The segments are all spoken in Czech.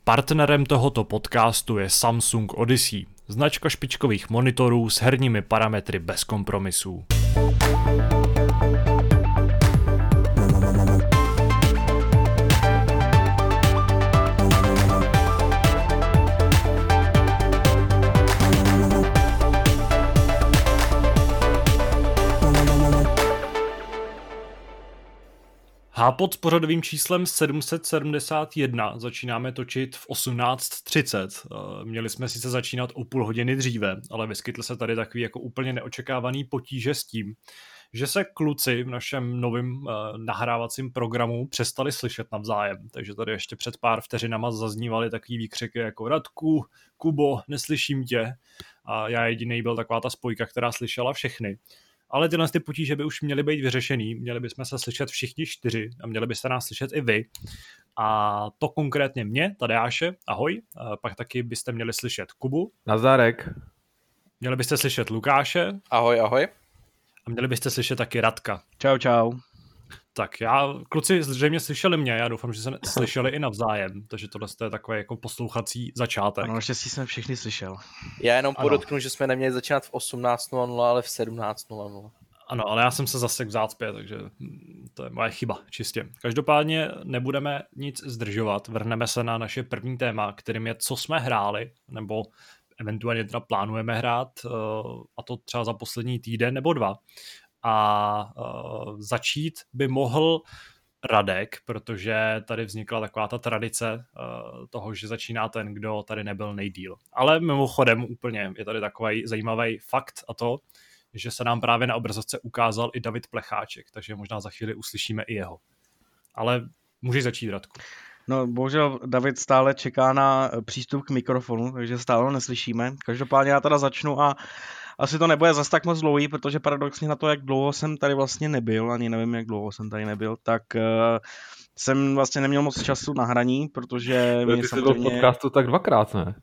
Partnerem tohoto podcastu je Samsung Odyssey, značka špičkových monitorů s herními parametry bez kompromisů. Hápod s pořadovým číslem 771 začínáme točit v 18:30. Měli jsme sice začínat o půl hodiny dříve, ale vyskytl se tady takový jako úplně neočekávaný potíže s tím, že se kluci v našem novém nahrávacím programu přestali slyšet navzájem. Takže tady ještě před pár vteřinama zaznívaly takový výkřiky jako Radku, Kubo, neslyším tě. A já jediný byl taková ta spojka, která slyšela všechny. Ale tyhle ty potíže by už měly být vyřešený, měli bychom se slyšet všichni 4 a měli byste nás slyšet i vy. A to konkrétně mě, Tadeáše, ahoj, pak taky byste měli slyšet Kubu. Nazdárek. Měli byste slyšet Lukáše. Ahoj, ahoj. A měli byste slyšet taky Radka. Čau, čau. Tak kluci zřejmě slyšeli mě, já doufám, že se slyšeli i navzájem, takže tohle je takový jako poslouchací začátek. Ano, naštěstí jsem všechny slyšel. Já jenom podotknu, že jsme neměli začínat v 18:00, ale v 17:00. Ano, ale já jsem se zasek v zácpě, takže to je moje chyba, čistě. Každopádně nebudeme nic zdržovat, vrhneme se na naše první téma, kterým je, co jsme hráli, nebo eventuálně teda plánujeme hrát, a to třeba za poslední týden nebo 2. A začít by mohl Radek, protože tady vznikla taková ta tradice toho, že začíná ten, kdo tady nebyl nejdýl. Ale mimochodem úplně je tady takový zajímavý fakt a to, že se nám právě na obrazovce ukázal i David Plecháček, takže možná za chvíli uslyšíme i jeho. Ale můžeš začít, Radku. No, bohužel David stále čeká na přístup k mikrofonu, takže stále ho neslyšíme. Každopádně já teda začnu a asi to nebude zas tak moc dlouhý, protože paradoxně na to, jak dlouho jsem tady vlastně nebyl, ani nevím, jak dlouho jsem tady nebyl, tak jsem vlastně neměl moc času na hraní, protože ty jsi byl v podcastu tak 2krát, ne?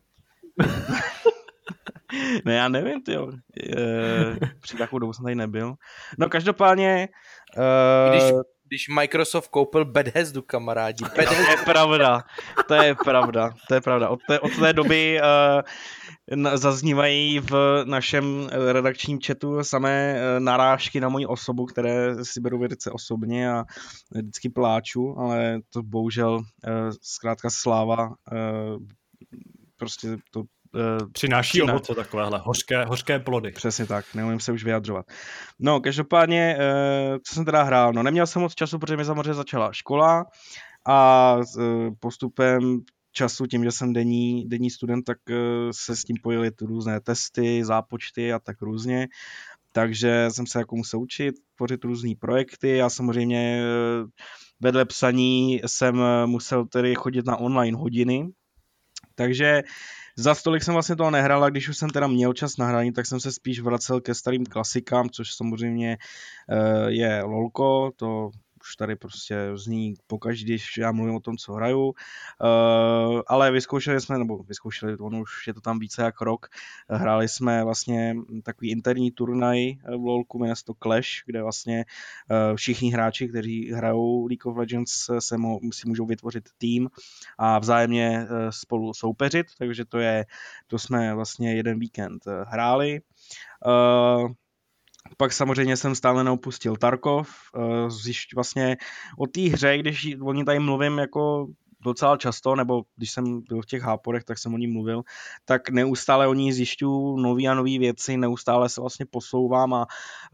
Ne, já nevím, tyjo. Při takovou dobu jsem tady nebyl. No, každopádně... Když Microsoft koupil Bethesdu, kamarádi. To je pravda, to je pravda. Od té doby zaznívají v našem redakčním chatu samé narážky na moji osobu, které si beru velice osobně a vždycky pláču, ale to bohužel zkrátka sláva prostě to přináší ovoce takovéhle, hořké plody. Přesně tak, neumím se už vyjadřovat. No, každopádně, co jsem teda hrál? No, neměl jsem moc času, protože mi samozřejmě začala škola a postupem času, tím, že jsem denní student, tak se s tím pojily různé testy, zápočty a tak různě. Takže jsem se jako musel učit, tvořit různý projekty a samozřejmě vedle psaní jsem musel tedy chodit na online hodiny. Takže za stolik jsem vlastně toho nehrál a když už jsem teda měl čas na hraní, tak jsem se spíš vracel ke starým klasikám, což samozřejmě je LOLko, to už tady prostě zní pokaždé, když já mluvím o tom, co hraju, ale vyzkoušeli, ono už je to tam více jak rok, hráli jsme vlastně takový interní turnaj v LOLku, jmenuje se to Clash, kde vlastně všichni hráči, kteří hrajou League of Legends, si můžou vytvořit tým a vzájemně spolu soupeřit, takže to jsme vlastně jeden víkend hráli. Pak samozřejmě jsem stále neopustil Tarkov, vlastně o té hře, když o ní tady mluvím jako docela často, nebo když jsem byl v těch háporech, tak jsem o ní mluvil, tak neustále o ní zjišťuju nový a nový věci, neustále se vlastně posouvám a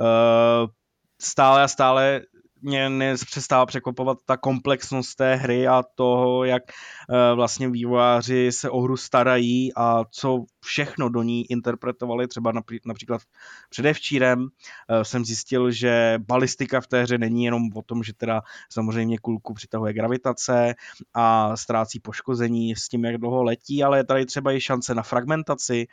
stále mě nepřestává překvapovat ta komplexnost té hry a toho, jak vlastně vývojáři se o hru starají a co všechno do ní interpretovali. Třeba například předevčírem jsem zjistil, že balistika v té hře není jenom o tom, že teda samozřejmě kulku přitahuje gravitace a ztrácí poškození s tím, jak dlouho letí, ale je tady třeba i šance na fragmentaci,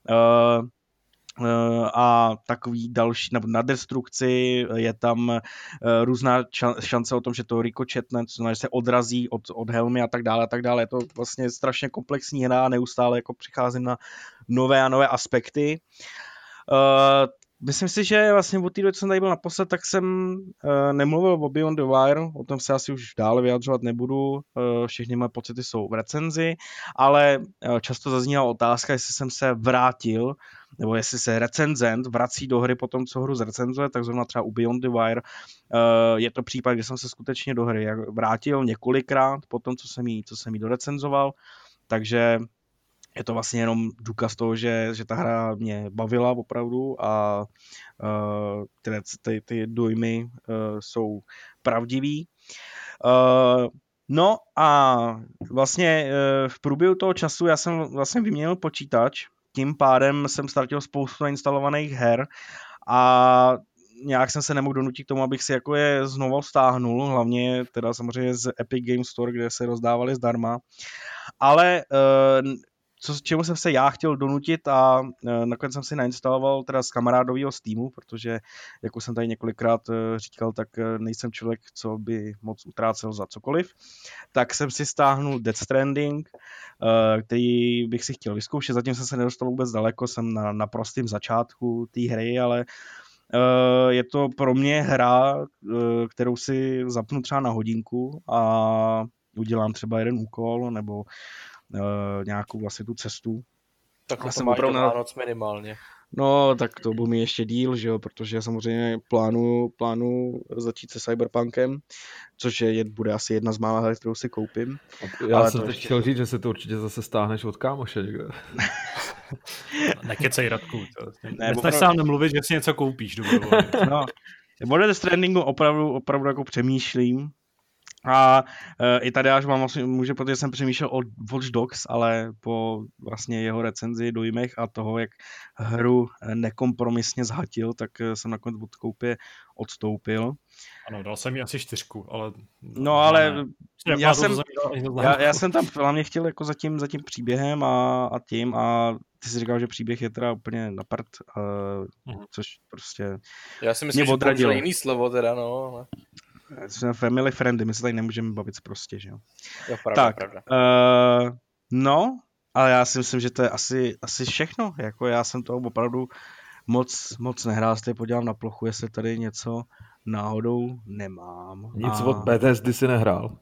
a takový další, nebo na destrukci je tam různá šance o tom, že to rikočetne, co znamená, že se odrazí od helmy a tak dále. Je to vlastně strašně komplexní hra a neustále jako přicházím na nové a nové aspekty. myslím si, že vlastně od té doby, co jsem tady byl naposled, tak jsem nemluvil o Beyond the Wire, o tom se asi už dále vyjadřovat nebudu, všechny moje pocity jsou v recenzi, ale často zaznívá otázka, jestli jsem se vrátil, nebo jestli se recenzent vrací do hry po tom, co hru zrecenzuje, tak zrovna třeba u Beyond the Wire je to případ, kdy jsem se skutečně do hry vrátil několikrát po tom, co jsem jí dorecenzoval, takže je to vlastně jenom důkaz toho, že ta hra mě bavila opravdu a ty dojmy jsou pravdivý. No a vlastně v průběhu toho času já jsem vlastně vyměnil počítač, tím pádem jsem ztratil spoustu nainstalovaných her a nějak jsem se nemohl donutit k tomu, abych si jako je znovu stáhnul, hlavně teda samozřejmě z Epic Games Store, kde se rozdávali zdarma, ale čemu jsem se já chtěl donutit a nakonec jsem si nainstaloval teda z kamarádovýho Steamu, protože, jak už jsem tady několikrát říkal, tak nejsem člověk, co by moc utrácel za cokoliv, tak jsem si stáhnul Death Stranding, který bych si chtěl vyzkoušet, zatím jsem se nedostal vůbec daleko, jsem na prostém začátku té hry, ale je to pro mě hra, kterou si zapnu třeba na hodinku a udělám třeba jeden úkol, nebo nějakou vlastně tu cestu. Tak to máš do Vánoc minimálně. No, tak to bude mi ještě díl, že jo, protože samozřejmě plánu začít se Cyberpunkem, což bude asi jedna z mála her, kterou si koupím. Já jsem teď chtěl říct, že se to určitě zase stáhneš od kámoše někde. Nekecej, Radku. Nesnaž sám nemluvit, že si něco koupíš. No, o Death Strandingu opravdu jako přemýšlím. A i tady až mám může, protože jsem přemýšlel o Watch Dogs, ale po vlastně jeho recenzi, dojmech a toho, jak hru nekompromisně zhatil, tak jsem nakonec od koupě odstoupil. Ano, dal jsem jí asi 4, ale... No, ale já jsem tam hlavně chtěl jako za tím příběhem a tím a ty jsi říkal, že příběh je teda úplně na prd, což prostě já si myslím, že použil jiný slovo teda, no, ale... Jsme family friendly, my se tady nemůžeme bavit prostě, že jo. Jo, pravda, tak, pravda. No, ale já si myslím, že to je asi všechno. Jako já jsem toho opravdu moc nehrál, se podívám na plochu, jestli tady něco náhodou nemám. Nic od Bethesdy si nehrál.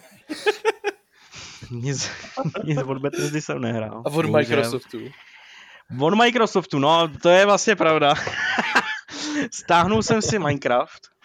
nic od Bethesdy jsem nehrál. A od Microsoftu. Od Microsoftu, no, to je vlastně pravda. Stáhnul jsem si Minecraft.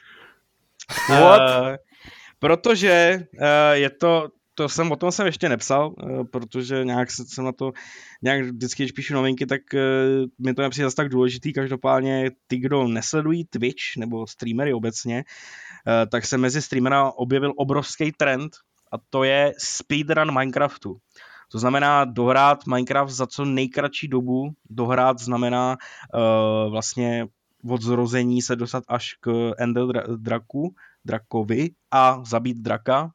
Protože je to o tom jsem ještě nepsal, protože nějak jsem na to, vždycky, když píšu novinky, tak mi to nepřijde zase tak důležitý. Každopádně ty, kdo nesledují Twitch nebo streamery obecně, tak se mezi streamera objevil obrovský trend a to je speedrun Minecraftu. To znamená dohrát Minecraft za co nejkratší dobu. Dohrát znamená vlastně od zrození se dostat až k Ender drakovi a zabít draka,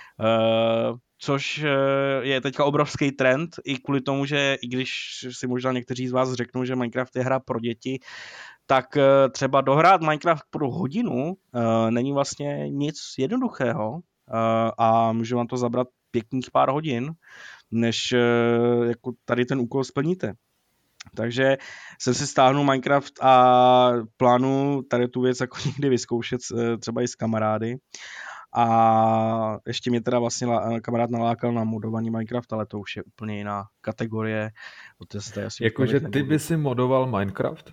což je teďka obrovský trend i kvůli tomu, že i když si možná někteří z vás řeknou, že Minecraft je hra pro děti, tak třeba dohrát Minecraft pro hodinu není vlastně nic jednoduchého a může vám to zabrat pěkných pár hodin, než jako tady ten úkol splníte. Takže jsem si stáhnul Minecraft a plánuji tady tu věc jako někdy vyzkoušet třeba i s kamarády. A ještě mě teda vlastně kamarád nalákal na modování Minecraft, ale to už je úplně jiná kategorie. Jakože ty by si modoval Minecraft?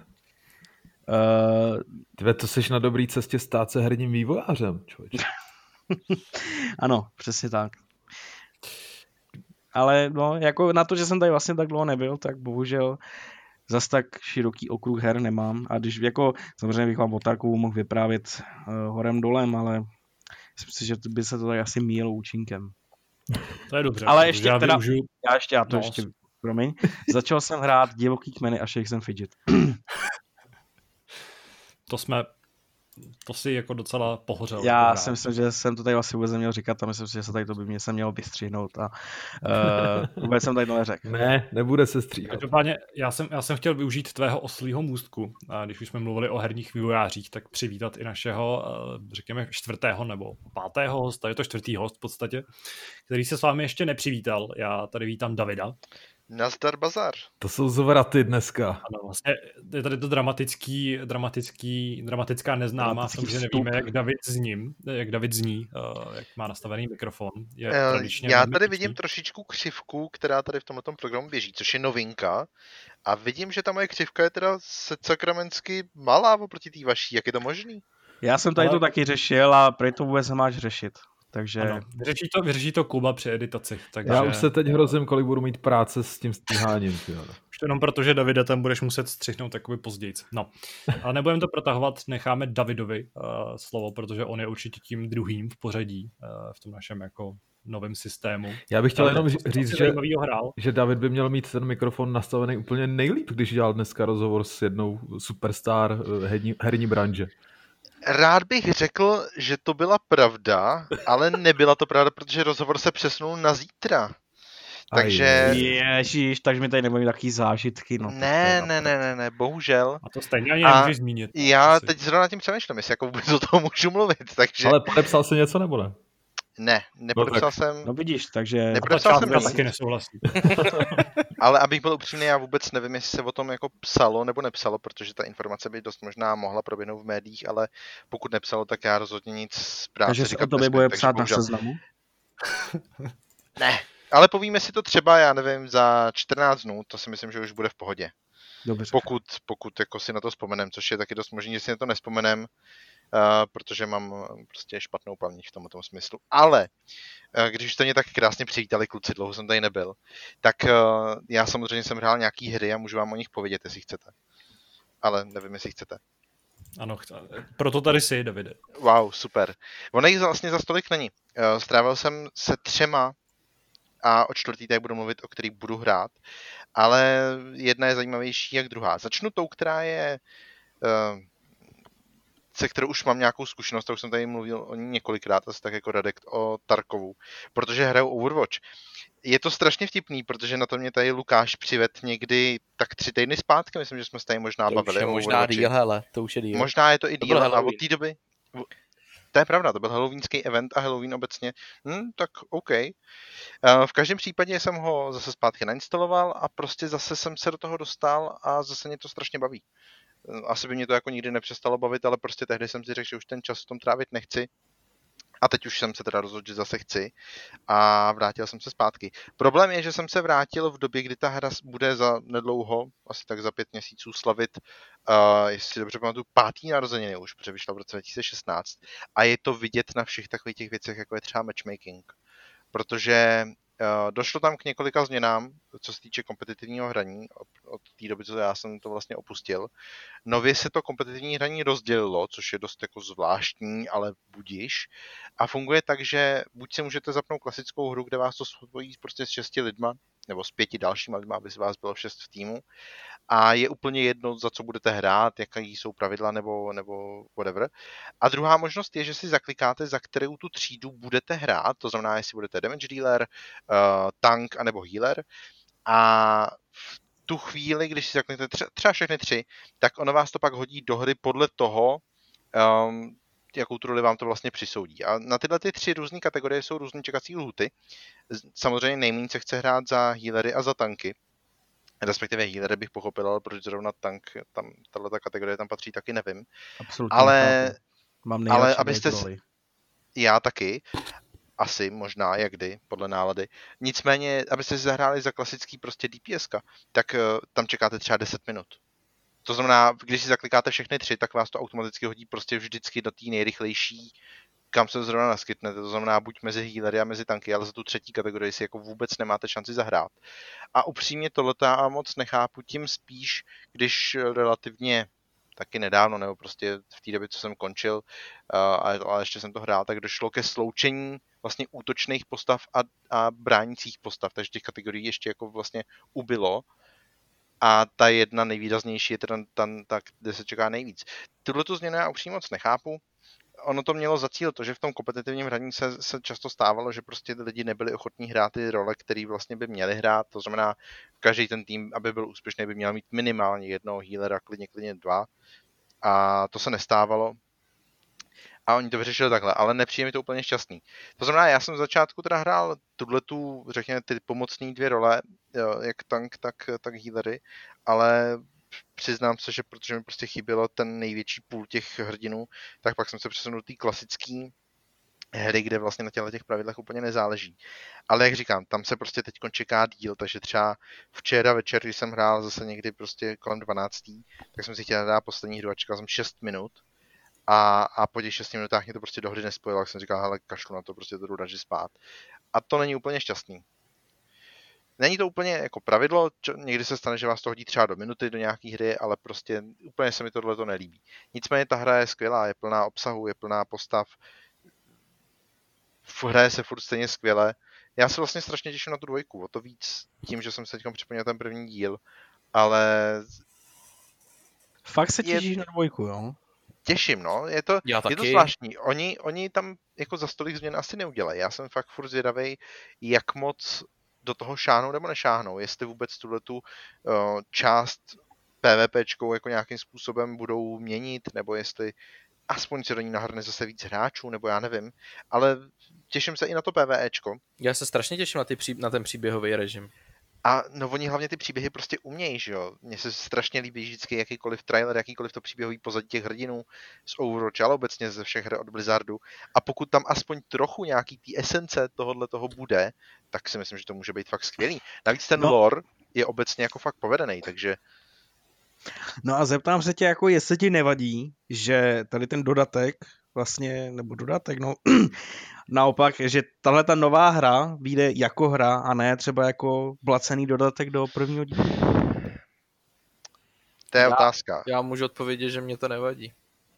Tve, to seš na dobrý cestě stát se herním vývojářem, člověče. Ano, přesně tak. Ale no, jako na to, že jsem tady vlastně tak dlouho nebyl, tak bohužel zas tak široký okruh her nemám. A když jako, samozřejmě bych vám o Tarkovu mohl vyprávět horem dolem, ale myslím si, že by se to tak asi míjelo účinkem. To je dobře. Ale ještě já teda, využiju... promiň, začal jsem hrát Divoký kmeny a Shakes and Fidget. To si jako docela pohořel. Já si myslím, že jsem to tady vlastně vůbec neměl říkat a myslím si, že se tady to by mě se mělo vystřihnout a vůbec jsem tady neřekl. Ne, nebude se stříhat. Každopádně já jsem chtěl využít tvého oslího můstku, a když už jsme mluvili o herních vývojářích, tak přivítat i našeho, řekněme, 4. nebo 5. hosta, je to 4. host v podstatě, který se s vámi ještě nepřivítal. Já tady vítám Davida. Nazdar bazar. To jsou zvraty dneska. Ano, vlastně je tady to dramatická neznámá v tom, že nevíme, jak David zní, jak má nastavený mikrofon. Je tradičně Já velmi tady tichý. vidím trošičku křivku, která tady v tomto programu běží, což je novinka. A vidím, že ta moje křivka je teda sakramensky malá oproti té vaší. Jak je to možný? Já jsem tady Ale- to taky řešil a prý to vůbec nemáš řešit. Takže Ano, vyřeší to Kuba při editaci. Takže Já už se teď hrozím, kolik budu mít práce s tím stíháním. Tyjo. už to jenom proto, že Davida tam budeš muset střihnout takový později. No, ale nebudeme to protahovat, necháme Davidovi slovo, protože on je určitě tím druhým v pořadí v tom našem jako novém systému. Já bych chtěl jenom říct, hrál. že David by měl mít ten mikrofon nastavený úplně nejlíp, když dělal dneska rozhovor s jednou superstar herní branže. Rád bych řekl, že to byla pravda, ale nebyla to pravda, protože rozhovor se přesunul na zítra. Takže... Ježíš, takže mi tady nebudeme mít takový zážitky. No, Ne, bohužel. A to stejně ani nemůžeš zmínit. Já asi. teď zrovna tím přemýšlím, jestli jako vůbec o tom můžu mluvit, takže... Ale podepsal jsi něco nebo ne? Ne, nepodepsal jsem... No vidíš, takže... Nepodepsal jsem nic, taky nesouhlasí. ale abych byl upřímný, já vůbec nevím, jestli se o tom jako psalo nebo nepsalo, protože ta informace by dost možná mohla proběhnout v médiích, ale pokud nepsalo, tak já rozhodně nic z práce Takže se říkat o tobě nesmím, bude takže psát na bohužel. Seznamu? Ne, ale povíme si to třeba, já nevím, za 14 dnů, to si myslím, že už bude v pohodě. Dobře. Pokud jako si na to vzpomenem, což je taky dost možný, že si na to nespomenem, protože mám prostě špatnou paměť v tomto smyslu. Ale když jste mě tak krásně přivítali, kluci, dlouho jsem tady nebyl, tak já samozřejmě jsem hrál nějaký hry a můžu vám o nich povědět, jestli chcete. Ale nevím, jestli chcete. Ano, proto tady jsi, Davide. Wow, super. Ono jich vlastně za stolik není. Strávil jsem se 3 a o 4. tady budu mluvit, o který budu hrát, ale jedna je zajímavější jak druhá. Začnu tou, která je, se kterou už mám nějakou zkušenost, tak už jsem tady mluvil o ní několikrát, asi tak jako Radek o Tarkovu, protože hraju Overwatch. Je to strašně vtipný, protože na to mě tady Lukáš přived někdy tak 3 týdny zpátky, myslím, že jsme se tady možná bavili. To už je možná díl, hele, to už je díl. Možná je to i To díl, byl a od Halloween. té doby... To je pravda, to byl halloweenský event a Halloween obecně. Tak OK. V každém případě jsem ho zase zpátky nainstaloval a prostě zase jsem se do toho dostal a zase mě to strašně baví. Asi by mě to jako nikdy nepřestalo bavit, ale prostě tehdy jsem si řekl, že už ten čas v tom trávit nechci. A teď už jsem se teda rozhodl, že zase chci a vrátil jsem se zpátky. Problém je, že jsem se vrátil v době, kdy ta hra bude za nedlouho, asi tak za 5 měsíců slavit, jestli si dobře pamatuju, 5. narozeniny už, protože vyšla v roce 2016. A je to vidět na všech takových těch věcech, jako je třeba matchmaking. Protože došlo tam k několika změnám, co se týče kompetitivního hraní, od té doby, co já jsem to vlastně opustil. Nově se to kompetitivní hraní rozdělilo, což je dost jako zvláštní, ale budiš. A funguje tak, že buď si můžete zapnout klasickou hru, kde vás to spojí prostě s 6 lidma, nebo s 5 dalšíma lidma, aby si vás bylo 6 v týmu. A je úplně jedno, za co budete hrát, jaké jsou pravidla nebo whatever. A druhá možnost je, že si zaklikáte, za kterou tu třídu budete hrát, to znamená, jestli budete damage dealer, tank anebo healer. A v tu chvíli, když si zakliknete třeba všechny 3, tak ono vás to pak hodí do hry podle toho, jakou tu roli vám to vlastně přisoudí. A na tyhle 3 různé kategorie jsou různé čekací lhuty. Samozřejmě nejméně se chce hrát za healery a za tanky. Respektive healery bych pochopil, ale proč zrovna tank, tam tato kategorie tam patří, taky nevím. Absolutně. Ale, mám nejlepší abyste roli. Já taky. Asi, možná, jak kdy, podle nálady. Nicméně, abyste si zahráli za klasický prostě DPSka, tak tam čekáte třeba 10 minut. To znamená, když si zaklikáte všechny 3, tak vás to automaticky hodí prostě vždycky do té nejrychlejší, kam se zrovna naskytnete. To znamená buď mezi healery a mezi tanky, ale za tu 3. kategorii si jako vůbec nemáte šanci zahrát. A upřímně tohleto já moc nechápu, tím spíš, když relativně taky nedávno, nebo prostě v té době, co jsem končil, ale ještě jsem to hrál, tak došlo ke sloučení vlastně útočných postav a bránících postav, takže těch kategorií ještě jako vlastně ubylo. A ta jedna nejvýraznější je teda ta, kde se čeká nejvíc. Tuhletu změnu já upřímně moc nechápu. Ono to mělo za cíl to, že v tom kompetitivním hraní se často stávalo, že prostě lidi nebyli ochotní hrát ty role, které vlastně by měli hrát. To znamená, každý ten tým, aby byl úspěšný, by měl mít minimálně jednoho healera, klidně 2. A to se nestávalo. A oni to vyřešili takhle, ale nepřijde mi to úplně šťastný. To znamená, já jsem v začátku teda hrál tuhletu, řekněme, ty pomocné 2 role, jak tank, tak healery, ale přiznám se, že protože mi prostě chybělo ten největší půl těch hrdinů, tak pak jsem se přesunul do té klasické hry, kde vlastně na těch pravidlech úplně nezáleží. Ale jak říkám, tam se prostě teď čeká díl, takže třeba včera večer, když jsem hrál zase někdy prostě kolem 12, tak jsem si chtěl dát poslední hru a čekal jsem 6 minut a po těch 6 minutách mě to prostě do hry nespojilo, tak jsem říkal, hele, kašlu na to, prostě to jdu radši spát. A to není úplně šťastný. Není to úplně jako pravidlo, někdy se stane, že vás to hodí třeba do minuty do nějaký hry, ale prostě úplně se mi tohle to nelíbí. Nicméně ta hra je skvělá, je plná obsahu, je plná postav, hraje se furt stejně skvěle. Já se vlastně strašně těším na tu 2, o to víc tím, že jsem se teď připomněl ten první díl, ale... Fakt se těšíš na 2, jo? Těším, no. Je to zvláštní. Oni tam jako za stolik změn asi neudělají. Já jsem fakt furt zvědavej, jak moc do toho šáhnou nebo nešáhnou. Jestli vůbec tuhletu část PvPčkou jako nějakým způsobem budou měnit, nebo jestli aspoň se do ní nahrne zase víc hráčů, nebo já nevím. Ale těším se i na to PvEčko. Já se strašně těším na ten příběhový režim. A no oni hlavně ty příběhy prostě umějí, že jo. Mně se strašně líbí vždycky jakýkoliv trailer, jakýkoliv to příběhový pozadí těch hrdinů z Overwatch, ale obecně ze všech her od Blizzardu. A pokud tam aspoň trochu nějaký té esence tohohle toho bude, tak si myslím, že to může být fakt skvělý. Navíc ten lore je obecně jako fakt povedený, takže... No a zeptám se tě, jako jestli ti nevadí, že tady ten dodatek vlastně, nebo dodatek, no naopak, že tahle ta nová hra vyjde jako hra a ne třeba jako placený dodatek do prvního dílu. To je otázka. Já můžu odpovědět, že mě to nevadí.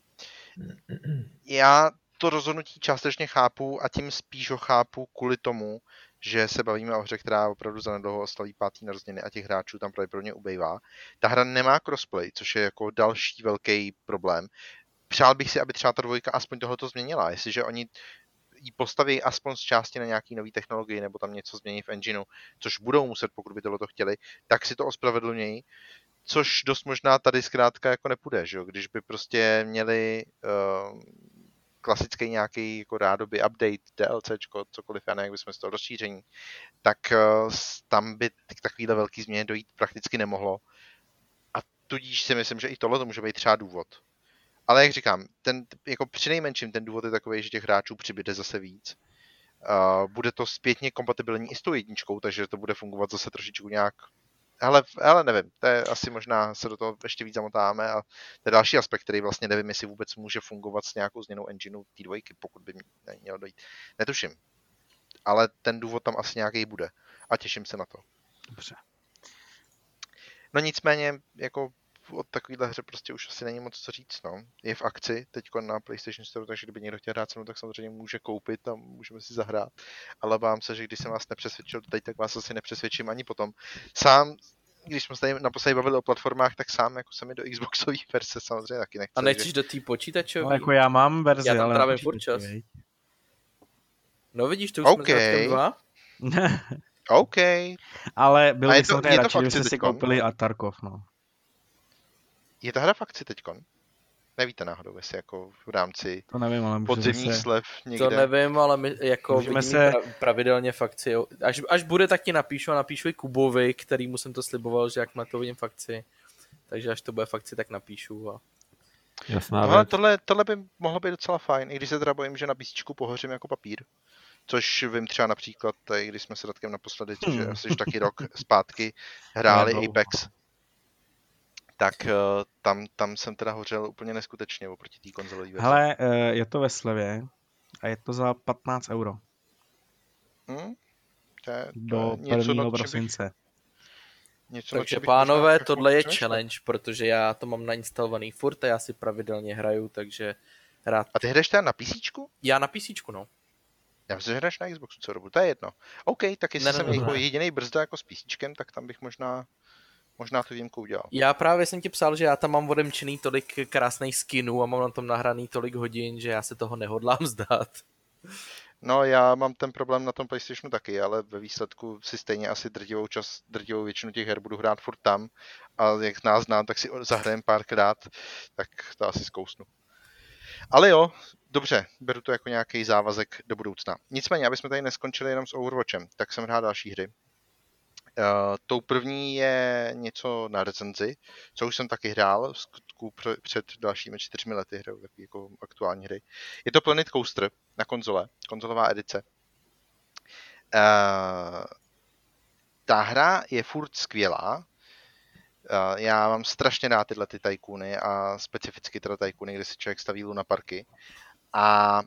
Já to rozhodnutí částečně chápu a tím spíš ho chápu kvůli tomu, že se bavíme o hře, která opravdu zanedlouho oslaví 5. narozeniny a těch hráčů tam pravděpodobně ubejvá. Ta hra nemá crossplay, což je jako další velký problém. Přál bych si, aby třeba ta 2 aspoň tohleto změnila. Jestliže oni ji postaví aspoň z části na nějaký nový technologii nebo tam něco změní v engineu, což budou muset, pokud by tohleto chtěli, tak si to ospravedlnějí. Což dost možná tady zkrátka jako nepůjde, že jo? Když by prostě měli klasický nějaký jako rádoby update, DLCčko, cokoliv, já nevím, jak bychom z toho rozšíření, tak tam by k takovýhle velký změně dojít prakticky nemohlo. A tudíž si myslím, že i tohle to může být třeba důvod. Ale jak říkám, jako přinejmenším ten důvod je takový, že těch hráčů přibyde zase víc. Bude to zpětně kompatibilní i s tou 1, takže to bude fungovat zase trošičku nějak. Ale nevím, to je asi možná se do toho ještě víc zamotáme a to je další aspekt, který vlastně nevím, jestli vůbec může fungovat s nějakou změnou engineu té 2, pokud by mělo dojít. Netuším. Ale ten důvod tam asi nějaký bude a těším se na to. Dobře. No nicméně, jako od takovýhle hře prostě už asi není moc co říct, no. Je v akci teďko na PlayStation Store, takže kdyby někdo chtěl hrát se mnou, tak samozřejmě může koupit a můžeme si zahrát. Ale bám se, že když jsem vás nepřesvědčil teď, tak vás asi nepřesvědčím ani potom. Sám, když jsme se tady naposledy bavili o platformách, tak sám jako se mi do Xboxové verze samozřejmě taky nechce. A nechceš do té počítačové? Ale jako já mám verzi, já tam ale trávím furt čas. No vidíš, to už jsme 2. OK. Ale byl bych samozřejmě radši, kdybyste si koupili a Tarkov, no. Je ta hra v akci teďkon? Nevíte náhodou, jestli jako v rámci to nevím, ale podzimních slev někde? To nevím, ale my jako vidíme pravidelně v akci. Až bude, tak ti napíšu a napíšu i Kubovi, kterýmu jsem to sliboval, že jak na to vidím v akci. Takže až to bude v akci, tak napíšu. A... Jasná věc. Tohle by mohlo být docela fajn, i když se teda bojím, že na písíčku pohořím jako papír. Což vím třeba například, tady, když jsme se Radkem naposledy, což je asi taky rok zpátky, hráli Apex. Tak tam jsem teda hořel úplně neskutečně oproti té konzolové verzi. Hele, je to ve slevě a je to za 15 €. Do 1. prosince. Takže pánové, tohle je challenge, protože já to mám nainstalovaný furt a já si pravidelně hraju, takže rád. A ty hraješ teda na PCčku? Já na PCčku, no. Já myslím, že hraješ na Xboxu co dobu, to je jedno. OK, tak jestli jsem jako jedinej brzda jako s PCčkem, tak tam bych možná tu výjimku udělal. Já právě jsem ti psal, že já tam mám odemčený tolik krásných skinů a mám na tom nahraný tolik hodin, že já se toho nehodlám zdát. No já mám ten problém na tom PlayStationu taky, ale ve výsledku si stejně asi drtivou většinu těch her budu hrát furt tam a jak nás znám, tak si zahrajem párkrát, tak to asi zkousnu. Ale jo, dobře, beru to jako nějaký závazek do budoucna. Nicméně, aby jsme tady neskončili jenom s Overwatchem, tak jsem hrál další hry. Tou první je něco na recenzi, co už jsem taky hrál v skutku před dalšími 4 lety, hraju takový jako aktuální hry. Je to Planet Coaster na konzolová edice. Ta hra je furt skvělá. Já mám strašně rád tyhle ty tajkuny a specificky teda tajkuny, kde si člověk staví lunaparky. A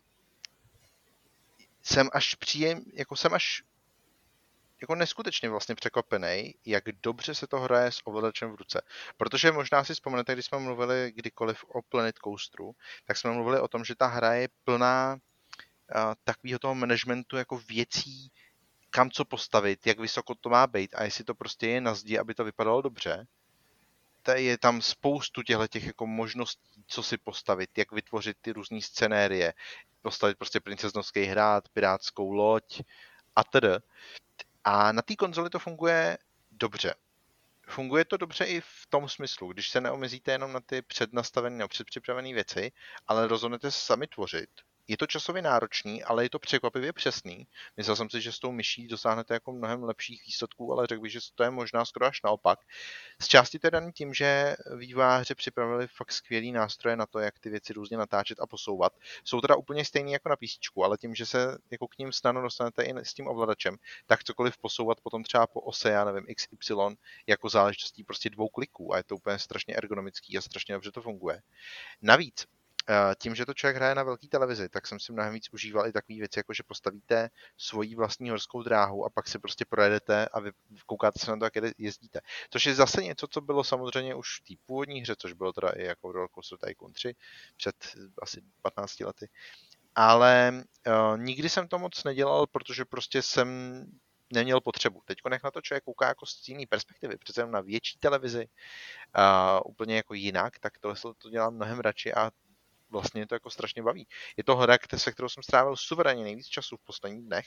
jsem až neskutečně vlastně překvapený, jak dobře se to hraje s ovladačem v ruce. Protože možná si vzpomenete, když jsme mluvili kdykoliv o Planet Coasteru, tak jsme mluvili o tom, že ta hra je plná takového toho managementu jako věcí, kam co postavit, jak vysoko to má být a jestli to prostě je na zdi, aby to vypadalo dobře. Je tam spoustu těchto jako možností, co si postavit, jak vytvořit ty různý scenérie, postavit prostě princeznovský hrad, pirátskou loď a tedy. A na té konzoli to funguje dobře. Funguje to dobře i v tom smyslu, když se neomezíte jenom na ty přednastavené nebo předpřipravené věci, ale rozhodnete se sami tvořit. Je to časově náročný, ale je to překvapivě přesný. Myslel jsem si, že s tou myší dosáhnete jako mnohem lepších výsledků, ale řekl bych, že to je možná skoro až naopak. Z části to je daný tím, že vývojáři připravili fakt skvělý nástroje na to, jak ty věci různě natáčet a posouvat. Jsou teda úplně stejný jako na PC, ale tím, že se jako k ním snadno dostanete i s tím ovladačem, tak cokoliv posouvat potom třeba po ose, já nevím, XY, jako záležitostí prostě 2 kliků a je to úplně strašně ergonomický a strašně dobře to funguje. Navíc, tím, že to člověk hraje na velké televizi, tak jsem si mnohem víc užíval i takové věci, jako že postavíte svoji vlastní horskou dráhu a pak si prostě projedete a vy koukáte se na to, jak jezdíte. Což je zase něco, co bylo samozřejmě už v té původní hře, což bylo teda i jako Roller Coaster Tycoon 3 před asi 15 lety. Ale nikdy jsem to moc nedělal, protože prostě jsem neměl potřebu. Teď jak na to člověk kouká jako z jiné perspektivy, přece na větší televizi, úplně jako jinak, tak to dělám mnohem radši a vlastně to jako strašně baví. Je to hra, se kterou jsem strávil suverénně nejvíc času v posledních dnech.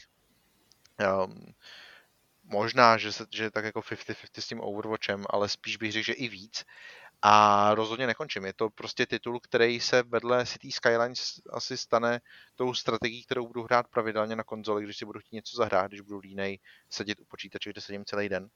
Možná, že tak jako 50-50 s tím Overwatchem, ale spíš bych řekl, že i víc. A rozhodně nekončím. Je to prostě titul, který se vedle City Skylines asi stane tou strategií, kterou budu hrát pravidelně na konzoli, když si budu chtít něco zahrát, když budu línej sedět u počítače, kde sedím celý den.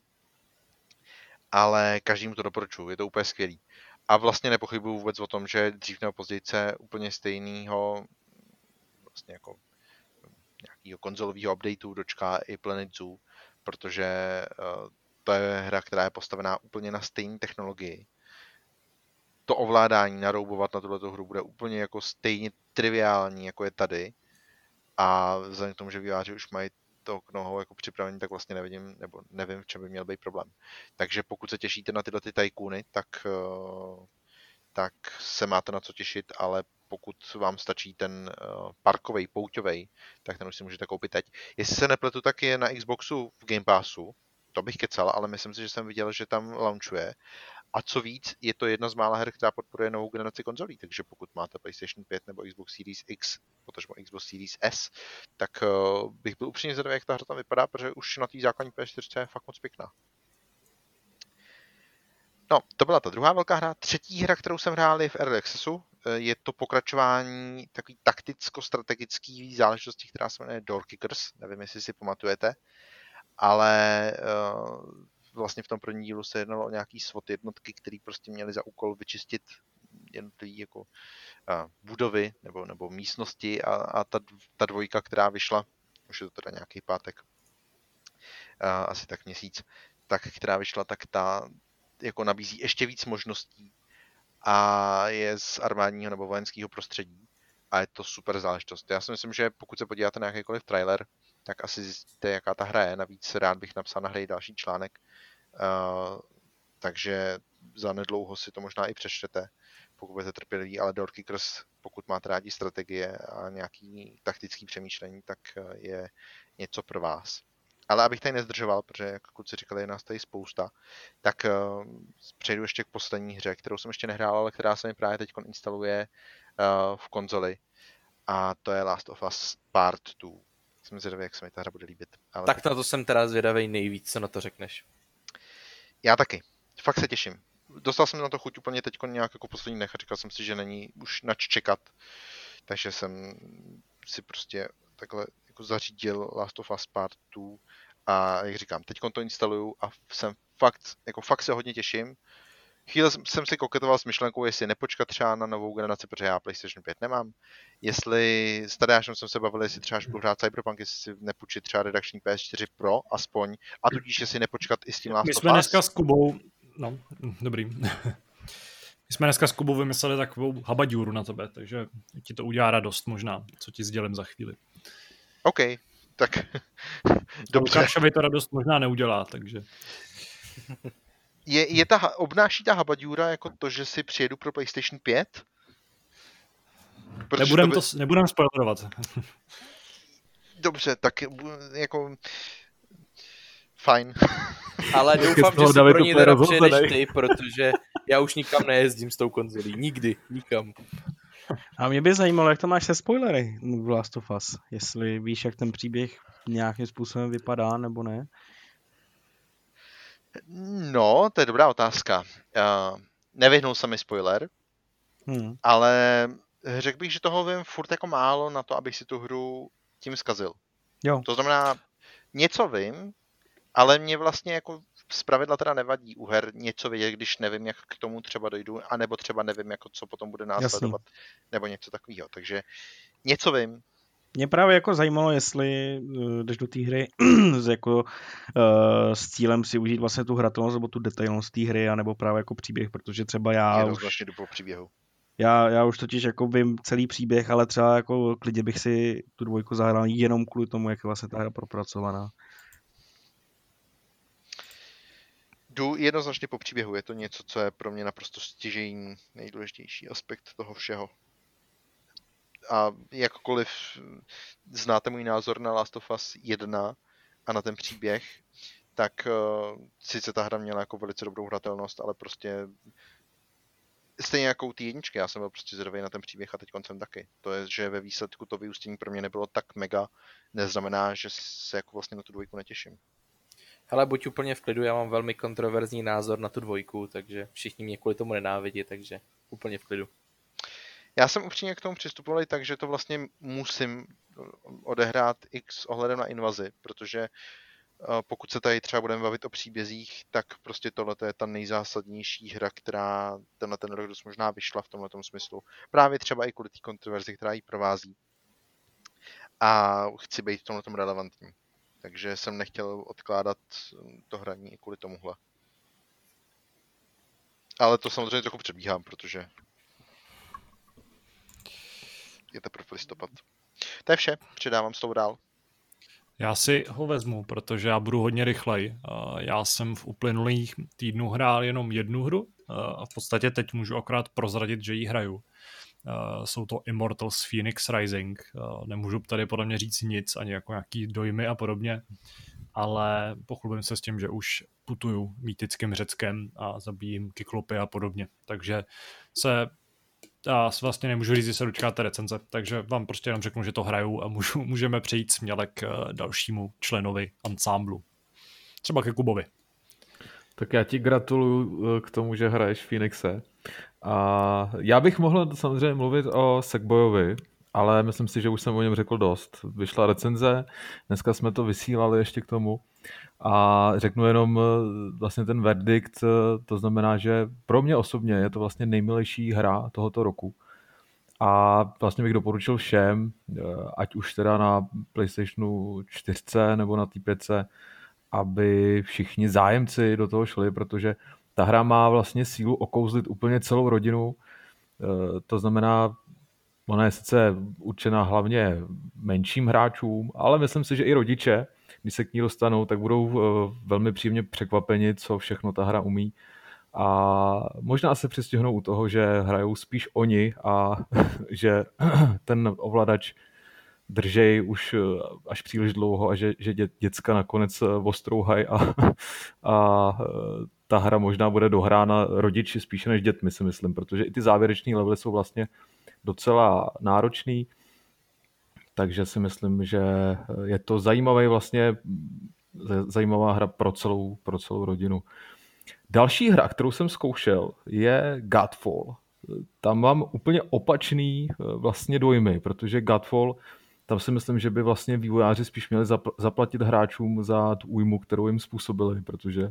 Ale každému to doporučuji, je to úplně skvělý. A vlastně nepochybuju vůbec o tom, že dřív nebo později se úplně stejného vlastně jako nějakého konzolového updateu dočká i Planet Zoo, protože to je hra, která je postavená úplně na stejné technologii. To ovládání naroubovat na tuto hru bude úplně jako stejně triviální, jako je tady. A vzhledem k tomu, že vývojáři už mají to nohou jako připravený, tak vlastně nevidím, nebo nevím, v čem by měl být problém. Takže pokud se těšíte na tyhle ty tajkuny, tak se máte na co těšit, ale pokud vám stačí ten parkovej, pouťovej, tak ten už si můžete koupit teď. Jestli se nepletu, tak je na Xboxu v Game Passu, to bych kecal, ale myslím si, že jsem viděl, že tam launchuje. A co víc, je to jedna z mála her, která podporuje novou generaci konzolí, takže pokud máte PlayStation 5 nebo Xbox Series X, potažmo Xbox Series S, tak bych byl upřímně zvědavý, jak ta hra tam vypadá, protože už na té základní PS4 je fakt moc pěkná. No, to byla ta druhá velká hra. Třetí hra, kterou jsem hrál, je v Early Accessu. Je to pokračování takový takticko-strategický záležitosti, která se jmenuje Door Kickers. Nevím, jestli si pamatujete, ale vlastně v tom prvním dílu se jednalo o nějaký SWAT jednotky, které prostě měly za úkol vyčistit jednotlivé jako budovy nebo místnosti a ta dvojka, která vyšla, už je to teda nějaký pátek, asi tak měsíc, tak která vyšla, tak ta jako nabízí ještě víc možností a je z armádního nebo vojenského prostředí a je to super záležitost. Já si myslím, že pokud se podíváte na jakýkoliv trailer, tak asi zjistíte, jaká ta hra je. Navíc rád bych napsal na hře další článek, takže za nedlouho si to možná i přečtete, pokud budete trpěliví, ale Door Kickers, pokud máte rádi strategie a nějaký taktický přemýšlení, tak je něco pro vás. Ale abych tady nezdržoval, protože jak kluci říkali, je nás tady spousta, tak přejdu ještě k poslední hře, kterou jsem ještě nehrál, ale která se mi právě teď instaluje v konzoli. A to je Last of Us Part 2. Jsem zvědavý, jak se mi ta hra bude líbit. Ale tak na to jsem teda zvědavý nejvíc, co na to řekneš. Já taky. Fakt se těším. Dostal jsem na to chuť úplně teď nějak jako poslední dnech a říkal jsem si, že není už nač čekat. Takže jsem si prostě takhle jako zařídil Last of Us Part 2 A jak říkám, teď to instaluju a jsem fakt se hodně těším. Chvíli jsem si koketoval s myšlenkou, jestli nepočkat třeba na novou generaci, protože já PlayStation 5 nemám. Jestli s Tadeášem jsem se bavil, jestli třeba až budu hrát Cyberpunk, jestli si nepůjčit třeba redakční PS4 Pro aspoň, a tudíž jestli nepočkat i s tím Last of Us. My jsme dneska s Kubou, no, dobrý. My jsme dneska s Kubou vymysleli takovou habaďůru na tebe, takže ti to udělá radost možná, co ti sdělím za chvíli. OK, tak dobře. Lukášovi to radost možná neudělá, takže... Obnáší ta habaďůra jako to, že si přijedu pro PlayStation 5? Nebudem spoilerovat. Dobře, tak jako... Fajn. Ale doufám, že si pro ní teda přijedeš ty, protože já už nikam nejezdím s tou konzolí. Nikdy, nikam. A mě by zajímalo, jak to máš se spoilery v Last of Us. Jestli víš, jak ten příběh nějakým způsobem vypadá, nebo ne? No, to je dobrá otázka. Nevyhnul se mi spoiler, ale řekl bych, že toho vím furt jako málo na to, abych si tu hru tím zkazil. Jo. To znamená, něco vím, ale mě vlastně jako zpravidla teda nevadí u her něco vědět, když nevím, jak k tomu třeba dojdu, anebo třeba nevím, jako co potom bude následovat, nebo něco takového. Takže něco vím. Mě právě jako zajímalo, jestli jdeš do té hry jako, s cílem si užít vlastně tu hratelnost nebo tu detailnost té hry, anebo právě jako příběh, protože třeba já už... jdu po příběhu. Já už totiž jako vím celý příběh, ale třeba jako klidně bych si tu 2 zahrál jenom kvůli tomu, jak je vlastně ta hra propracovaná. Jdu jednoznačně po příběhu, je to něco, co je pro mě naprosto stěžejní, nejdůležitější aspekt toho všeho. A jakkoliv znáte můj názor na Last of Us 1 a na ten příběh, tak sice ta hra měla jako velice dobrou hratelnost, ale prostě stejně jako u té jedničky, já jsem byl prostě zvědavý na ten příběh a teď jsem taky. To je, že ve výsledku to vyústění pro mě nebylo tak mega, neznamená, že se jako vlastně na tu 2 netěším. Hele, buď úplně v klidu, já mám velmi kontroverzní názor na tu 2, takže všichni mě kvůli tomu nenávidí, takže úplně v klidu. Já jsem upřímně k tomu přistupoval tak, že to vlastně musím odehrát x ohledem na invazi, protože pokud se tady třeba budeme bavit o příbězích, tak prostě tohle je ta nejzásadnější hra, která ten rok dost možná vyšla v tomhletom smyslu. Právě třeba i kvůli té kontroverzi, která ji provází. A chci být v tomhletom relevantní. Takže jsem nechtěl odkládat to hraní i kvůli tomuhle. Ale to samozřejmě trochu předbíhám, protože je teprve listopad. To je vše, předávám slovo dál. Já si ho vezmu, protože já budu hodně rychlej. Já jsem v uplynulých týdnů hrál jenom 1 hru a v podstatě teď můžu akorát prozradit, že ji hraju. Jsou to Immortals Phoenix Rising. Nemůžu tady podle mě říct nic, ani jako nějaký dojmy a podobně, ale pochlubím se s tím, že už putuju mýtickým Řeckem a zabíjím kyklopy a podobně. Takže já vlastně nemůžu říct, že se dočkáte recenze, takže vám prostě jenom řeknu, že to hraju a můžeme přejít směle k dalšímu členovi ansámblu. Třeba ke Kubovi. Tak já ti gratuluju k tomu, že hraješ Phoenixe. A já bych mohl samozřejmě mluvit o Sackboyovi, ale myslím si, že už jsem o něm řekl dost. Vyšla recenze, dneska jsme to vysílali ještě k tomu a řeknu jenom vlastně ten verdikt, to znamená, že pro mě osobně je to vlastně nejmilejší hra tohoto roku. A vlastně bych doporučil všem, ať už teda na PlayStationu 4 nebo na té 5, aby všichni zájemci do toho šli, protože ta hra má vlastně sílu okouzlit úplně celou rodinu. To znamená, ona je sice určená hlavně menším hráčům, ale myslím si, že i rodiče, když se k ní dostanou, tak budou velmi příjemně překvapeni, co všechno ta hra umí. A možná se přistihnou u toho, že hrajou spíš oni a že ten ovladač držej už až příliš dlouho a že děcka nakonec ostrouhají a ta hra možná bude dohrána rodiči spíše než dětmi, si myslím, protože i ty závěrečné levely jsou vlastně docela náročný, takže si myslím, že je to zajímavá hra pro celou rodinu. Další hra, kterou jsem zkoušel, je Godfall. Tam mám úplně opačný vlastně dojmy, protože Godfall tam si myslím, že by vlastně vývojáři spíš měli zaplatit hráčům za tu újmu, kterou jim způsobili, protože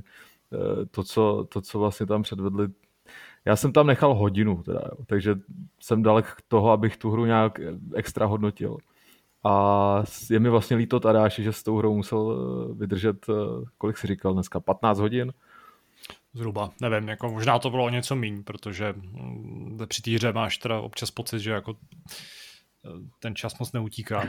to, co vlastně tam předvedli, já jsem tam nechal hodinu, teda, jo, takže jsem dalek toho, abych tu hru nějak extra hodnotil. A je mi vlastně líto Tadáši, že s tou hrou musel vydržet, kolik jsi říkal dneska, 15 hodin? Zhruba, nevím, jako možná to bylo o něco míň, protože při té hře máš teda občas pocit, že jako ten čas moc neutíká.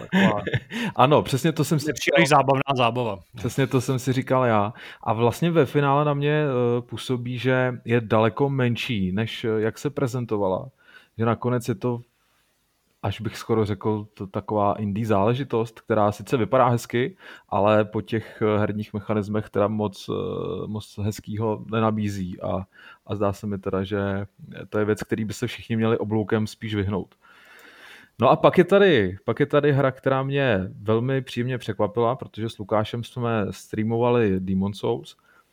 Ano, přesně to jsem si říkal. Zábavná zábava. Přesně to jsem si říkal já. A vlastně ve finále na mě působí, že je daleko menší, než jak se prezentovala. Že nakonec je to, až bych skoro řekl, to taková indie záležitost, která sice vypadá hezky, ale po těch herních mechanismech teda moc hezkýho nenabízí. A zdá se mi teda, že to je věc, který by se všichni měli obloukem spíš vyhnout. No a pak je tady hra, která mě velmi příjemně překvapila, protože s Lukášem jsme streamovali Demon's Souls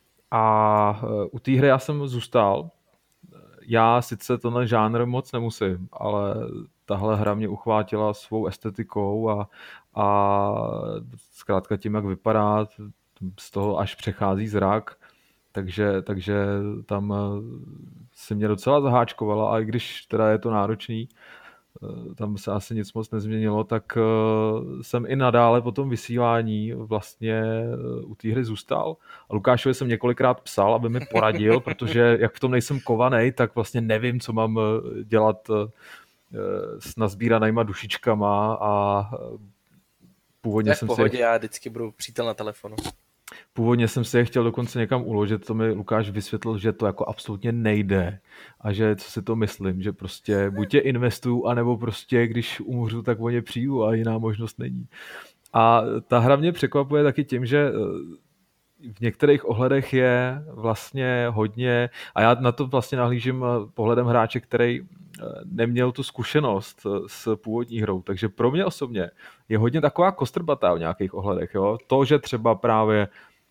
a u té hry já jsem zůstal. Já sice tenhle žánr moc nemusím, ale tahle hra mě uchvátila svou estetikou a zkrátka tím, jak vypadá, z toho až přechází zrak, takže tam se mě docela zaháčkovala, a i když teda je to náročný, tam se asi nic moc nezměnilo, tak jsem i nadále po tom vysílání vlastně u té hry zůstal. A Lukášovi jsem několikrát psal, aby mi poradil, protože jak v tom nejsem kovanej, tak vlastně nevím, co mám dělat s nazbíranýma dušičkama a původně jsem pohodě, já vždycky budu přítel na telefonu. Původně jsem si je chtěl dokonce někam uložit, to mi Lukáš vysvětlil, že to jako absolutně nejde a že co si to myslím, že prostě buď je investuju, anebo prostě když umřu, tak o ně přijdu a jiná možnost není. A ta hra mě překvapuje taky tím, že v některých ohledech je vlastně hodně, a já na to vlastně nahlížím pohledem hráče, který neměl tu zkušenost s původní hrou, takže pro mě osobně je hodně taková kostrbatá v nějakých ohledech. Jo? To, že třeba právě,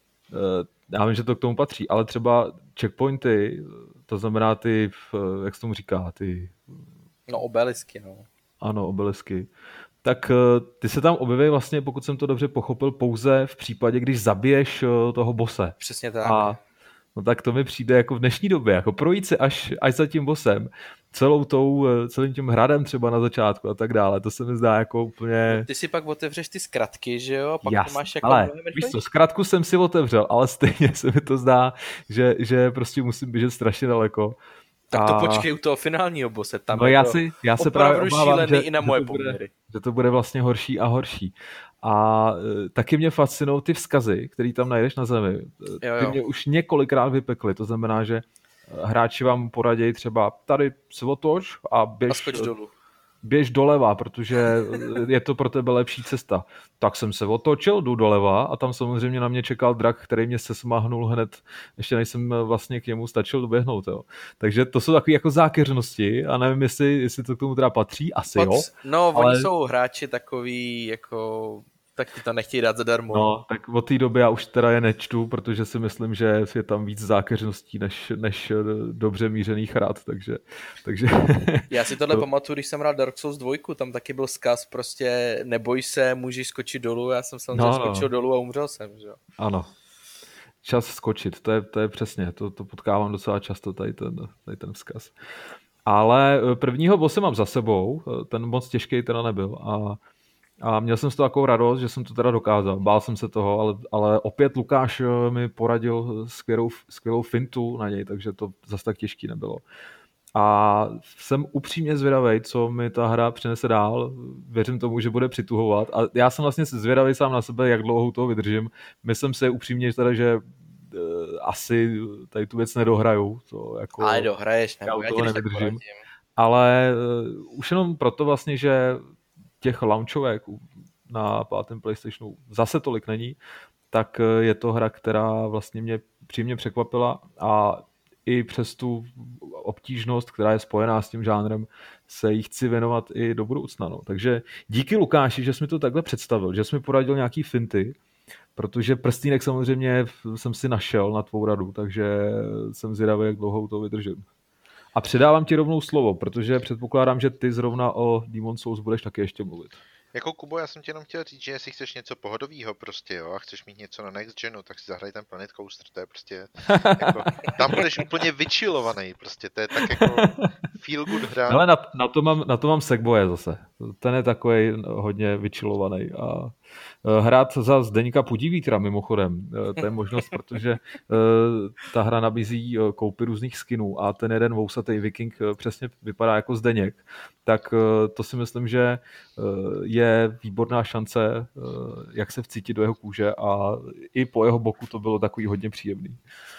já vím, že to k tomu patří, ale třeba checkpointy, to znamená ty, jak se tomu říká, ty... No obelisky, no. Ano, obelisky. Tak ty se tam objeví vlastně, pokud jsem to dobře pochopil, pouze v případě, když zabiješ toho bosse. Přesně tak. A no tak to mi přijde jako v dnešní době, jako projít si až za tím bossem, celým tím hradem třeba na začátku a tak dále, to se mi zdá jako úplně... Ty si pak otevřeš ty zkratky, že jo? Pak jasný, to máš jako... Ale víš co, zkratku jsem si otevřel, ale stejně se mi to zdá, že prostě musím běžet strašně daleko. Tak to počkej u toho finálního bosse. Tam no já se právě obávám, i na moje poměry. Že to bude vlastně horší a horší. A taky mě fascinují ty vzkazy, který tam najdeš na zemi. Ty mě už několikrát vypekly, to znamená, že hráči vám poradějí třeba tady se otoč a běž doleva, protože je to pro tebe lepší cesta. Tak jsem se otočil, jdu doleva a tam samozřejmě na mě čekal drak, který mě se smahnul hned, ještě než jsem vlastně k němu stačil doběhnout. Jo. Takže to jsou takové jako zákeřnosti a nevím, jestli to k tomu teda patří, asi jo. No, ale... oni jsou hráči takový jako... Tak ti to nechtějí dát zadarmo. No, tak od té doby já už teda je nečtu, protože si myslím, že je tam víc zákeřností než dobře mířených rad, takže... Já si tohle pamatuju, když jsem hrál Dark Souls 2, tam taky byl vzkaz prostě neboj se, můžeš skočit dolů, já jsem samozřejmě skočil dolů a umřel jsem, že jo. Ano. Čas skočit, to je přesně, to potkávám docela často, tady ten vzkaz. Ale prvního bosse mám za sebou, ten moc těžký teda nebyl a měl jsem z toho takovou radost, že jsem to teda dokázal. Bál jsem se toho, ale opět Lukáš mi poradil skvělou fintu na něj, takže to zase tak těžký nebylo. A jsem upřímně zvědavý, co mi ta hra přinese dál. Věřím tomu, že bude přituhovat. A já jsem vlastně zvědavý sám na sebe, jak dlouho toho vydržím. Myslím si upřímně teda, že asi tady tu věc nedohraju. To jako, ale dohraješ, nebo já toho nevydržím. Ale už jenom proto vlastně, že těch launchovek na 5. PlayStationu zase tolik není, tak je to hra, která vlastně mě příjemně překvapila a i přes tu obtížnost, která je spojená s tím žánrem, se jí chci věnovat i do budoucna. No. Takže díky Lukáši, že jsi mi to takhle představil, že jsi mi poradil nějaký finty, protože prstýnek samozřejmě jsem si našel na tvou radu, takže jsem zvědavý, jak dlouho to vydržím. A předávám ti rovnou slovo, protože předpokládám, že ty zrovna o Demon's Souls budeš taky ještě mluvit. Jako Kubo, já jsem ti jenom chtěl říct, že jestli chceš něco pohodového prostě, jo, a chceš mít něco na Next Genu, tak si zahraj ten Planet Coaster, to je prostě, jako, tam budeš úplně vychillovaný, prostě, to je tak jako feel good hra. Ale na to mám Segboje zase. Ten je takový hodně vychillovaný. A hrát za Zdeňka Pudivítra mimochodem, to je možnost, protože ta hra nabízí koupy různých skinů a ten jeden vousatý viking přesně vypadá jako Zdeněk. Tak to si myslím, že je výborná šance, jak se vcítit do jeho kůže a i po jeho boku to bylo takový hodně příjemný.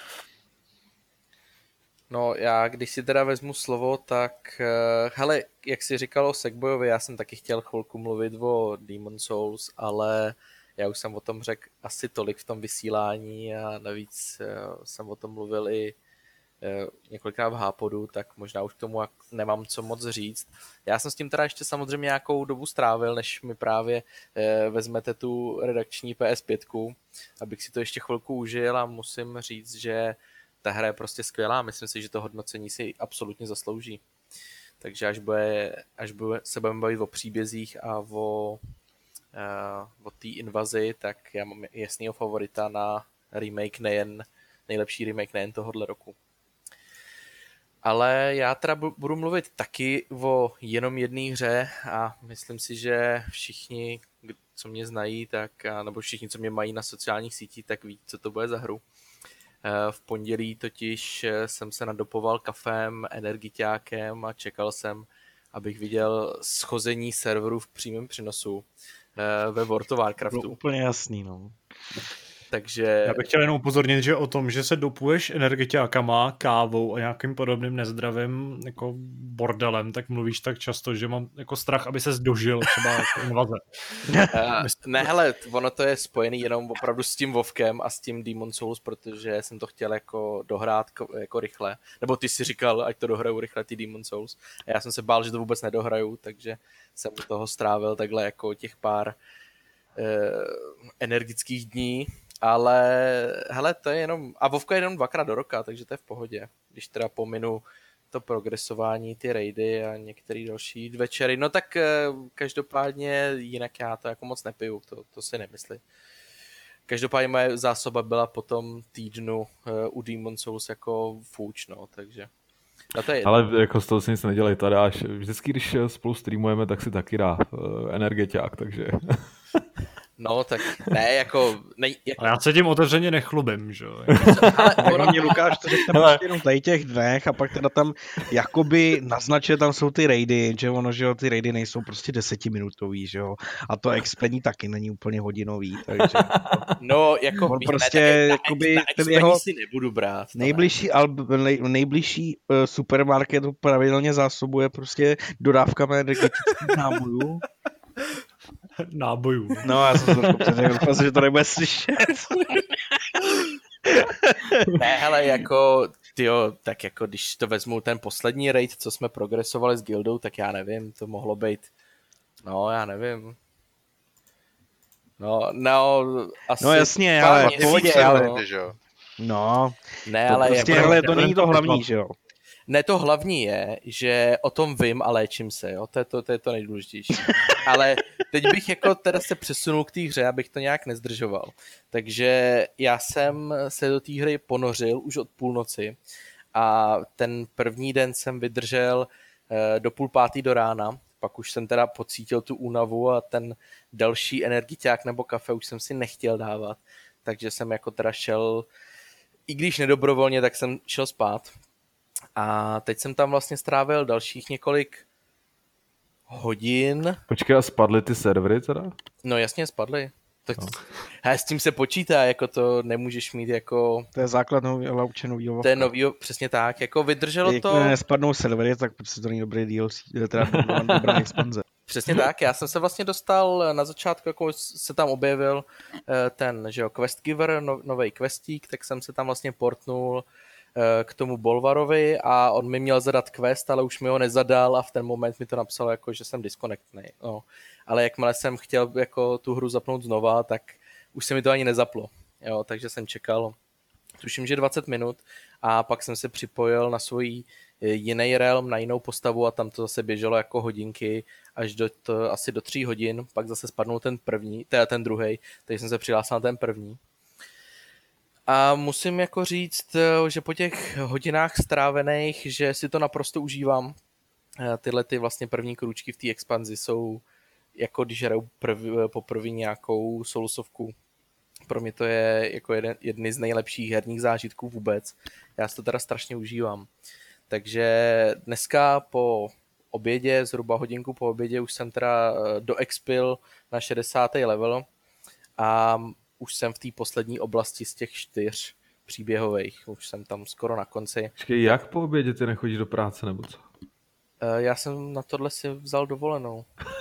No já, když si teda vezmu slovo, tak hele, jak jsi říkal o Sackboyovi, já jsem taky chtěl chvilku mluvit o Demon's Souls, ale já už jsem o tom řekl asi tolik v tom vysílání a navíc jsem o tom mluvil i několikrát v Hápodu, tak možná už k tomu nemám co moc říct. Já jsem s tím teda ještě samozřejmě nějakou dobu strávil, než mi právě vezmete tu redakční PS5, abych si to ještě chvilku užil a musím říct, že ta hra je prostě skvělá, myslím si, že to hodnocení si absolutně zaslouží. Takže až se budeme bavit o příbězích a o té invazi, tak já mám jasnýho favorita na remake nejlepší remake nejen tohohle roku. Ale já teda budu mluvit taky o jenom jedné hře a myslím si, že všichni, co mě znají, nebo všichni, co mě mají na sociálních sítích, tak ví, co to bude za hru. V pondělí totiž jsem se nadopoval kafem, energiťákem a čekal jsem, abych viděl schození serverů v přímém přenosu ve World of Warcraftu. Bylo úplně jasný, no. Takže... Já bych chtěl jenom upozornit, že o tom, že se dopuješ energiťákama, kávou a nějakým podobným nezdravým jako bordelem, tak mluvíš tak často, že mám jako strach, aby ses dožil třeba jako invaze. Ne, hele, ono to je spojený jenom opravdu s tím Vovkem a s tím Demon's Souls, protože jsem to chtěl jako dohrát jako rychle. Nebo ty si říkal, ať to dohraju rychle, ty Demon's Souls. A já jsem se bál, že to vůbec nedohraju, takže jsem u toho strávil takhle jako těch pár energických dní. Ale hele, to je jenom, a Vovka je jenom 2x do roka, takže to je v pohodě. Když teda pominu to progresování, ty raidy a některé další večery, no tak každopádně jinak já to jako moc nepiju, to si nemyslím. Každopádně moje zásoba byla po tom týdnu u Demon's Souls jako fůč, no, takže. No to je ale jako z toho si nic nedělej, tady až vždycky, když spolu streamujeme, tak si taky dá energetiák, takže... No, tak ne, jako... A já se tím otevřeně nechlubím, že jo. Ale mě Lukáš to řekne prostě jenom tady těch dnech a pak teda tam jakoby naznačuje, tam jsou ty raidy, že ono, že jo, ty raidy nejsou prostě 10minutový, že jo. A to expení taky není úplně hodinový, takže... No, jako... On prostě, jakoby, ten jeho si nebudu brát. nejbližší supermarket pravidelně zásobuje prostě dodávkami energetických nábojů. Nábojů. No, já jsem trošku předřekl, že to nebude slyšet. Ne, hele, jako, tyjo, tak jako když to vezmu ten poslední raid, co jsme progresovali s guildou, tak já nevím, to mohlo být, no, já nevím. No, asi... No jasně, ale v pohodě, ale... No, ne, to ale prostě, jako... ale to není to hlavní, že jo. Ne, to hlavní je, že o tom vím a léčím se, jo, to je to nejdůležitější. Ale teď bych jako teda se přesunul k té hře, abych to nějak nezdržoval. Takže já jsem se do té hry ponořil už od půlnoci a ten první den jsem vydržel do 4:30 do rána, pak už jsem teda pocítil tu únavu a ten další energiťák nebo kafe už jsem si nechtěl dávat, takže jsem jako teda šel, i když nedobrovolně, tak jsem šel spát. A teď jsem tam vlastně strávil dalších několik hodin. Počkej, a spadly ty servery teda? No jasně, spadly. S tím se počítá, jako to nemůžeš mít jako... To je základ novýho Vovka. To je novýho, přesně tak, jako vydrželo to... Jak nespadnou servery, tak prostě to není dobrý DLC, teda dobrá expanze. Přesně tak, já jsem se vlastně dostal na začátku, jako se tam objevil ten, že jo, quest giver, novej questík, tak jsem se tam vlastně portnul k tomu Bolvarovi a on mi měl zadat quest, ale už mi ho nezadal a v ten moment mi to napsalo jako, že jsem disconnectnej. No. Ale jakmile jsem chtěl jako tu hru zapnout znova, tak už se mi to ani nezaplo. Jo, takže jsem čekal, tuším, že 20 minut a pak jsem se připojil na svoji jiný realm na jinou postavu a tam to zase běželo jako hodinky až asi do 3 hodin, pak zase spadnul ten první, teda ten druhej, takže jsem se přihlásil na ten první. A musím jako říct, že po těch hodinách strávených, že si to naprosto užívám. Tyhle ty vlastně první krůčky v té expanzi jsou jako když hraju poprvé nějakou solusovku. Pro mě to je jako jedny z nejlepších herních zážitků vůbec. Já si to teda strašně užívám. Takže dneska po obědě, zhruba hodinku po obědě, už jsem teda doexpil na 60. level a už jsem v té poslední oblasti z těch 4 příběhových. Už jsem tam skoro na konci. Počkej, jak po obědě ty nechodíš do práce, nebo co? Já jsem na tohle si vzal dovolenou.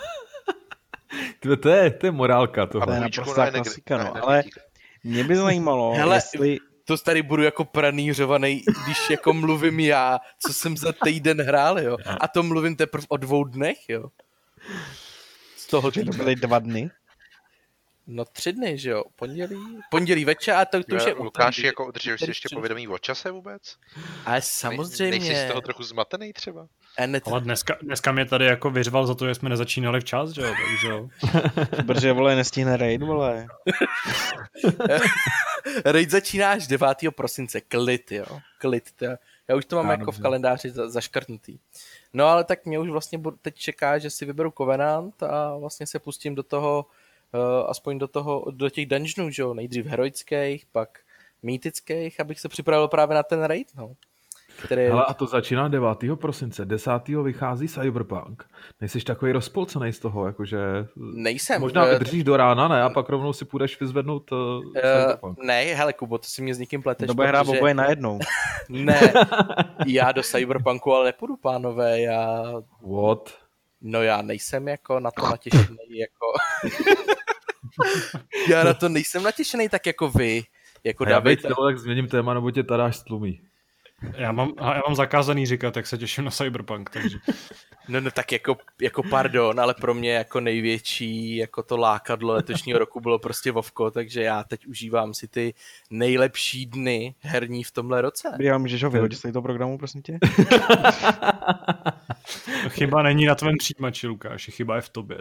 To je morálka tohle. To je naprostá klasika, no. Ale mě by zajímalo, hele, jestli... To tady budu jako pranířovaný, když jako mluvím já, co jsem za týden hrál, jo. A to mluvím teprve o 2 dnech, jo. Z toho to byly 2 dny? No 3 dny, že jo. Pondělí večer a to už je Lukáši, jako udržuješ si ještě povědomí o čase vůbec? Ale samozřejmě. Nejsi z toho trochu zmatený třeba? Ale dneska mě tady jako vyřval za to, že jsme nezačínali včas, že jo, takže jo. Protože, vole, nestihne raid, vole. Raid začíná až 9. prosince, klid, jo. Klid, já už to mám jako v kalendáři zaškrtnutý. No ale tak mě už vlastně teď čeká, že si vyberu Covenant a vlastně se pustím do toho, aspoň do těch dungeonů, že jo, nejdřív heroických, pak mýtických, abych se připravil právě na ten raid, no. Hele, a to začíná 9. prosince, 10. vychází Cyberpunk. Nejsiš takový rozpolcený z toho, jakože... Nejsem. Možná vydržíš do rána, ne? A pak rovnou si půjdeš vyzvednout Cyberpunk. Ne, hele Kubo, to si mě s někým pleteš. To bude hrát oboje najednou. Ne, já do Cyberpunku ale nepůjdu, pánové, What? No já nejsem jako na to natěšený, jako... Já na to nejsem natěšený tak jako vy, jako David. Tak změním téma, nebo tě Tadáš stlumí. Já mám zakázaný říkat, jak se těším na Cyberpunk, takže... No tak jako pardon, ale pro mě jako největší jako to lákadlo letošního roku bylo prostě Vovko, takže já teď užívám si ty nejlepší dny herní v tomhle roce. Já můžeš ho vyhodit z toho programu, prosím tě? Chyba není na tvém přijímači, Lukáši, chyba je v tobě.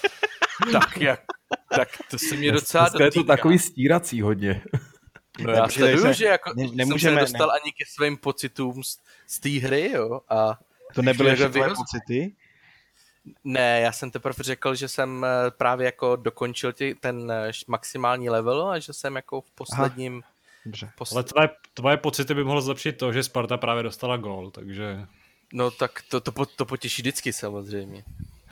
Tak to se mě docela dotýká. Je to takový stírací hodně. No já sleduju, že jako jsem se nedostal ani ke svým pocitům z té hry, jo. A to nebyly tvoje pocity? Ne, já jsem teprve řekl, že jsem právě jako dokončil ten maximální level a že jsem jako v posledním... Dobře. Ale tvoje pocity by mohlo zlepšit to, že Sparta právě dostala gól, takže... No tak to potěší vždycky samozřejmě.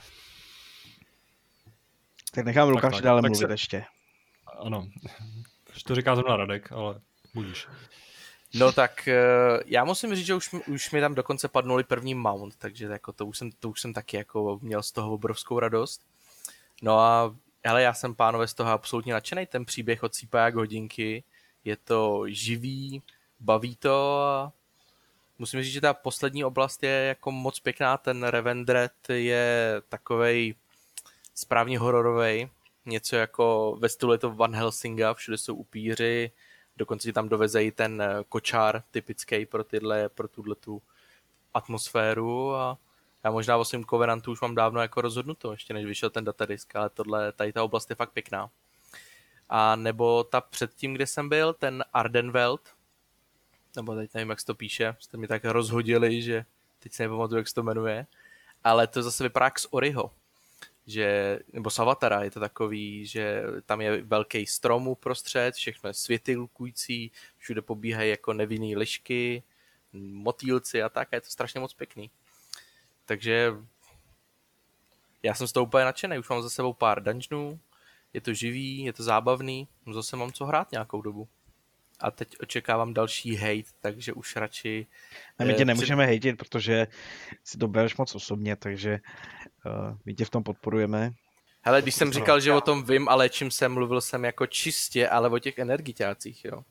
Tak nechám Lukáši dále mluvit ještě. Ano. To říká zrovna Radek, ale budíš. No tak já musím říct, že už mi tam dokonce padnuli první mount, takže jako to už jsem taky jako měl z toho obrovskou radost. No a hele, já jsem, pánové, z toho absolutně nadšenej, ten příběh odsýpá jak hodinky, je to živý, baví to a musím říct, že ta poslední oblast je jako moc pěkná, ten Revendred je takovej správně hororovej, něco jako ve stylu je to Van Helsinga, všude jsou upíři, dokonce ti tam dovezejí ten kočár typický pro tuhletu atmosféru a já možná o svým Covenantu už mám dávno jako rozhodnuto, ještě než vyšel ten datadisk, ale tady ta oblast je fakt pěkná. A nebo ta předtím, kde jsem byl, ten Ardenveld, nebo teď nevím, jak se to píše, jste mi tak rozhodili, že teď se nepamatuju, jak se to jmenuje, ale to zase vypadá jak z Oriho. Nebo Savatara, je to takový, že tam je velký strom uprostřed, všechno je světy lukující, všude pobíhají jako nevinný lišky, motýlci a tak, a je to strašně moc pěkný. Takže já jsem z toho úplně nadšený, už mám za sebou pár dungeonů, je to živý, je to zábavný, zase mám co hrát nějakou dobu. A teď očekávám další hate, takže už radši... A my tě nemůžeme hejtit, protože si to bereš moc osobně, takže my tě v tom podporujeme. Hele, když jsem říkal, že o tom vím a léčím se, mluvil jsem jako čistě, ale o těch energiťácích, jo.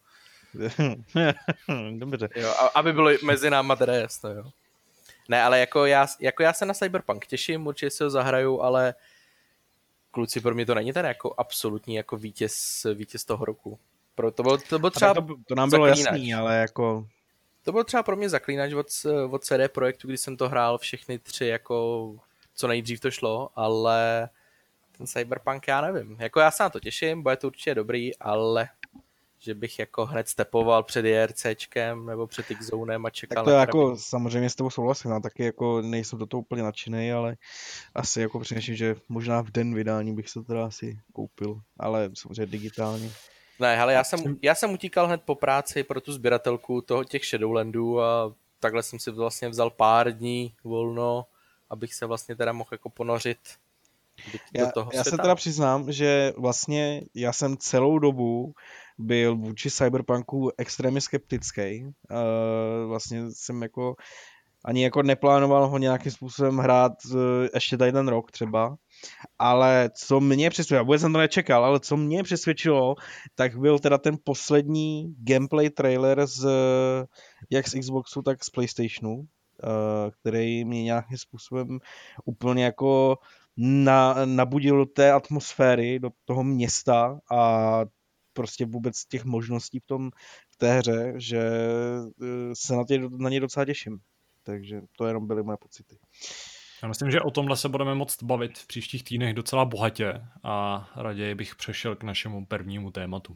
Dobře. Jo, aby bylo mezi náma teda jasno, jo. Ne, ale jako já se na Cyberpunk těším, určitě si ho zahraju, ale kluci, pro mě to není ten jako absolutní jako vítěz toho roku. To bylo třeba to nám bylo jasný, ale jako... To byl třeba pro mě zaklínač od CD Projektu, kdy jsem to hrál všechny 3, jako co nejdřív to šlo, ale ten Cyberpunk já nevím. Jako já se na to těším, bude to určitě dobrý, ale že bych jako hned stepoval před JRCčkem nebo před X-Zonem a čekal Tak to na jako samozřejmě s tebou souhlasím, já taky jako nejsem do toho úplně nadšenej, ale asi jako přineším, že možná v den vydání bych se teda asi koupil, ale samozřejmě digitálně. Ne, hele, já jsem utíkal hned po práci pro tu sběratelku těch Shadowlandů a takhle jsem si vlastně vzal pár dní volno, abych se vlastně teda mohl jako ponořit do toho Já světa. se teda přiznám, že vlastně já jsem celou dobu byl vůči Cyberpunku extrémně skeptický. Vlastně jsem jako ani jako neplánoval ho nějakým způsobem hrát ještě tady ten rok třeba. Ale co mě přesvědčilo, vůbec jsem to nečekal, ale co mě přesvědčilo, tak byl teda ten poslední gameplay trailer jak z Xboxu, tak z PlayStationu, který mě nějakým způsobem úplně jako nabudil do té atmosféry, do toho města a prostě vůbec těch možností v té hře, že se na ně docela těším. Takže to jenom byly moje pocity. Já myslím, že o tomhle se budeme moct bavit v příštích týdnech docela bohatě a raději bych přešel k našemu prvnímu tématu.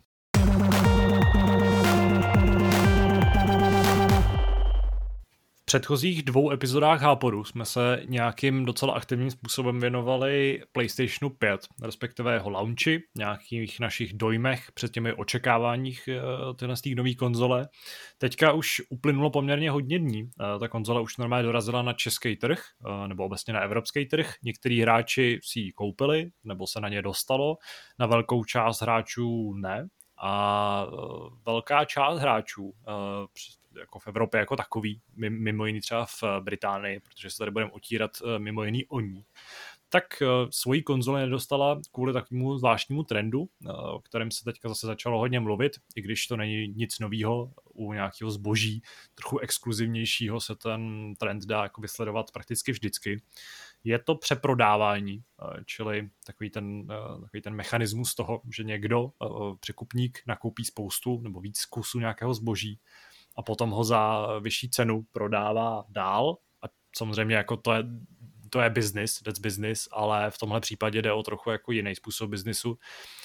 V předchozích 2 epizodách Háporu jsme se nějakým docela aktivním způsobem věnovali PlayStationu 5, respektive jeho launchi, nějakých našich dojmech před těmi očekáváních z té nové konzole. Teďka už uplynulo poměrně hodně dní. Ta konzole už normálně dorazila na český trh, nebo obecně na evropský trh. Některý hráči si ji koupili, nebo se na ně dostalo. Na velkou část hráčů ne. A velká část hráčů jako v Evropě jako takový, mimo jiný třeba v Británii, protože se tady budeme otírat mimo jiný o ní, tak svoji konzoli nedostala kvůli takovému zvláštnímu trendu, o kterém se teďka zase začalo hodně mluvit, i když to není nic novýho, u nějakého zboží trochu exkluzivnějšího se ten trend dá jako vysledovat prakticky vždycky. Je to přeprodávání, čili takový ten mechanismus toho, že někdo, překupník, nakoupí spoustu nebo víc kusů nějakého zboží a potom ho za vyšší cenu prodává dál. A samozřejmě jako to je business, that's business, ale v tomhle případě jde o trochu jako jiný způsob biznisu.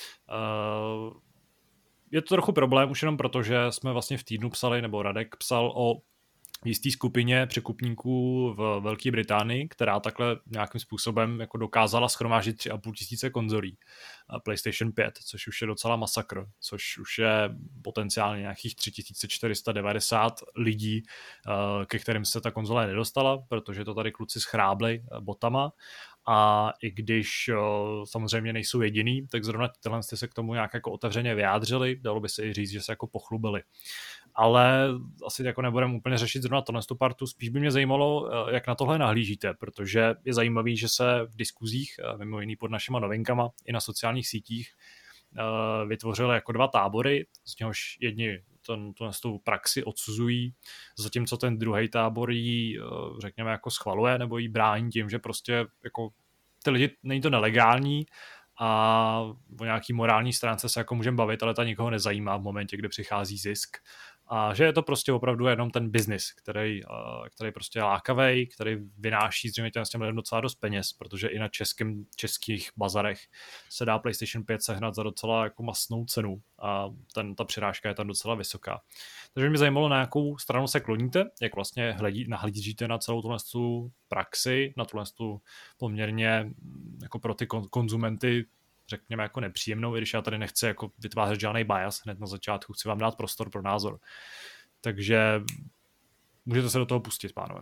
Je to trochu problém už jenom proto, že jsme vlastně v týdnu psali, nebo Radek psal o jistý skupině překupníků v Velké Británii, která takhle nějakým způsobem jako dokázala shromáždit 3,5 tisíce konzolí PlayStation 5, což už je docela masakr, což už je potenciálně nějakých 3490 lidí, ke kterým se ta konzole nedostala, protože to tady kluci schrábli botama. A i když samozřejmě nejsou jediný, tak zrovna tyhle se k tomu nějak jako otevřeně vyjádřili, dalo by se i říct, že se jako pochlubili. Ale asi jako nebudeme úplně řešit zrovna tohle partu, spíš by mě zajímalo, jak na tohle nahlížíte, protože je zajímavý, že se v diskuzích, mimo jiný pod našima novinkama, i na sociálních sítích vytvořily jako 2 tábory, z něhož jedni tu praxi odsuzují, zatímco ten druhý tábor ji, řekněme, jako schvaluje nebo ji brání tím, že prostě jako ty lidi, není to nelegální a o nějaký morální stránce se jako můžeme bavit, ale ta nikoho nezajímá v momentě, kdy přichází zisk. A že je to prostě opravdu jenom ten biznis, který prostě je lákavej, který vynáší zřejmě těm lidem docela dost peněz, protože i na českých bazarech se dá PlayStation 5 sehnat za docela jako masnou cenu a ta přirážka je tam docela vysoká. Takže mě zajímalo, na jakou stranu se kloníte, jak vlastně nahlížíte na celou tu praxi, na tu poměrně jako pro ty konzumenty řekněme jako nepříjemnou, i když já tady nechci jako vytvářet žádný bias hned na začátku, chci vám dát prostor pro názor. Takže můžete se do toho pustit, pánové.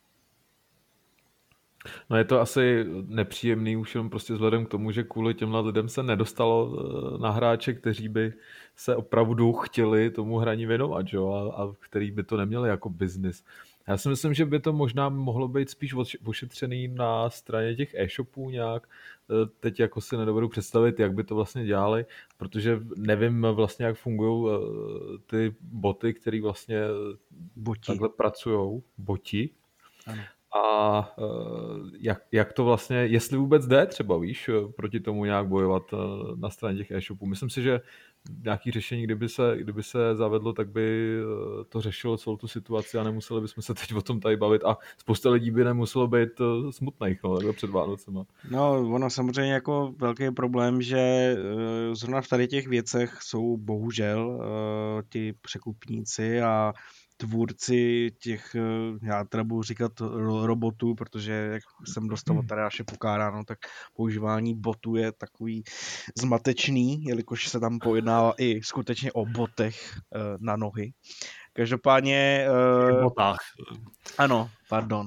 No je to asi nepříjemný už jenom prostě vzhledem k tomu, že kvůli těmhle lidem se nedostalo na hráče, kteří by se opravdu chtěli tomu hraní věnovat, jo? A který by to neměli jako biznis. Já si myslím, že by to možná mohlo být spíš ošetřený na straně těch e-shopů nějak. Teď jako si nedovedu představit, jak by to vlastně dělali, protože nevím vlastně, jak fungují ty boty, který vlastně takhle pracujou. Boti. Ano. A jak to vlastně, jestli vůbec jde třeba, víš, proti tomu nějak bojovat na straně těch e-shopů. Myslím si, že nějaké řešení, kdyby se zavedlo, tak by to řešilo celou tu situaci a nemuseli bychom se teď o tom tady bavit a spousta lidí by nemuselo být smutných, no, takhle před Vánocema. No, ono samozřejmě jako velký problém, že zrovna v tady těch věcech jsou bohužel ti překupníci a tvůrci těch, já teda budu říkat robotů, protože jak jsem dostal od Tadeáše pokáráno, tak používání botů je takový zmatečný, jelikož se tam pojednává i skutečně o botech na nohy. Každopádně... botách. Ano, pardon.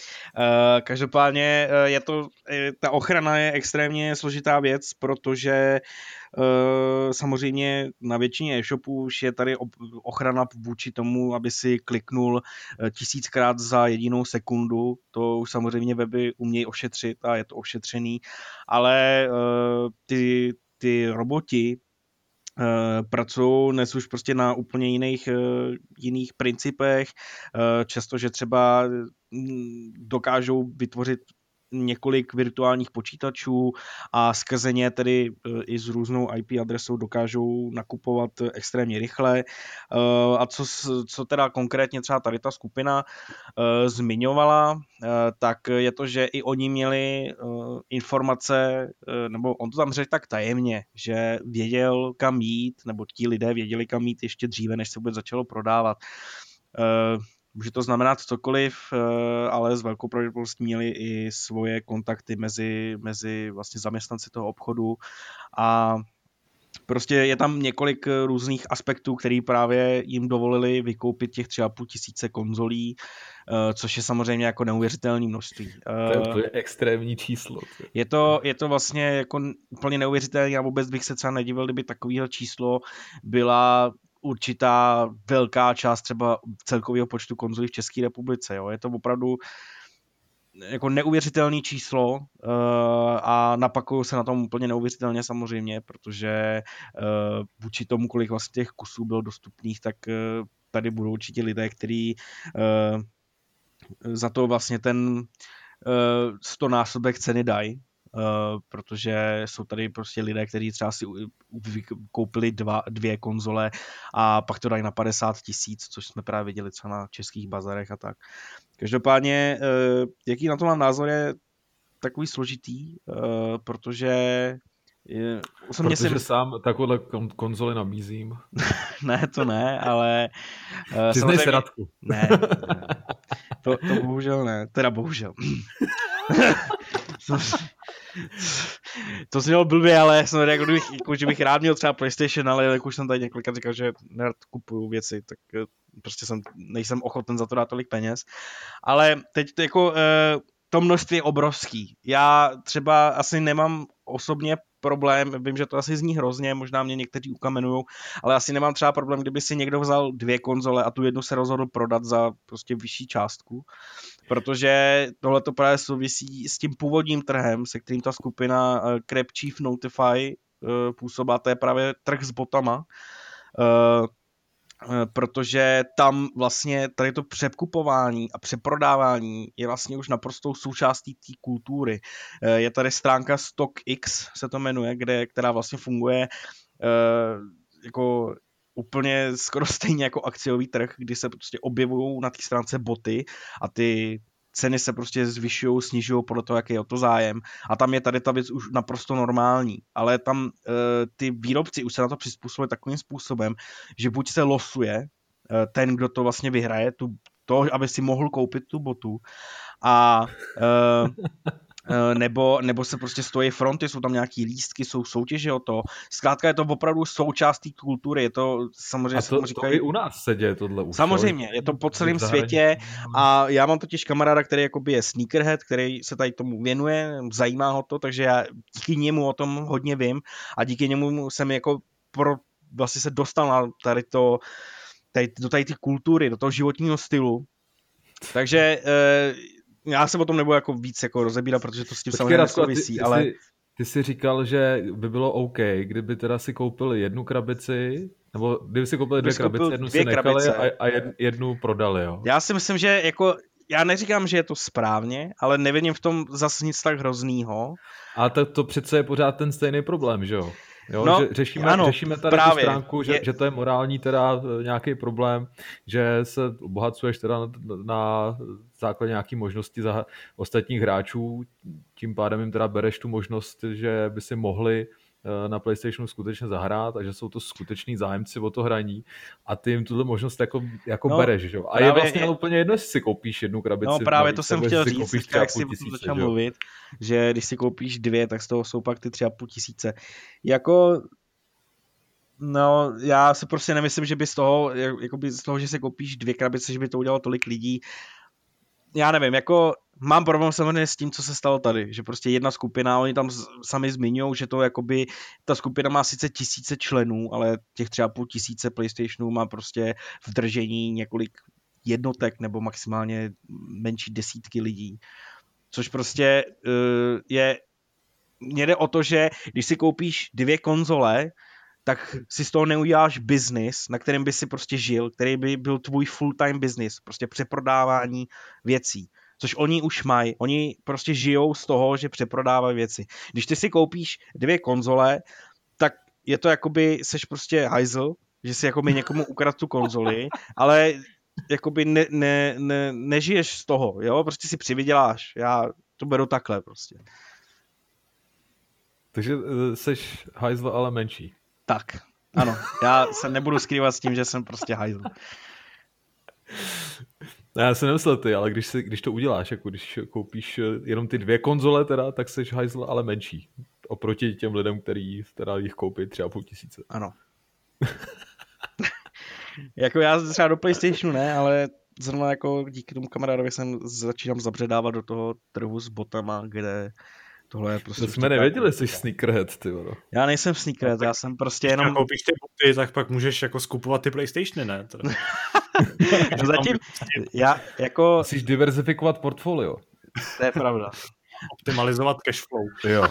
Každopádně ta ochrana je extrémně složitá věc, protože samozřejmě na většině e-shopů už je tady ochrana vůči tomu, aby si kliknul 1000krát za jedinou sekundu. To už samozřejmě weby umějí ošetřit a je to ošetřený, ale ty roboti pracují dnes už prostě na úplně jiných principech, často, že třeba dokážou vytvořit několik virtuálních počítačů a skrze ně tedy i s různou IP adresou dokážou nakupovat extrémně rychle. A co teda konkrétně třeba tady ta skupina zmiňovala, tak je to, že i oni měli informace, nebo on to tam řekl tak tajemně, že věděl, kam jít, nebo ti lidé věděli, kam jít ještě dříve, než se vůbec začalo prodávat. Může to znamenat cokoliv, ale s velkou pravděpodobností měli i svoje kontakty mezi vlastně zaměstnanci toho obchodu a prostě je tam několik různých aspektů, které právě jim dovolili vykoupit těch 3500 konzolí, což je samozřejmě jako neuvěřitelné množství. To je extrémní číslo. Je to vlastně jako úplně neuvěřitelné. Já vůbec bych se třeba nedivil, kdyby takovýhle číslo byla určitá velká část třeba celkového počtu konzolí v České republice. Jo. Je to opravdu jako neuvěřitelné číslo a napakuju se na tom úplně neuvěřitelně samozřejmě, protože vůči tomu, kolik vlastně těch kusů bylo dostupných, tak tady budou určitě lidé, kteří za to vlastně ten 100násobek ceny dají. Protože jsou tady prostě lidé, kteří třeba si koupili dvě konzole a pak to dají na 50 000, což jsme právě viděli třeba na českých bazarech a tak. Každopádně, jaký na to mám názor, je takový složitý, protože sám takovouhle konzoli nabízím. Ne, to ne, ale... Přiznej se, Radku. Ne. To bohužel ne. Teda bohužel. To znělo blbě, ale jsem jako, že bych rád měl třeba PlayStation, ale jak už jsem tady několikrát říkal, že nerad kupuju věci, tak prostě nejsem ochoten za to dát tolik peněz. Ale teď jako to množství je obrovský. Já třeba asi nemám osobně problém, vím, že to asi zní hrozně, možná mě někteří ukamenujou, ale asi nemám třeba problém, kdyby si někdo vzal 2 konzole a tu jednu se rozhodl prodat za prostě vyšší částku, protože tohle to právě souvisí s tím původním trhem, se kterým ta skupina Crab Chief Notify působá, to je právě trh s botama, protože tam vlastně tady to překupování a přeprodávání je vlastně už naprostou součástí té kultury. Je tady stránka StockX, se to jmenuje, která vlastně funguje jako úplně skoro stejně jako akciový trh, kdy se prostě objevují na té stránce boty a ty ceny se prostě zvyšují, snižují podle toho, jaký je o to zájem. A tam je tady ta věc už naprosto normální. Ale tam ty výrobci už se na to přizpůsobili takovým způsobem, že buď se losuje ten, kdo to vlastně vyhraje, to, aby si mohl koupit tu botu, a nebo se prostě stojí fronty, jsou tam nějaký lístky, jsou soutěže o to. Zkrátka je to opravdu součást té kultury, je to samozřejmě... A to i u nás se děje tohle už. Samozřejmě, je to po celém světě a já mám totiž kamaráda, který jakoby je sneakerhead, který se tady tomu věnuje, zajímá ho to, takže já díky němu o tom hodně vím a díky němu jsem jako vlastně se dostal na do tady ty kultury, do toho životního stylu. Takže já se o tom nebudu jako víc jako rozebírat, protože to s tím samozřejmě nesouvisí, ale... Ty jsi říkal, že by bylo OK, kdyby teda si koupili jednu krabici, nebo kdyby si koupili 2 krabice, jednu si nechali a jednu prodali, jo? Já si myslím, že jako já neříkám, že je to správně, ale nevidím v tom zase nic tak hroznýho. A to přece je pořád ten stejný problém, že jo? Jo, No, že řešíme tady tu právě. stránku, že to je morální teda nějaký problém, že se obohacuješ teda na základě nějaký možnosti za ostatních hráčů, tím pádem jim teda bereš tu možnost, že by si mohli na PlayStationu skutečně zahrát a že jsou to skuteční zájemci o to hraní a ty jim tuto možnost jako bereš, že jo? A je vlastně ale úplně jedno, jestli si koupíš jednu krabici. No právě to jsem chtěl říct, teďka, jak si začal mluvit, že když si koupíš 2, tak z toho jsou pak ty 3,5 tisíce. Jako, no, já si prostě nemyslím, že by z toho, že si koupíš 2 krabice, že by to udělalo tolik lidí. Já nevím, jako mám problém samozřejmě s tím, co se stalo tady, že prostě jedna skupina, oni tam sami zmiňují, že to jakoby, ta skupina má sice 1000 členů, ale těch 3,5 tisíce PlayStationů má prostě v držení několik jednotek nebo maximálně menší desítky lidí. Což prostě mně jde o to, že když si koupíš 2 konzole, tak si z toho neuděláš biznis, na kterém by si prostě žil, který by byl tvůj full-time business, prostě přeprodávání věcí. Což oni už mají. Oni prostě žijou z toho, že přeprodávají věci. Když ty si koupíš 2 konzole, tak je to jakoby, seš prostě hajzl, že si jakoby někomu ukradl tu konzoli, ale jakoby nežiješ z toho, jo? Prostě si přivyděláš. Já to beru takhle prostě. Takže seš hajzl, ale menší. Tak, ano. Já se nebudu skrývat s tím, že jsem prostě hajzl. Já se nemyslel ty, ale když to uděláš, jako když koupíš jenom ty 2 konzole teda, tak seš hajzl, ale menší. Oproti těm lidem, který teda jich koupí 3,5 tisíce. Ano. Jako já třeba do PlayStationu ne, ale zrovna jako díky tomu kamarádovi jsem začínám zabředávat do toho trhu s botama, kde tohle je prostě... To jsme nevěděli, jsi sneakerhead, ty vado. Já nejsem sneakerhead, já jsem prostě jenom... Když koupíš ty boty, tak pak můžeš jako skupovat ty PlayStationy, ne? Zatím, já jako... Musíš diverzifikovat portfolio. To je pravda. Optimalizovat cashflow. Jo.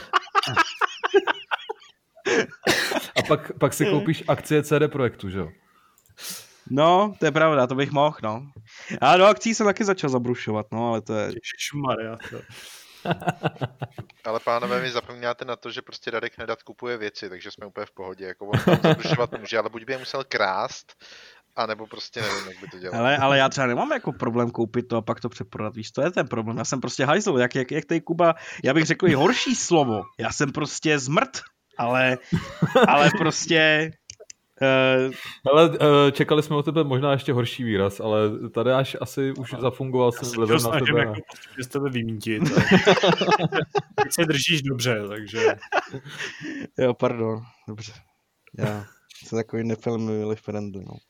A pak si koupíš akcie CD Projektu, že jo? No, to je pravda, to bych mohl, no. A do akcí jsem taky začal zabrušovat, no, ale to je... Ježišmarja, to... Ale pánové, vy zapomínáte na to, že prostě Radek Nedat kupuje věci, takže jsme úplně v pohodě. Jako on tam zabrušovat může, ale buď by je musel krást, anebo prostě nevím, jak by to dělal. Ale já třeba nemám jako problém koupit to a pak to přeprodat, víš, to je ten problém. Já jsem prostě hajzl, jak tady Kuba, já bych řekl i horší slovo. Já jsem prostě zmrt, ale prostě... Ale čekali jsme od tebe možná ještě horší výraz, ale tady až asi už zafungoval jsem vlivem na tebe. Jako z tebe vymítit. Tak se držíš dobře, takže... Jo, pardon, dobře. Já jsem takový nefilmový friendly, no.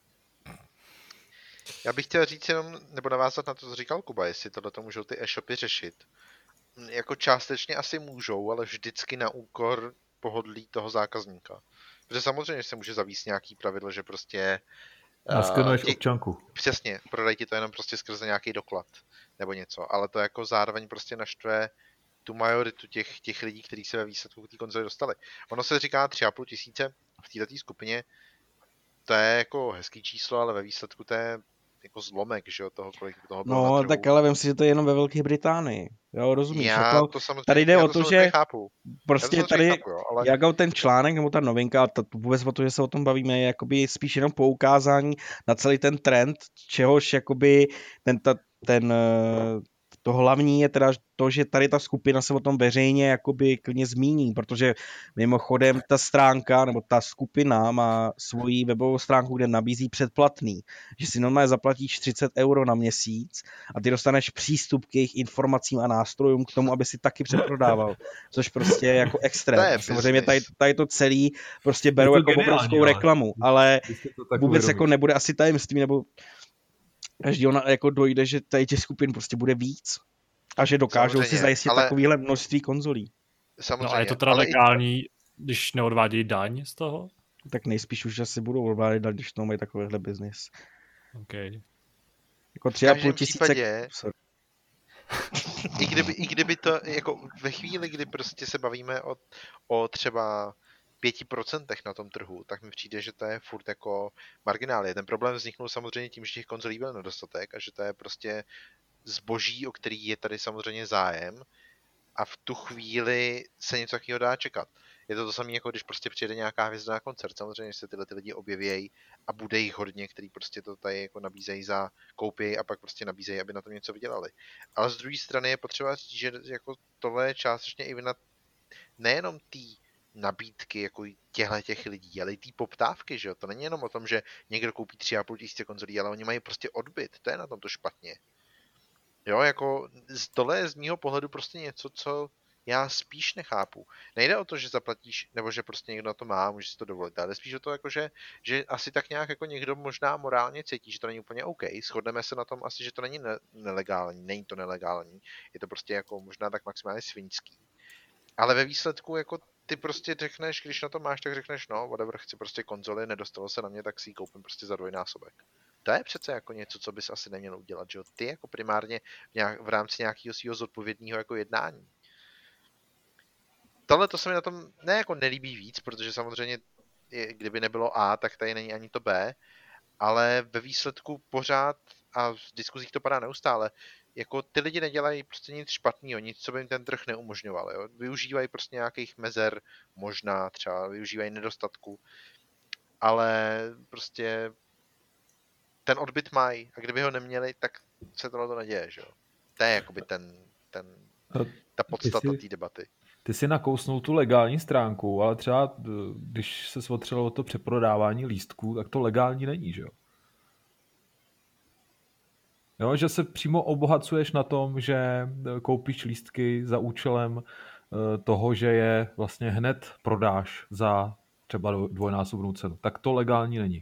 Já bych chtěl říct jenom, nebo navázat na to, co říkal Kuba, jestli tohle to můžou ty e-shopy řešit. Jako částečně asi můžou, ale vždycky na úkor pohodlí toho zákazníka. Protože samozřejmě se může zavíst nějaký pravidlo, že prostě... Naskenuješ občanku. Přesně, prodaj ti to jenom prostě skrze nějaký doklad nebo něco, ale to jako zároveň prostě naštve tu majoritu těch lidí, kteří se ve výsledku té konzole dostali. Ono se říká 3,5 tisíce v této skupině, to je jako hezký číslo, ale ve výsledku to je jako zlomek, že jo, toho, kolik toho bylo na No, trhu. tak ale vím si, že to je jenom ve Velké Británii. Jo, rozumíš? Já jako, to samozřejmě, tady jde o to, že chápu. prostě tady, chápu, jo, ale... jako ten článek, nebo ta novinka, vůbec o to, že se o tom bavíme, je jakoby spíš jenom poukázání na celý ten trend, čehož jakoby to hlavní je teda to, že tady ta skupina se o tom veřejně jakoby klidně zmíní, protože mimochodem ta stránka nebo ta skupina má svoji webovou stránku, kde nabízí předplatný, že si normálně zaplatíš 30 € na měsíc a ty dostaneš přístup k jejich informacím a nástrojům k tomu, aby si taky přeprodával, což prostě je jako extrém. Samozřejmě tady to celý prostě berou jako obrovskou reklamu, ale vůbec jako nebude asi tajemství, nebo každý jako dojde, že tady těch skupin prostě bude víc a že dokážou samozřejmě, si zajistit takovýhle množství konzolí. Samozřejmě, no a je to teda legální, když neodvádějí daň z toho? Tak nejspíš už asi budou odvádět daň, když to mají takovýhle biznis. Okay. Jako 3,5 tisíce... I kdyby to, jako ve chvíli, kdy prostě se bavíme o třeba 5% na tom trhu, tak mi přijde, že to je furt jako marginálie. Ten problém vzniknul samozřejmě tím, že těch konzolí byl nedostatek a že to je prostě zboží, o který je tady samozřejmě zájem a v tu chvíli se něco takového dá čekat. Je to samé, jako když prostě přijede nějaká hvězda na koncert. Samozřejmě, že se tyhle ty lidi objevějí a bude jich hodně, který prostě to tady jako nabízejí za koupy a pak prostě nabízejí, aby na tom něco vydělali. Ale z druhé strany je potřeba říct, že jako tohle je částečně i vina nejenom tý nabídky jako těch lidí, ale i té poptávky, že jo? To není jenom o tom, že někdo koupí 3,5 tisíce konzolí, ale oni mají prostě odbyt. To je na tom to špatně. Jo, jako tohle je z mýho pohledu prostě něco, co já spíš nechápu. Nejde o to, že zaplatíš, nebo že prostě někdo na to má, může si to dovolit, ale spíš o to, jako že asi tak nějak jako někdo možná morálně cítí, že to není úplně OK. Shodneme se na tom asi, že to není nelegální, není to nelegální, je to prostě jako možná tak maximálně svinský. Ale ve výsledku jako ty prostě řekneš, když na to máš, tak řekneš, no, whatever, chci prostě konzoli, nedostalo se na mě, tak si ji koupím prostě za dvojnásobek. To je přece jako něco, co bys asi neměl udělat, že jo? Ty jako primárně v rámci nějakého svého zodpovědného jako jednání. Tohle to se mi na tom ne jako nelíbí víc, protože samozřejmě kdyby nebylo A, tak tady není ani to B, ale ve výsledku pořád, a v diskuzích to padá neustále, jako ty lidi nedělají prostě nic špatného, nic, co by jim ten trh neumožňoval. Jo? Využívají prostě nějakých mezer, možná třeba využívají nedostatku, ale prostě ten odbyt mají a kdyby ho neměli, tak se tohle to neděje, že jo. To je jakoby ta podstata té debaty. Ty si nakousnul tu legální stránku, ale třeba když se otřelo o to přeprodávání lístků, tak to legální není, že jo? Jo, že se přímo obohacuješ na tom, že koupíš lístky za účelem toho, že je vlastně hned prodáš za třeba dvojnásobnou cenu. Tak to legální není.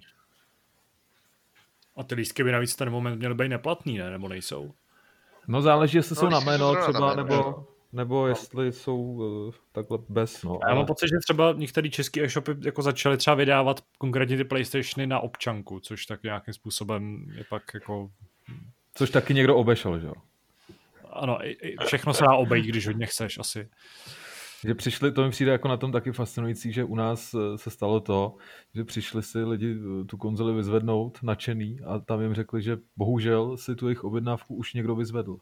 A ty lístky by navíc ten moment měly být neplatný, ne? Nebo nejsou? No záleží, jestli jsou na jméno třeba, na jméno, nebo jestli jsou takhle bez. No, já mám pocit, že třeba některé české e-shopy jako začaly třeba vydávat konkrétně ty PlayStationy na občanku, což tak nějakým způsobem je pak jako... Což taky někdo obešel, že jo? Ano, všechno se dá obejít, když hodně chceš asi. Že přišli, to mi přijde jako na tom taky fascinující, že u nás se stalo to, že přišli si lidi tu konzoli vyzvednout, nadšený, a tam jim řekli, že bohužel si tu jejich objednávku už někdo vyzvedl.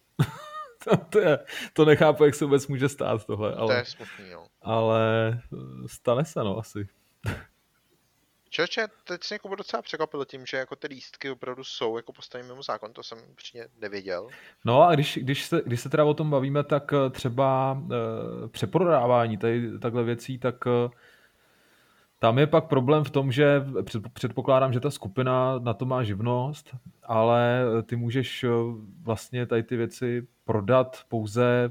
to nechápu, jak se vůbec může stát tohle. Ale, to je smutný, jo. Ale stane se, no, asi. Čoče, teď se jako docela překvapil tím, že jako ty lístky opravdu jsou jako postavení mimo zákon, to jsem určitě nevěděl. No a když se teda o tom bavíme, tak třeba přeprodávání tady takhle věcí, tak tam je pak problém v tom, že předpokládám, že ta skupina na to má živnost, ale ty můžeš vlastně tady ty věci prodat pouze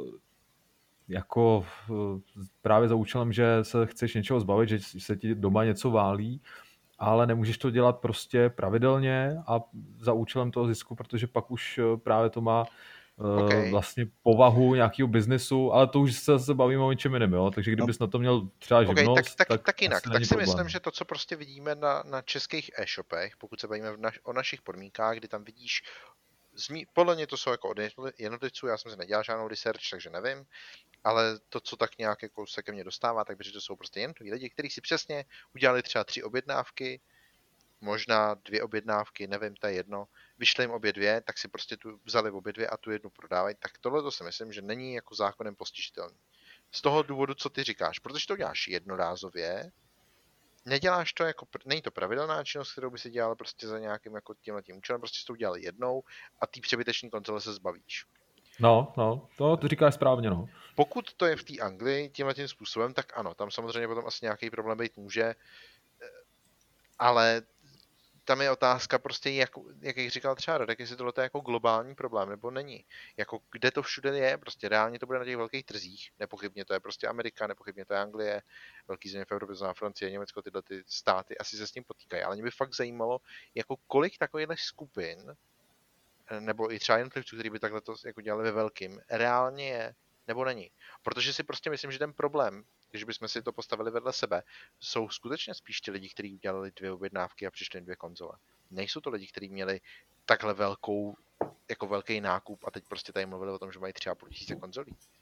jako právě za účelem, že se chceš něčeho zbavit, že se ti doma něco válí, ale nemůžeš to dělat prostě pravidelně a za účelem toho zisku, protože pak už právě to má vlastně povahu nějakého biznesu, ale to už se bavíme o něčem jiném, jo? Takže kdybys na to měl třeba živnost, tak jinak. Tak si myslím, že to, co prostě vidíme na českých e-shopech, pokud se bavíme o našich podmínkách, kdy tam vidíš podle mě to jsou jako od jednotlivců, já jsem si nedělal žádnou research, takže nevím, ale to, co tak nějak jako se ke mně dostává, tak to jsou prostě jednotliví lidi, kteří si přesně udělali třeba 3 objednávky, možná 2 objednávky, nevím, to je jedno, vyšly jim obě 2, tak si prostě tu vzali obě 2 a tu jednu prodávají, tak tohle to si myslím, že není jako zákonem postižitelný. Z toho důvodu, co ty říkáš, protože to děláš jednorázově, neděláš to jako, není to pravidelná činnost, kterou by si dělal prostě za nějakým jako tímhletím účelem, prostě si to udělal jednou a ty přebyteční konzole se zbavíš. No, to říkáš správně, no. Pokud to je v té Anglii tímhletím způsobem, tak ano, tam samozřejmě potom asi nějaký problém být může, ale tam je otázka prostě, jak říkal třeba Radek, jestli tohle je jako globální problém, nebo není. Jako kde to všude je, prostě reálně to bude na těch velkých trzích, nepochybně to je prostě Amerika, nepochybně to je Anglie, velký země v Evropě, znamená Francie, Německo, tyhle ty státy asi se s tím potýkají, ale mě by fakt zajímalo, jako kolik takových skupin, nebo i třeba jednotlivců, kteří by takhle to jako dělali ve velkým, reálně je, nebo není. Protože si prostě myslím, že ten problém, když bychom si to postavili vedle sebe, jsou skutečně spíš ti lidi, kteří udělali 2 objednávky a přišli 2 konzole. Nejsou to lidi, kteří měli takhle velký nákup a teď prostě tady mluvili o tom, že mají 3,5 tisíce konzolí.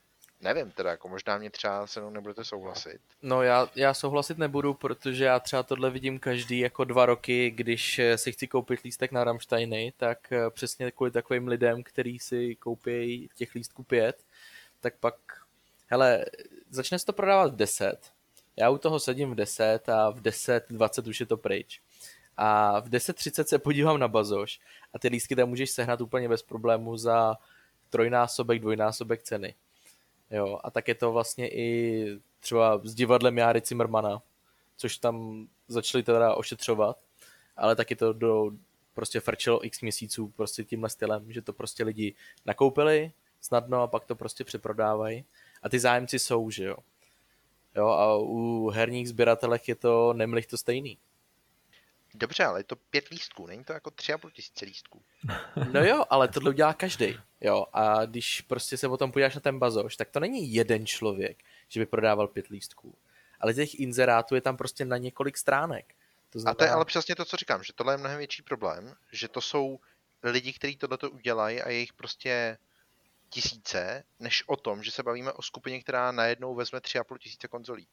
Nevím teda, jako možná mě třeba se mnou nebudete souhlasit. No já souhlasit nebudu, protože já třeba tohle vidím každý jako 2 roky, když si chci koupit lístek na Rammsteiny, tak přesně kvůli takovým lidem, kteří si koupí těch lístků 5, tak pak, hele, začne se to prodávat v 10, já u toho sedím v 10 a v 10:20 už je to pryč. A v 10:30 se podívám na Bazoš a ty lístky tam můžeš sehnat úplně bez problému za 3násobek, 2násobek ceny. Jo, a tak je to vlastně i třeba s divadlem Járy Cimrmana, což tam začali teda ošetřovat, ale taky to prostě frčelo x měsíců prostě tímhle stylem, že to prostě lidi nakoupili snadno a pak to prostě přeprodávají. A ty zájemci jsou, že jo. Jo, a u herních sběratelek je to nemlich to stejný. Dobře, ale je to 5 lístků, není to jako 3,5 tisíce lístků. No jo, ale tohle udělá každý. Jo, a když prostě se o tom podíváš na ten Bazoš, tak to není jeden člověk, že by prodával 5 lístků. Ale těch inzerátů je tam prostě na několik stránek. To znamená... A to je ale přesně to, co říkám, že tohle je mnohem větší problém, že to jsou lidi, kteří tohleto udělají a je jich prostě tisíce, než o tom, že se bavíme o skupině, která najednou vezme 3,5 tisíce konzolí.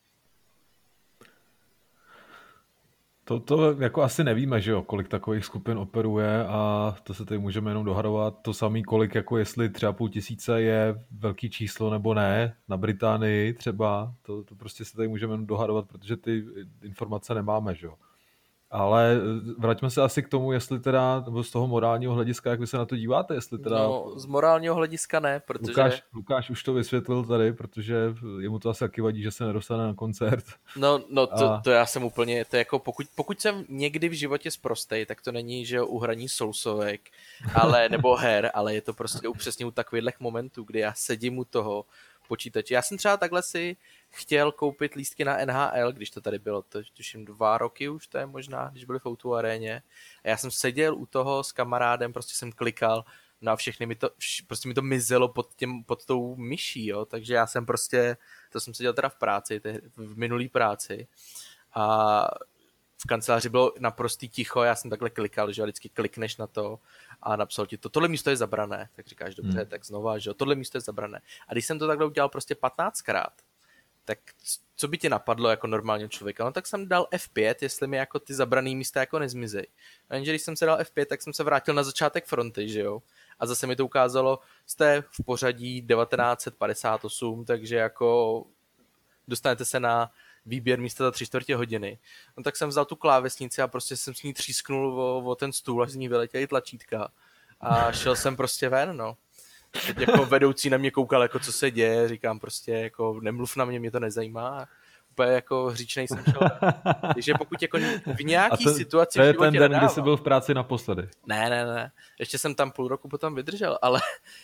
To jako asi nevíme, že jo, kolik takových skupin operuje a to se tady můžeme jenom dohadovat. To samý kolik, jako jestli 3,5 tisíce je velký číslo nebo ne, na Británii třeba, to prostě se tady můžeme jenom dohadovat, protože ty informace nemáme, že jo. Ale vraťme se asi k tomu, jestli teda, nebo z toho morálního hlediska, jak vy se na to díváte, jestli teda... No, z morálního hlediska ne, protože... Lukáš už to vysvětlil tady, protože jemu to asi taky vadí, že se nedostane na koncert. No to já jsem úplně, to je jako pokud jsem někdy v životě sprostej, tak to není, že u hraní sousovek, ale, nebo her, ale je to prostě přesně u takových momentů, kdy já sedím u toho počítače. Já jsem třeba takhle si chtěl koupit lístky na NHL, když to tady bylo, to tuším 2 roky už, to je možná, když byli v O2 aréně. A já jsem seděl u toho s kamarádem, prostě jsem klikal na všechny, prostě mi to mizelo pod tou myší, jo, takže já jsem prostě, to jsem seděl teda v práci, v minulý práci a v kanceláři bylo naprostý ticho, já jsem takhle klikal, že vždycky klikneš na to a napsal ti to, tohle místo je zabrané, tak říkáš dobře, tak znova, že tohle místo je zabrané. A když jsem to takhle udělal prostě 15krát, tak co by tě napadlo jako normálního člověka? No tak jsem dal F5, jestli mi jako ty zabraný místa jako nezmizej. A jenže když jsem se dal F5, tak jsem se vrátil na začátek fronty, že jo? A zase mi to ukázalo, jste v pořadí 1958, takže jako dostanete se na výběr místa za 3/4 hodiny. No tak jsem vzal tu klávesnici a prostě jsem s ní třísknul o ten stůl, až z ní vyletěly tlačítka. A šel jsem prostě ven, no. Teď jako vedoucí na mě koukal, jako co se děje, říkám prostě, jako nemluv na mě to nezajímá. Úplně jako hříčnej jsem šel. Takže pokud jako v nějaký situaci to je v životě ten den, nedávám, kdy jsi byl v práci naposledy. Ne. Ještě jsem tam půl roku potom vydržel, ale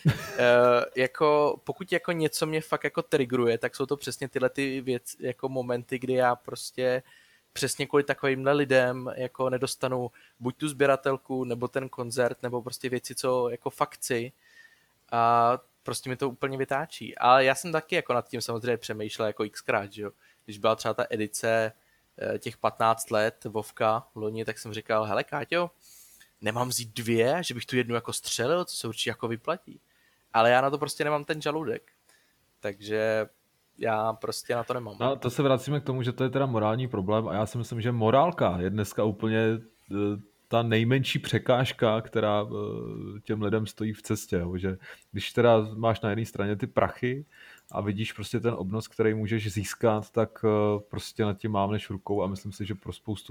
jako pokud jako něco mě fakt jako triggeruje, tak jsou to přesně tyhle ty věci, jako momenty, kdy já prostě přesně kvůli takovýmhle lidem jako nedostanu buď tu sběratelku, nebo ten koncert, nebo prostě věci, co jako fakt chci. A prostě mi to úplně vytáčí. Ale já jsem taky jako nad tím samozřejmě přemýšlel jako xkrát, že jo. Když byla třeba ta edice těch 15 let Vovka loni, tak jsem říkal, hele Káťo, nemám vzít 2, že bych tu jednu jako střelil, co se určitě jako vyplatí. Ale já na to prostě nemám ten žaludek. Takže já prostě na to nemám. No, to se vracíme k tomu, že to je teda morální problém a já si myslím, že morálka je dneska úplně ta nejmenší překážka, která těm lidem stojí v cestě. Že když teda máš na jedné straně ty prachy a vidíš prostě ten obnos, který můžeš získat, tak prostě nad tím mávneš rukou a myslím si, že pro spoustu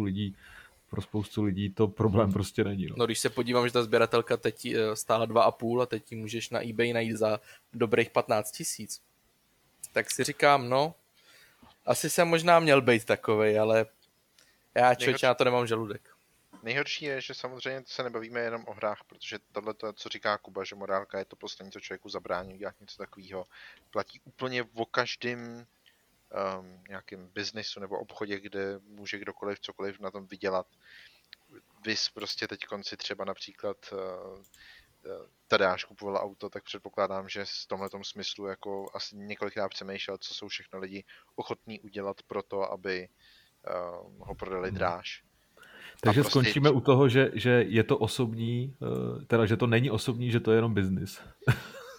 lidí to problém prostě není. No když se podívám, že ta sběratelka teď stála 2,5 a teď ji můžeš na eBay najít za dobrých 15 000, tak si říkám, no, asi jsem možná měl být takovej, ale já člověče na to nemám žaludek. Nejhorší je, že samozřejmě se nebavíme jenom o hrách, protože tohle, co říká Kuba, že morálka je to poslední, co člověku zabrání udělat něco takového, platí úplně o každém nějakém biznisu nebo obchodě, kde může kdokoliv cokoliv na tom vydělat. Vys prostě teď konci třeba například Tadeáš kupoval auto, tak předpokládám, že v tomhletom smyslu jako asi několikrát přemýšlel, co jsou všechno lidi ochotní udělat pro to, aby ho prodali dráž. Takže prostě skončíme u toho, že je to osobní, teda že to není osobní, že to je jenom biznis.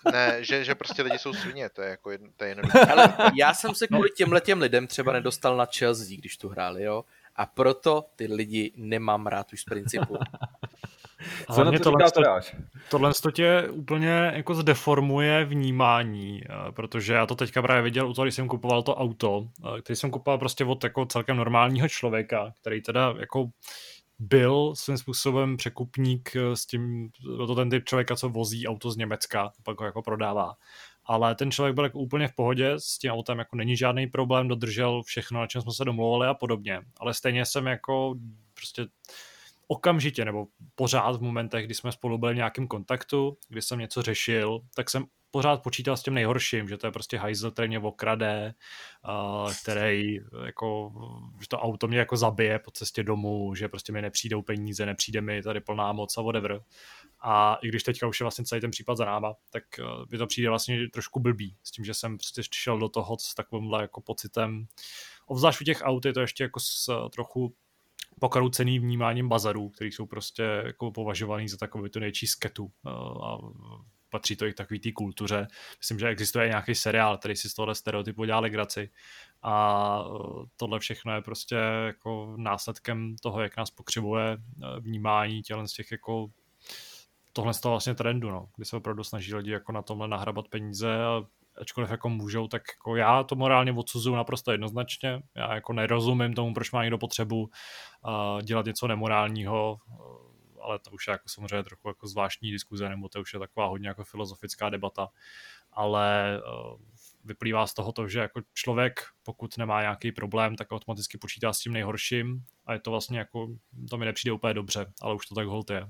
Ne, že prostě lidi jsou svině, to je jako to je jednoduché. Ale já jsem se kvůli těmhletěm lidem třeba nedostal na Chelsea, když tu hráli, jo? A proto ty lidi nemám rád už z principu. Co na to říká Toráš? Tohle tě úplně jako zdeformuje vnímání, protože já to teďka právě viděl u toho, když jsem kupoval to auto, který jsem kupoval prostě od jako celkem normálního člověka, který teda jako byl svým způsobem překupník s tím, byl to ten typ člověka, co vozí auto z Německa, pak ho jako prodává. Ale ten člověk byl jako úplně v pohodě, s tím autem jako není žádný problém, dodržel všechno, na čem jsme se domluvili a podobně. Ale stejně jsem jako prostě okamžitě nebo pořád v momentech, kdy jsme spolu byli v nějakém kontaktu, kdy jsem něco řešil, tak jsem pořád počítal s tím nejhorším, že to je prostě hajzl, který mě okrade, který jako, že to auto mě jako zabije po cestě domů, že prostě mi nepřijdou peníze, nepřijde mi tady plná moc a whatever. A i když teďka už je vlastně celý ten případ za náma, tak by to přijde vlastně trošku blbý s tím, že jsem prostě šel do toho s takovýmhle jako pocitem. Obzvlášť u těch aut je to ještě jako s trochu pokroucený vnímáním bazarů, který jsou prostě jako považovaný za takový to nejčí sketu a patří to i k takový té kultuře. Myslím, že existuje nějaký seriál, který si z tohohle stereotypu dělá legraci a tohle všechno je prostě jako následkem toho, jak nás pokřivuje vnímání tělen z těch jako tohle z toho vlastně trendu, no, kdy se opravdu snaží lidi jako na tomhle nahrabat peníze a ačkoliv jako můžou, tak jako já to morálně odsuzuju naprosto jednoznačně. Já jako nerozumím tomu, proč má někdo potřebu dělat něco nemorálního, ale to už je jako samozřejmě trochu jako zvláštní diskuze, nebo to už je taková hodně jako filozofická debata, ale vyplývá z toho to, že jako člověk, pokud nemá nějaký problém, tak automaticky počítá s tím nejhorším a je to vlastně jako, to mi nepřijde úplně dobře, ale už to tak holt je.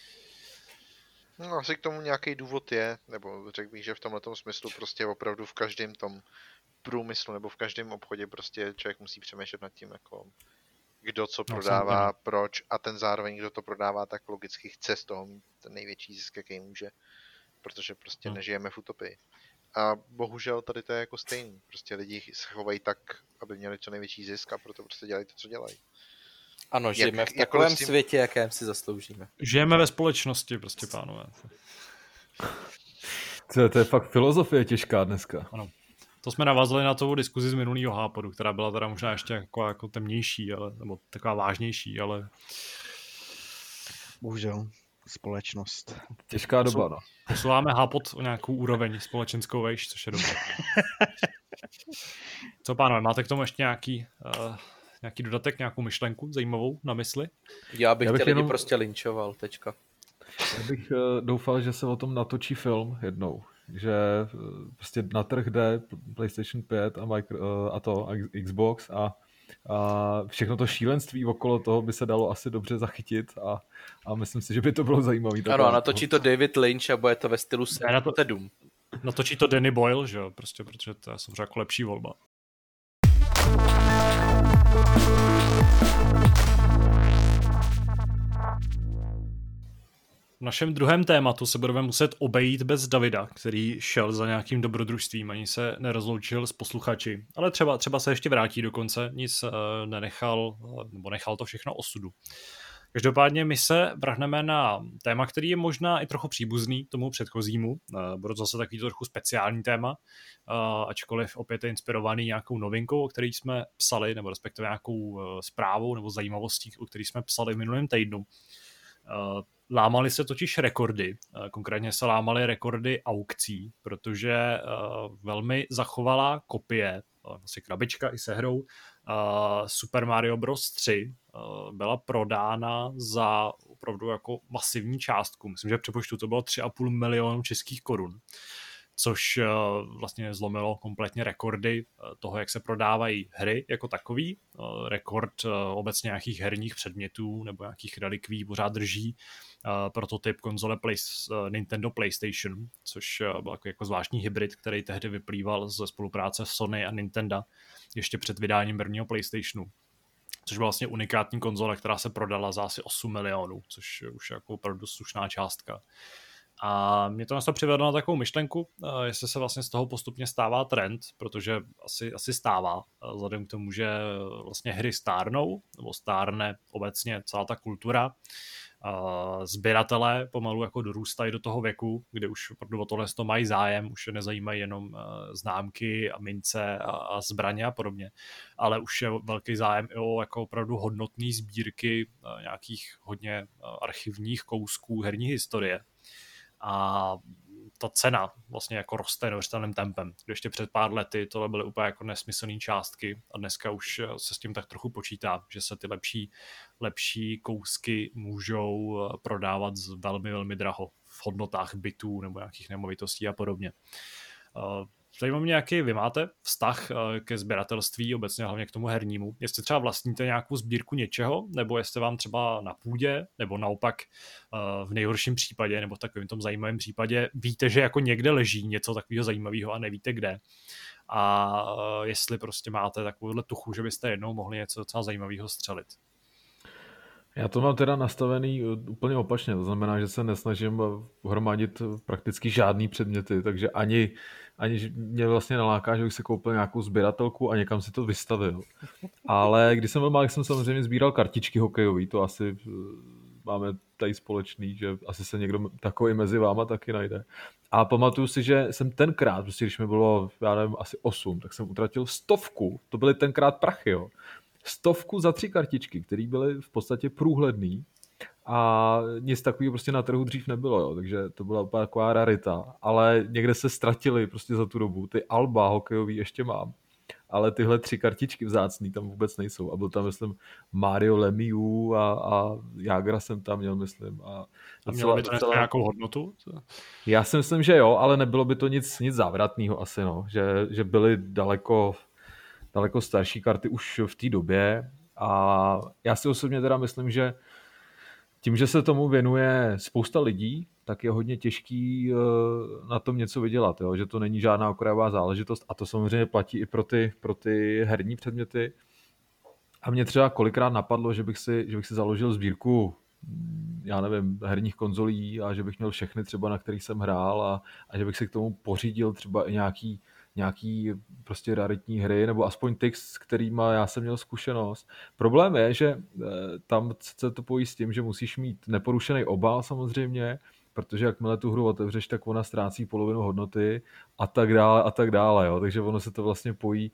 No, asi k tomu nějaký důvod je, nebo řekl bych, že v tomhletom smyslu prostě opravdu v každém tom průmyslu nebo v každém obchodě prostě člověk musí přemýšlet nad tím, jako kdo co prodává, proč a ten zároveň, kdo to prodává, tak logicky chce z toho mít ten největší zisk, jaký může, protože prostě nežijeme v utopii. A bohužel tady to je jako stejný, prostě lidi se chovají tak, aby měli co největší zisk a proto prostě dělají to, co dělají. Ano, žijeme v takovém světě, jakém si zasloužíme. Žijeme ve společnosti, prostě pánové. To je fakt filozofie těžká dneska. Ano. To jsme navazali na tou diskuzi z minulého hápodu, která byla teda možná ještě jako temnější, ale, nebo taková vážnější, ale... Bohužel, společnost. Těžká doba, no. Posouváme hápod o nějakou úroveň společenskou vejš, což je dobré. Co pánové, máte k tomu ještě nějaký dodatek, nějakou myšlenku zajímavou na mysli? Já bych tě lidi prostě linčoval, tečka. Já bych doufal, že se o tom natočí film jednou. Že prostě na trh jde PlayStation 5 a Xbox a všechno to šílenství okolo toho by se dalo asi dobře zachytit a myslím si, že by to bylo zajímavé. Ano, a natočí to David Lynch a bude to ve stylu 7. Natočí to Danny Boyle, že jo, prostě, protože to je samozřejmě jako lepší volba. V našem druhém tématu se budeme muset obejít bez Davida, který šel za nějakým dobrodružstvím, ani se nerozloučil s posluchači, ale třeba se ještě vrátí dokonce, nic nenechal, nebo nechal to všechno osudu. Každopádně my se vrhneme na téma, který je možná i trochu příbuzný tomu předchozímu. Bude to zase takový trochu speciální téma, ačkoliv opět je inspirovaný nějakou novinkou, o které jsme psali, nebo respektive nějakou zprávou nebo zajímavostí, o které jsme psali v minulém týdnu. Lámaly se totiž rekordy, konkrétně se lámaly rekordy aukcí, protože velmi zachovalá kopie, vlastně krabička i se hrou, Super Mario Bros. 3 byla prodána za opravdu jako masivní částku. Myslím, že v přepočtu to bylo 3,5 milionu českých korun, což vlastně zlomilo kompletně rekordy toho, jak se prodávají hry jako takový. Rekord obecně nějakých herních předmětů nebo nějakých relikví pořád drží prototyp konzole Nintendo PlayStation, což byl jako zvláštní hybrid, který tehdy vyplýval ze spolupráce Sony a Nintendo ještě před vydáním prvního PlayStationu. Což byla vlastně unikátní konzole, která se prodala za asi 8 milionů, což je už jako opravdu slušná částka. A mě to nás to přivedlo na takovou myšlenku, jestli se vlastně z toho postupně stává trend, protože asi stává, vzhledem k tomu, že vlastně hry stárnou, nebo stárne obecně celá ta kultura. Sběratelé pomalu jako dorůstají do toho věku, kde už opravdu o tohle mají zájem, už je nezajímají jenom známky a mince a zbraně a podobně, ale už je velký zájem i o jako opravdu hodnotné sbírky nějakých hodně archivních kousků herní historie. A ta cena vlastně jako roste neuvěřitelným tempem. Ještě před pár lety tohle byly úplně jako nesmyslné částky a dneska už se s tím tak trochu počítá, že se ty lepší kousky můžou prodávat velmi, velmi draho v hodnotách bytů nebo nějakých nemovitostí a podobně. Zajímá mě, jaký vy máte vztah ke sběratelství, obecně hlavně k tomu hernímu. Jestli třeba vlastníte nějakou sbírku něčeho, nebo jestli vám třeba na půdě, nebo naopak v nejhorším případě, nebo v takovém tom zajímavém případě víte, že jako někde leží něco takového zajímavého a nevíte kde. A jestli prostě máte takovouhle tuchu, že byste jednou mohli něco docela zajímavého střelit. Já to mám teda nastavený úplně opačně, to znamená, že se nesnažím hromadit prakticky žádný předměty, takže ani mě vlastně naláká, že bych si koupil nějakou sběratelku a někam si to vystavil. Ale když jsem byl malý, jsem samozřejmě sbíral kartičky hokejový, to asi máme tady společný, že asi se někdo takový mezi váma taky najde. A pamatuju si, že jsem tenkrát, prostě když mi bylo, já nevím, asi 8, tak jsem utratil 100, to byly tenkrát prachy, jo. 100 za 3 kartičky, které byly v podstatě průhledný a nic takového prostě na trhu dřív nebylo, jo. Takže to byla úplně taková rarita, ale někde se ztratily prostě za tu dobu. Ty alba hokejový ještě mám, ale tyhle 3 kartičky vzácný tam vůbec nejsou. A byl tam, myslím, Mario Lemieux a Jágra jsem tam měl, myslím. A mělo by to nějakou hodnotu? Já si myslím, že jo, ale nebylo by to nic závratného asi, no. Že byly daleko starší karty už v té době a já si osobně teda myslím, že tím, že se tomu věnuje spousta lidí, tak je hodně těžký na tom něco vydělat, jo? Že to není žádná okrajová záležitost a to samozřejmě platí i pro ty herní předměty. A mě třeba kolikrát napadlo, že bych si založil sbírku, já nevím, herních konzolí a že bych měl všechny třeba, na kterých jsem hrál a že bych si k tomu pořídil třeba i nějaký prostě raritní hry, nebo aspoň ty, s kterými já jsem měl zkušenost. Problém je, že tam se to pojí s tím, že musíš mít neporušený obal samozřejmě, protože jakmile tu hru otevřeš, tak ona ztrácí polovinu hodnoty a tak dále. Jo? Takže ono se to vlastně pojí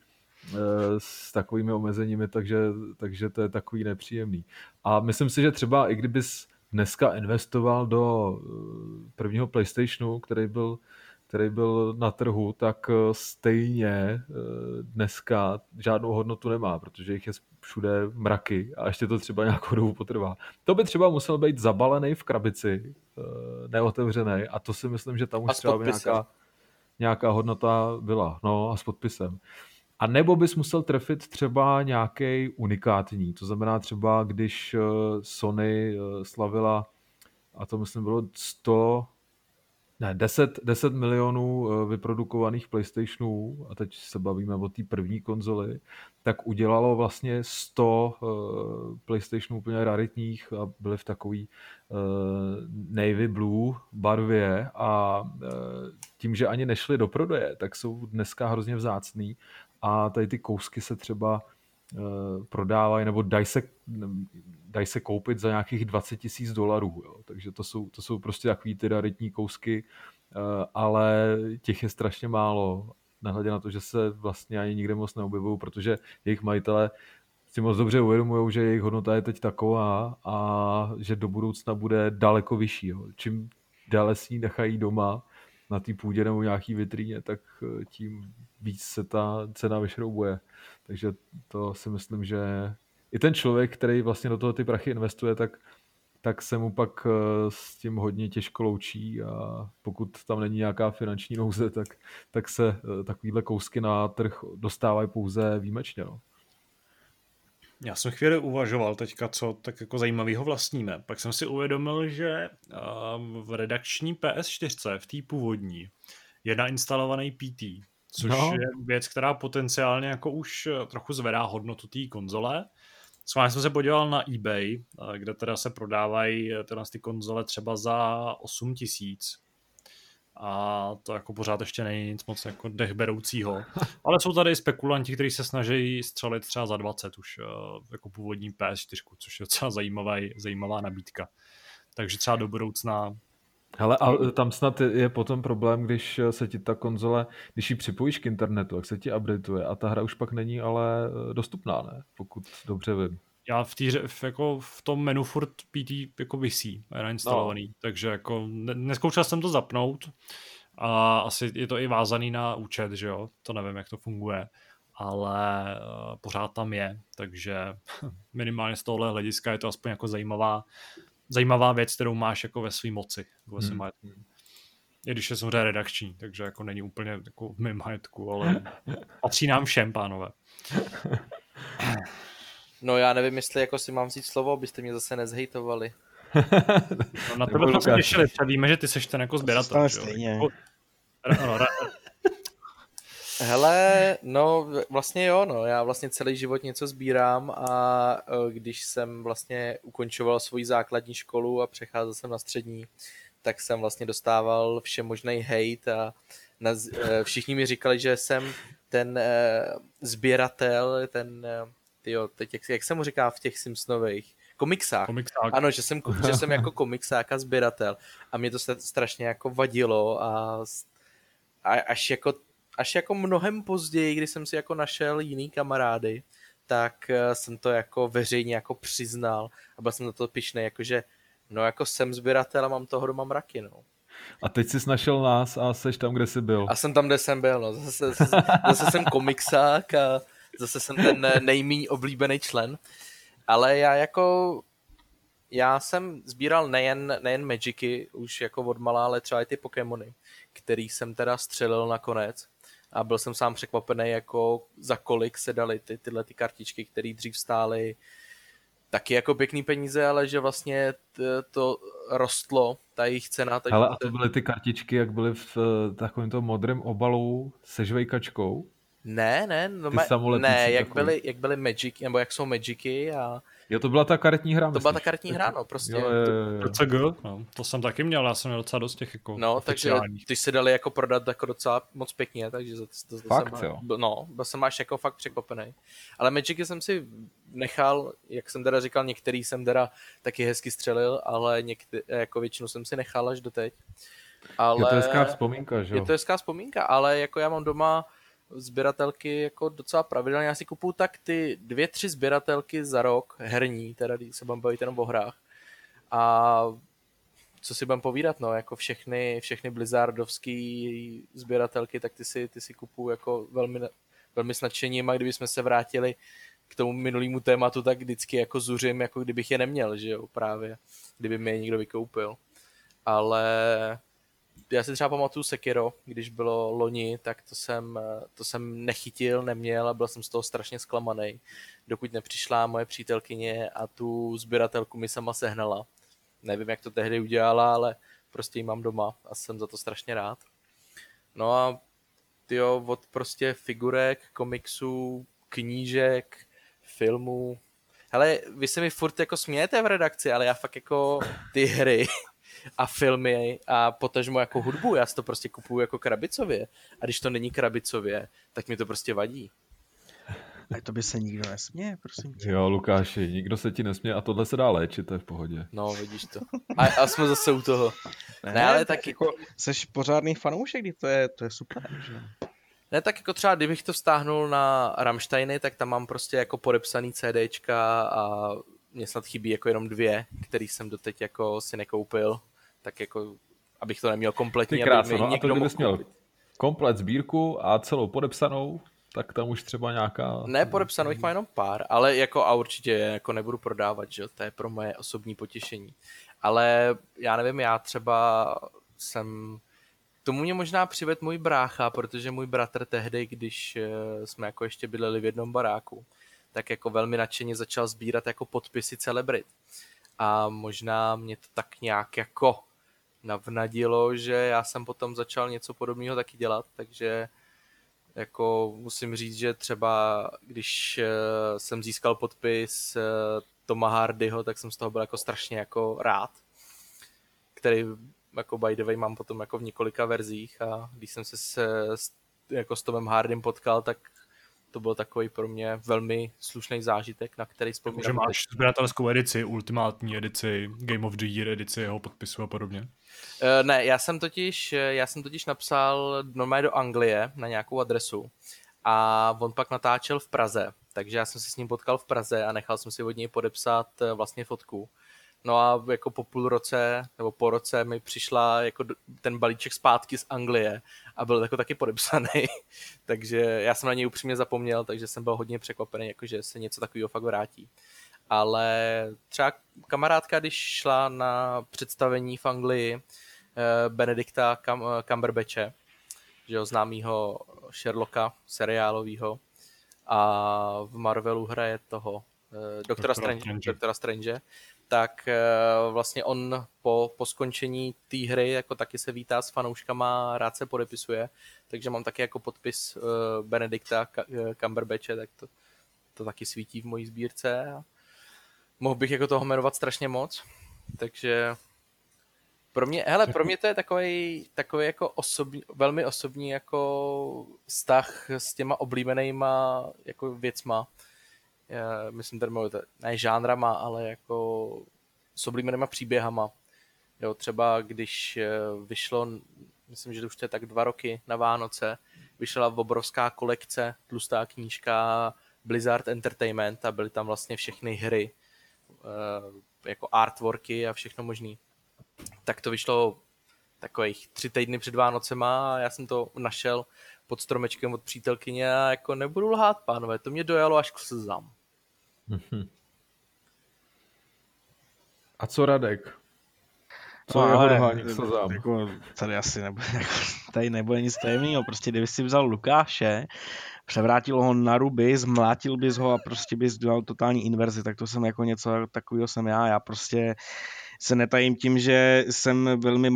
s takovými omezeními, takže to je takový nepříjemný. A myslím si, že třeba i kdybys dneska investoval do prvního PlayStationu, který byl na trhu, tak stejně dneska žádnou hodnotu nemá, protože jich je všude mraky a ještě to třeba nějakou dobu potrvá. To by třeba musel být zabalený v krabici, neotevřený a to si myslím, že tam už třeba nějaká hodnota byla. No a s podpisem. A nebo bys musel trefit třeba nějaký unikátní, to znamená třeba, když Sony slavila, a to myslím bylo 10 milionů vyprodukovaných PlayStationů, a teď se bavíme o té první konzoli, tak udělalo vlastně 100 PlayStationů úplně raritních a byly v takový navy blue barvě a tím, že ani nešly do prodeje, tak jsou dneska hrozně vzácný a tady ty kousky se třeba prodávají nebo dají se koupit za nějakých $20,000. Jo. Takže to jsou prostě takový ty raritní kousky, ale těch je strašně málo. Nehledě na to, že se vlastně ani nikde moc neobjevují, protože jejich majitelé si moc dobře uvědomují, že jejich hodnota je teď taková a že do budoucna bude daleko vyšší. Jo. Čím dále si ji nechají doma na té půdě nebo nějaký vitríně, tak tím víc se ta cena vyšroubuje. Takže to si myslím, že i ten člověk, který vlastně do toho ty prachy investuje, tak se mu pak s tím hodně těžko loučí a pokud tam není nějaká finanční nouze, tak se takovýhle kousky na trh dostávají pouze výjimečně. No. Já jsem chvíli uvažoval teďka, co tak jako zajímavého vlastníme. Pak jsem si uvědomil, že v redakční PS4, v té původní, je nainstalovaný PT, což je věc, která potenciálně jako už trochu zvedá hodnotu té konzole. Schválně jsem se podíval na eBay, kde teda se prodávají ty konzole třeba za 8 000. A to jako pořád ještě není nic moc jako dechberoucího. Ale jsou tady spekulanti, kteří se snaží střelit třeba za 20 už jako původní PS4, což je docela zajímavá nabídka. Takže třeba do budoucna. Hele, a tam snad je potom problém, když se ti ta konzole, když ji připojíš k internetu, jak se ti updateuje a ta hra už pak není ale dostupná, ne? Pokud dobře vím. Já jako v tom menu furt PT jako visí, je nainstalovaný, takže jako neskoušel jsem to zapnout a asi je to i vázaný na účet, že jo, to nevím, jak to funguje, ale pořád tam je, takže minimálně z tohohle hlediska je to aspoň jako zajímavá věc, kterou máš jako ve svý moci, jako ve svém majetku. I když je samozřejmě redakční, takže jako není úplně jako v mém majetku, ale patří nám všem, pánové. No já nevím, jestli jako si mám vzít slovo, abyste mě zase nezhejtovali. No, na tebe jsme se těšili, třeba víme, že ty seš ten jako sběratel. Stejně. Hele, no vlastně jo, no, já vlastně celý život něco sbírám a když jsem vlastně ukončoval svoji základní školu a přecházel jsem na střední, tak jsem vlastně dostával všemožný hejt a všichni mi říkali, že jsem ten sběratel, ten, teď jak se mu říká v těch Simpsonových, komiksák. Ano, že jsem jako komiksák a sběratel a mě to strašně jako vadilo a až jako mnohem později, když jsem si jako našel jiný kamarády, tak jsem to jako veřejně jako přiznal a byl jsem na to pyšnej, jakože no jako jsem sběratel a mám toho doma mraky, no. A teď jsi našel nás a seš tam, kde jsi byl. A jsem tam, kde jsem byl, no. Zase jsem komiksák a zase jsem ten nejméně oblíbený člen. Ale já jsem sbíral nejen Magicy, už jako odmala, ale třeba i ty Pokémony, který jsem teda střelil nakonec. A byl jsem sám překvapený, jako za kolik se daly tyhle kartičky, které dřív stály taky jako pěkný peníze, ale že vlastně to rostlo, ta jejich cena. Ale a to byly ty kartičky, jak byly v takovémto modrém obalu se žvejkačkou? Ne, jak byly Magic, nebo jak jsou Magicy a... Jo, to byla ta karetní hra. To byla ta karetní hra, no, prostě. Jo. No, to jsem taky měl, já jsem měl docela dost těch jako no, takže ty se dali jako prodat jako docela moc pěkně, takže byl jsem až jako fakt překvapený. Ale Magicy jsem si nechal, jak jsem teda říkal, některý jsem teda taky hezky střelil, ale jako většinu jsem si nechal až doteď. Ale... Je to hezká vzpomínka, že jo? Je to hezká vzpomínka, ale jako já mám doma sběratelky jako docela pravidelně. Já si kupuju tak ty 2-3 sběratelky za rok, herní, teda když se budeme bavit jenom o hrách. A co si budeme povídat, no, jako všechny blizzardovský sběratelky, tak ty si kupuju jako velmi s nadšením a kdybychom se vrátili k tomu minulému tématu, tak vždycky jako zuřím, jako kdybych je neměl, že jo, právě, kdyby mi je někdo vykoupil. Ale já si třeba pamatuju Sekiro, když bylo loni, tak to jsem nechytil, neměl a byl jsem z toho strašně zklamaný, dokud nepřišla moje přítelkyně a tu sběratelku mi sama sehnala. Nevím, jak to tehdy udělala, ale prostě ji mám doma a jsem za to strašně rád. No a od prostě figurek, komiksů, knížek, filmů. Hele, vy se mi furt jako smějete v redakci, ale já fakt jako ty hry a filmy a potažmo jako hudbu, já si to prostě kupuju jako krabicově. A když to není krabicově, tak mi to prostě vadí. A to by se nikdo nesměje, prosím tě. Jo, Lukáši, nikdo se ti nesměje a tohle se dá léčit, to je v pohodě. No, vidíš to. A jsme zase u toho. Ne, ale tak jako seš pořádný fanoušek, to je super, že? Ne, tak jako třeba, kdybych to vztáhnul na Rammsteiny, tak tam mám prostě jako podepsaný CDčka a mě snad chybí jako jenom 2, který jsem doteď jako si nekoupil, tak jako, abych to neměl kompletně, krásno, aby mi někdo mohl měl komplet sbírku a celou podepsanou, tak tam už třeba nějaká... Ne, podepsanou jich má jenom pár, ale jako a určitě jako nebudu prodávat, že to je pro moje osobní potěšení. Ale já nevím, já třeba jsem... Tomu mě možná přivedl můj brácha, protože můj bratr tehdy, když jsme jako ještě bydleli v jednom baráku, tak jako velmi nadšeně začal sbírat jako podpisy celebrit. A možná mě to tak nějak jako navnadilo, že já jsem potom začal něco podobného taky dělat, takže jako musím říct, že třeba když jsem získal podpis Toma Hardyho, tak jsem z toho byl jako strašně jako rád, který jako by the way mám potom jako v několika verzích a když jsem se jako s Tomem Hardym potkal, tak to byl takový pro mě velmi slušný zážitek, na který vzpomínám. Že máš sběratelskou edici, ultimátní edici, Game of the Year edici jeho podpisu a podobně? Ne, já jsem totiž napsal normálně do Anglie na nějakou adresu a on pak natáčel v Praze, takže já jsem se s ním potkal v Praze a nechal jsem si od něj podepsat vlastně fotku. No a jako po půl roce, nebo po roce mi přišla jako ten balíček zpátky z Anglie a byl jako taky podepsaný. Takže já jsem na něj upřímně zapomněl, takže jsem byl hodně překvapený, jako že se něco takového fakt vrátí. Ale třeba kamarádka, když šla na představení v Anglii Benedicta Cumberbatche, že jo, známýho Sherlocka seriálového, a v Marvelu hraje toho Doktora Strange, tak vlastně on po skončení té hry jako taky se vítá s fanouškama, rád se podepisuje, takže mám taky jako podpis Benedicta Cumberbatche, tak to taky svítí v mojí sbírce a mohl bych jako toho jmenovat strašně moc, takže pro mě to je takový jako velmi osobní jako vztah s těma oblíbenýma jako věcma. Já myslím tady mluvit, ne žánrama, ale jako s oblíbenýma příběhama. Jo, třeba když vyšlo, myslím, že už to je tak 2 roky na Vánoce, vyšla obrovská kolekce, tlustá knížka Blizzard Entertainment a byly tam vlastně všechny hry, jako artworky a všechno možný. Tak to vyšlo takových 3 týdny před Vánocema a já jsem to našel pod stromečkem od přítelkyně a jako nebudu lhát, pánové, to mě dojalo až k slzám. A co Radek? Co No, jeho dohání k slzám? Jako, tady asi nebude, jako, tady nebude nic tajemného, prostě kdyby si vzal Lukáše, převrátil ho na ruby, zmlátil bys ho a prostě bys dělal totální inverzi, tak to jsem jako něco takového jsem já prostě se netajím tím, že jsem velmi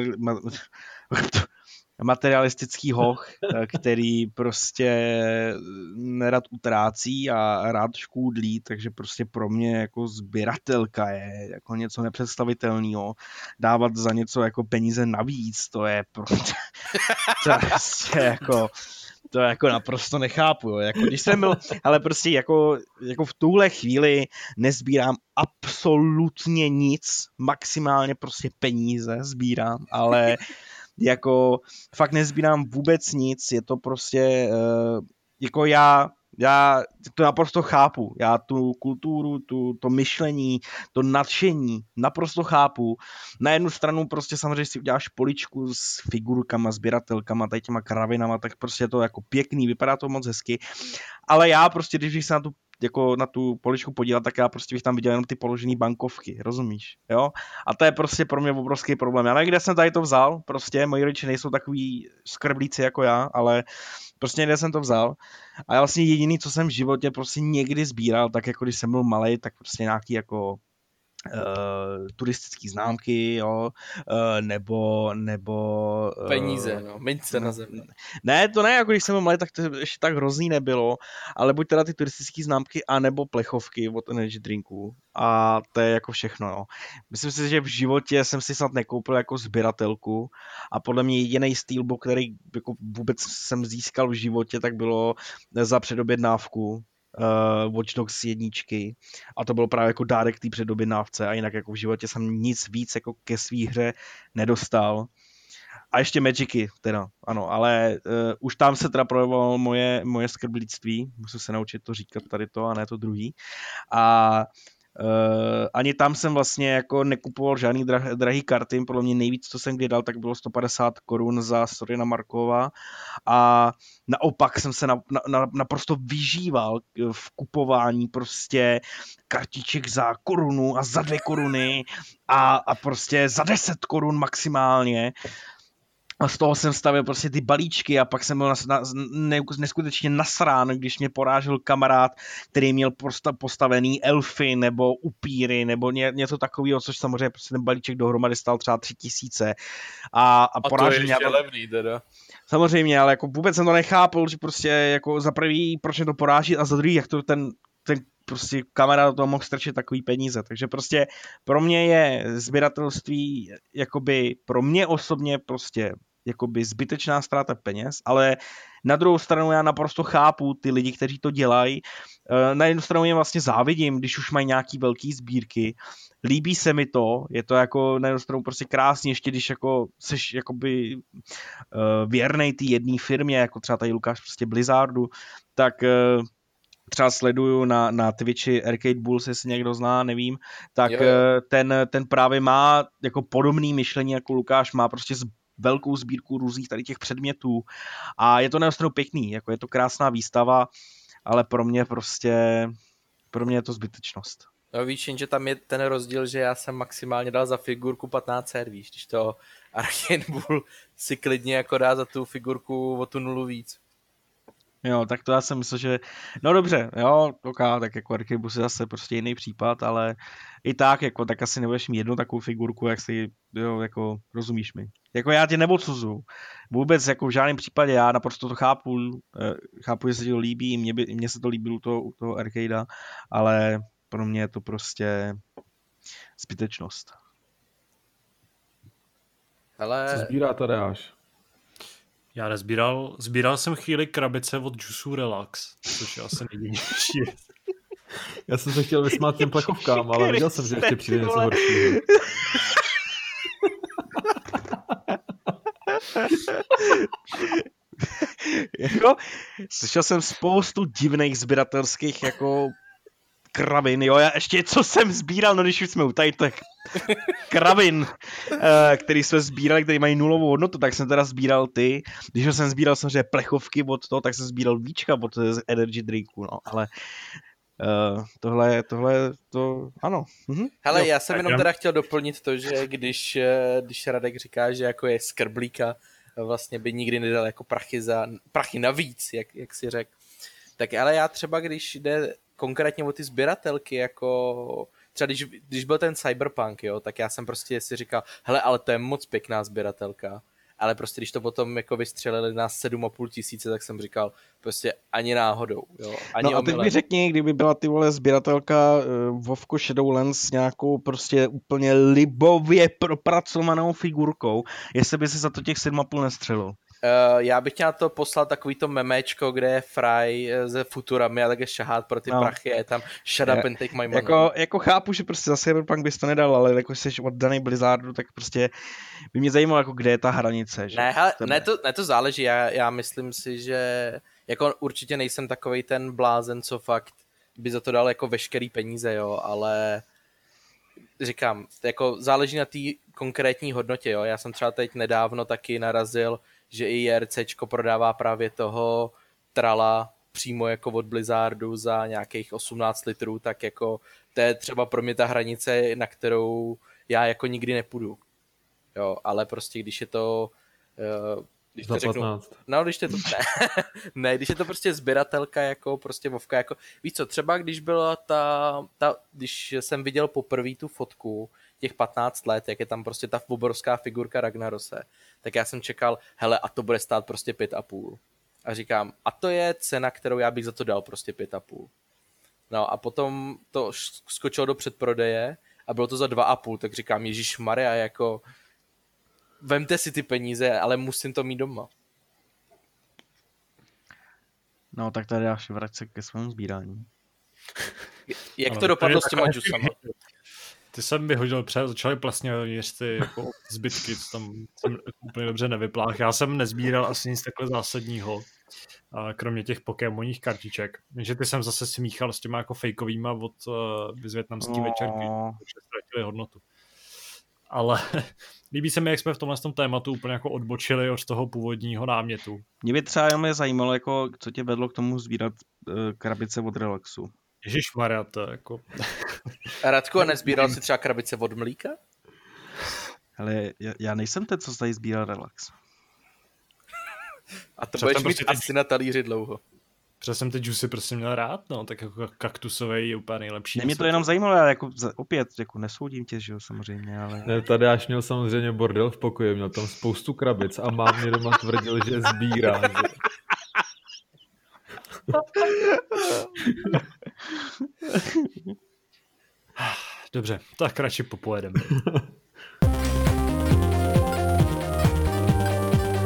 materialistický hoch, který prostě nerad utrácí a rád škůdlí, takže prostě pro mě jako sběratelka je jako něco nepředstavitelného. Dávat za něco jako peníze navíc, to je prostě to jako naprosto nechápu, jo. Jako když jsem byl, ale prostě jako v tuhle chvíli nezbírám absolutně nic, maximálně prostě peníze sbírám, ale jako fakt nezbírám vůbec nic, je to prostě jako já to naprosto chápu, já tu kulturu, to myšlení, to nadšení naprosto chápu. Na jednu stranu prostě samozřejmě si uděláš poličku s figurkama, sběratelkama, tady těma kravinama, tak prostě je to jako pěkný, vypadá to moc hezky, ale já prostě, když bych se na tu poličku podívat, tak já prostě bych tam viděl jenom ty položené bankovky, rozumíš, jo? A to je prostě pro mě obrovský problém. Já nevím, kde jsem tady to vzal, prostě moji rodiče nejsou takový skrblíci jako já, ale prostě někde jsem to vzal. A já vlastně jediný, co jsem v životě prostě někdy sbíral, tak jako když jsem byl malej, tak prostě nějaký jako turistické známky, jo, nebo peníze, no, mince na zemi. Ne, to ne, jako když jsem byl malý, tak to ještě tak hrozný nebylo, ale buď teda ty turistické známky, anebo plechovky od energy drinků. A to je jako všechno, jo. Myslím si, že v životě jsem si snad nekoupil jako sběratelku a podle mě jediný steelbook, který jako vůbec jsem získal v životě, tak bylo za předobědnávku Watch Dogs 1 a to bylo právě jako dárek té předobědnávce a jinak jako v životě jsem nic víc jako ke svý hře nedostal. A ještě Magicy teda, ano, ale už tam se teda projevovalo moje skrblíctví, musím se naučit to říkat tady to a ne to druhý. A ani tam jsem vlastně jako nekupoval žádný drahý karty, podle mě nejvíc, co jsem kdy dal, tak bylo 150 korun za Sorina Markova a naopak jsem se naprosto vyžíval v kupování prostě kartiček za korunu a za 2 koruny a prostě za 10 korun maximálně. A z toho jsem stavil prostě ty balíčky a pak jsem byl neskutečně nasrán, když mě porážel kamarád, který měl postavený elfy nebo upíry nebo něco takového, což samozřejmě prostě ten balíček dohromady stál třeba 3000. A porážel mě. A to je levný teda. Samozřejmě, ale jako vůbec jsem to nechápal, že prostě jako za prvý, proč mě to poráží a za druhý, jak to ten prostě kamarád do toho mohl strčit takový peníze. Takže prostě pro mě je sběratelství jakoby pro mě osobně prostě jakoby zbytečná ztráta peněz, ale na druhou stranu já naprosto chápu ty lidi, kteří to dělají. Na jednu stranu jim vlastně závidím, když už mají nějaký velký sbírky. Líbí se mi to, je to jako na jednu stranu prostě krásně, ještě když jako seš jakoby věrnej té jedné firmě, jako třeba tady Lukáš prostě Blizzardu, tak třeba sleduju na Twitchi Arcade Bulls, jestli někdo zná, nevím, tak jo. Ten právě má jako podobný myšlení jako Lukáš, má prostě velkou sbírku různých tady těch předmětů a je to na jednu stranu pěkný, jako je to krásná výstava, ale pro mě je to zbytečnost. No víš, že tam je ten rozdíl, že já jsem maximálně dal za figurku 15 her, víš, když to Arcade Bull si klidně jako dá za tu figurku o tu 0 víc. Jo, tak to já jsem myslel, že no dobře, jo, tak jako Arcade Bull je zase prostě jiný případ, ale i tak, jako tak asi nebudeš mít jednu takovou figurku, jak si, jo, jako rozumíš mi. Jako já tě neodsuzuju. Vůbec jako v žádném případě, já naprosto to chápu, že se ti to líbí, mně se to líbilo u toho Arcadea, ale pro mě je to prostě zbytečnost. Ale... Co sbírá Tadeáš? Já nezbíral, sbíral jsem chvíli krabice od Juice Relax, což je asi nejdějnější. Já jsem se chtěl vysmát těm plechovkám, ale viděl jsem, že ještě přijde něco horšího. Jako, slyšel jsem spoustu divných sběratelských jako kravin, jo, já ještě co jsem sbíral, no když už jsme u tady těch kravin, který jsme sbírali, který mají nulovou hodnotu, tak jsem teda sbíral ty, když jsem sbíral samozřejmě plechovky od toho, tak jsem sbíral víčka od energy drinku, no, ale tohle, ano. Hele, Jo, já jsem jenom teda chtěl doplnit to, že když Radek říká, že jako je skrblíka, vlastně by nikdy nedal jako prachy navíc, jak si řekl. Tak ale já třeba, když jde konkrétně o ty sběratelky, jako třeba když byl ten Cyberpunk, jo, tak já jsem prostě si říkal, hele, ale to je moc pěkná sběratelka, ale prostě když to potom jako vystřelili na 7,5 tisíce, tak jsem říkal, prostě ani náhodou, jo, ani no a teď mi řekni, kdyby byla ty vole sběratelka Vovko Shadowlands s nějakou prostě úplně libově propracovanou figurkou, jestli by si za to těch 7,5 nestřelil. Já bych chtěl to poslat takovýto memečko, kde je Fry ze Futurami a také šahát pro ty prachy a je tam shut up and take my money. Jako chápu, že prostě za Cyberpunk bys to nedal, ale jako jsi oddaný Blizzardu, tak prostě by mě zajímalo, jako kde je ta hranice. Že? Ne, to záleží, já myslím si, že jako určitě nejsem takovej ten blázen, co fakt by za to dal jako veškerý peníze, jo, ale říkám, jako záleží na té konkrétní hodnotě, jo, já jsem třeba teď nedávno taky narazil, že i JRCčko prodává právě toho Trala přímo jako od Blizzardu za nějakých 18 litrů, tak jako to je třeba pro mě ta hranice, na kterou já jako nikdy nepůjdu. Jo, ale prostě když je to... Když to řeknu, no, když je to... Ne, když je to prostě sběratelka, jako prostě Vovka, jako... Víš co, třeba když byla když jsem viděl poprvé tu fotku, těch 15 let, jak je tam prostě ta obrovská figurka Ragnarose, tak já jsem čekal, hele, a to bude stát prostě 5,5. A říkám, a to je cena, kterou já bych za to dal, prostě 5,5. No a potom to skočilo do předprodeje a bylo to za 2,5, tak říkám, ježišmarja, jako vemte si ty peníze, ale musím to mít doma. No tak tady až vrať se ke svému sbírání. Jak to dopadlo s těma džusama? Ty jsem vyhodil začali vlastně ty jako zbytky, co tam jsem úplně dobře nevyplách. Já jsem nezbíral asi nic takhle zásadního, kromě těch Pokémoních kartiček. Že ty jsem zase smíchal s těma jako fejkovýma od z vietnamský večerky, že ztratili hodnotu. Ale líbí se mi, jak jsme v tomhle tématu úplně jako odbočili od toho původního námětu. Mě by třeba jenom zajímalo, jako, co tě vedlo k tomu sbírat krabice od Relaxu. Ježišmarja, to jako... Radku, a nezbíral si třeba krabice od mlíka? Ale já nejsem ten, co tady sbíral Relax. A to budeš mít asi na talíři dlouho. Protože jsem ty džusy prostě měl rád, no, tak jako kaktusový je úplně nejlepší. Mě to jenom zajímalo, já jako opět jako nesoudím tě, že jo, samozřejmě, ale... Ne, tady až měl samozřejmě bordel v pokoji, měl tam spoustu krabic a mám mě doma tvrdil, že sbírá. Že... Dobře, tak radši popojedeme.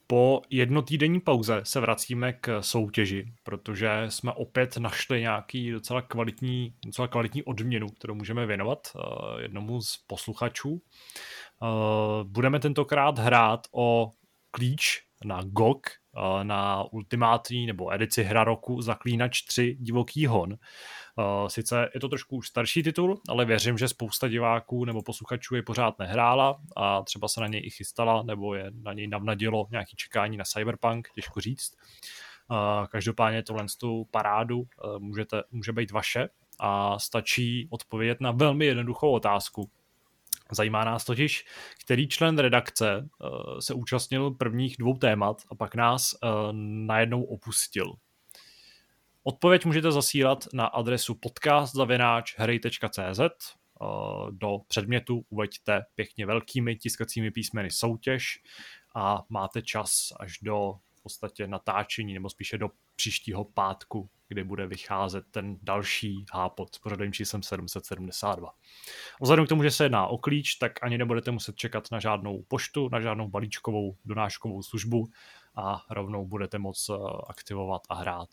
Po jednotýdenní pauze se vracíme k soutěži, protože jsme opět našli nějaký docela kvalitní odměnu, kterou můžeme věnovat jednomu z posluchačů. Budeme tentokrát hrát o klíč na GOG, na ultimátní nebo edici hra roku Zaklínač 3 Divoký hon. Sice je to trošku už starší titul, ale věřím, že spousta diváků nebo posluchačů je pořád nehrála a třeba se na něj i chystala, nebo je na něj navnadilo nějaké čekání na Cyberpunk, těžko říct. Každopádně tohle tu parádu může být vaše a stačí odpovědět na velmi jednoduchou otázku. Zajímá nás totiž, který člen redakce se účastnil prvních 2 témat a pak nás najednou opustil. Odpověď můžete zasílat na adresu podcast@hrej.cz. Do předmětu uveďte pěkně velkými tiskacími písmeny soutěž a máte čas až do v podstatě natáčení, nebo spíše do příštího pátku, kdy bude vycházet ten další hápot s pořadovým číslem 772. Vzhledem k tomu, že se jedná o klíč, tak ani nebudete muset čekat na žádnou poštu, na žádnou balíčkovou donáškovou službu a rovnou budete moct aktivovat a hrát.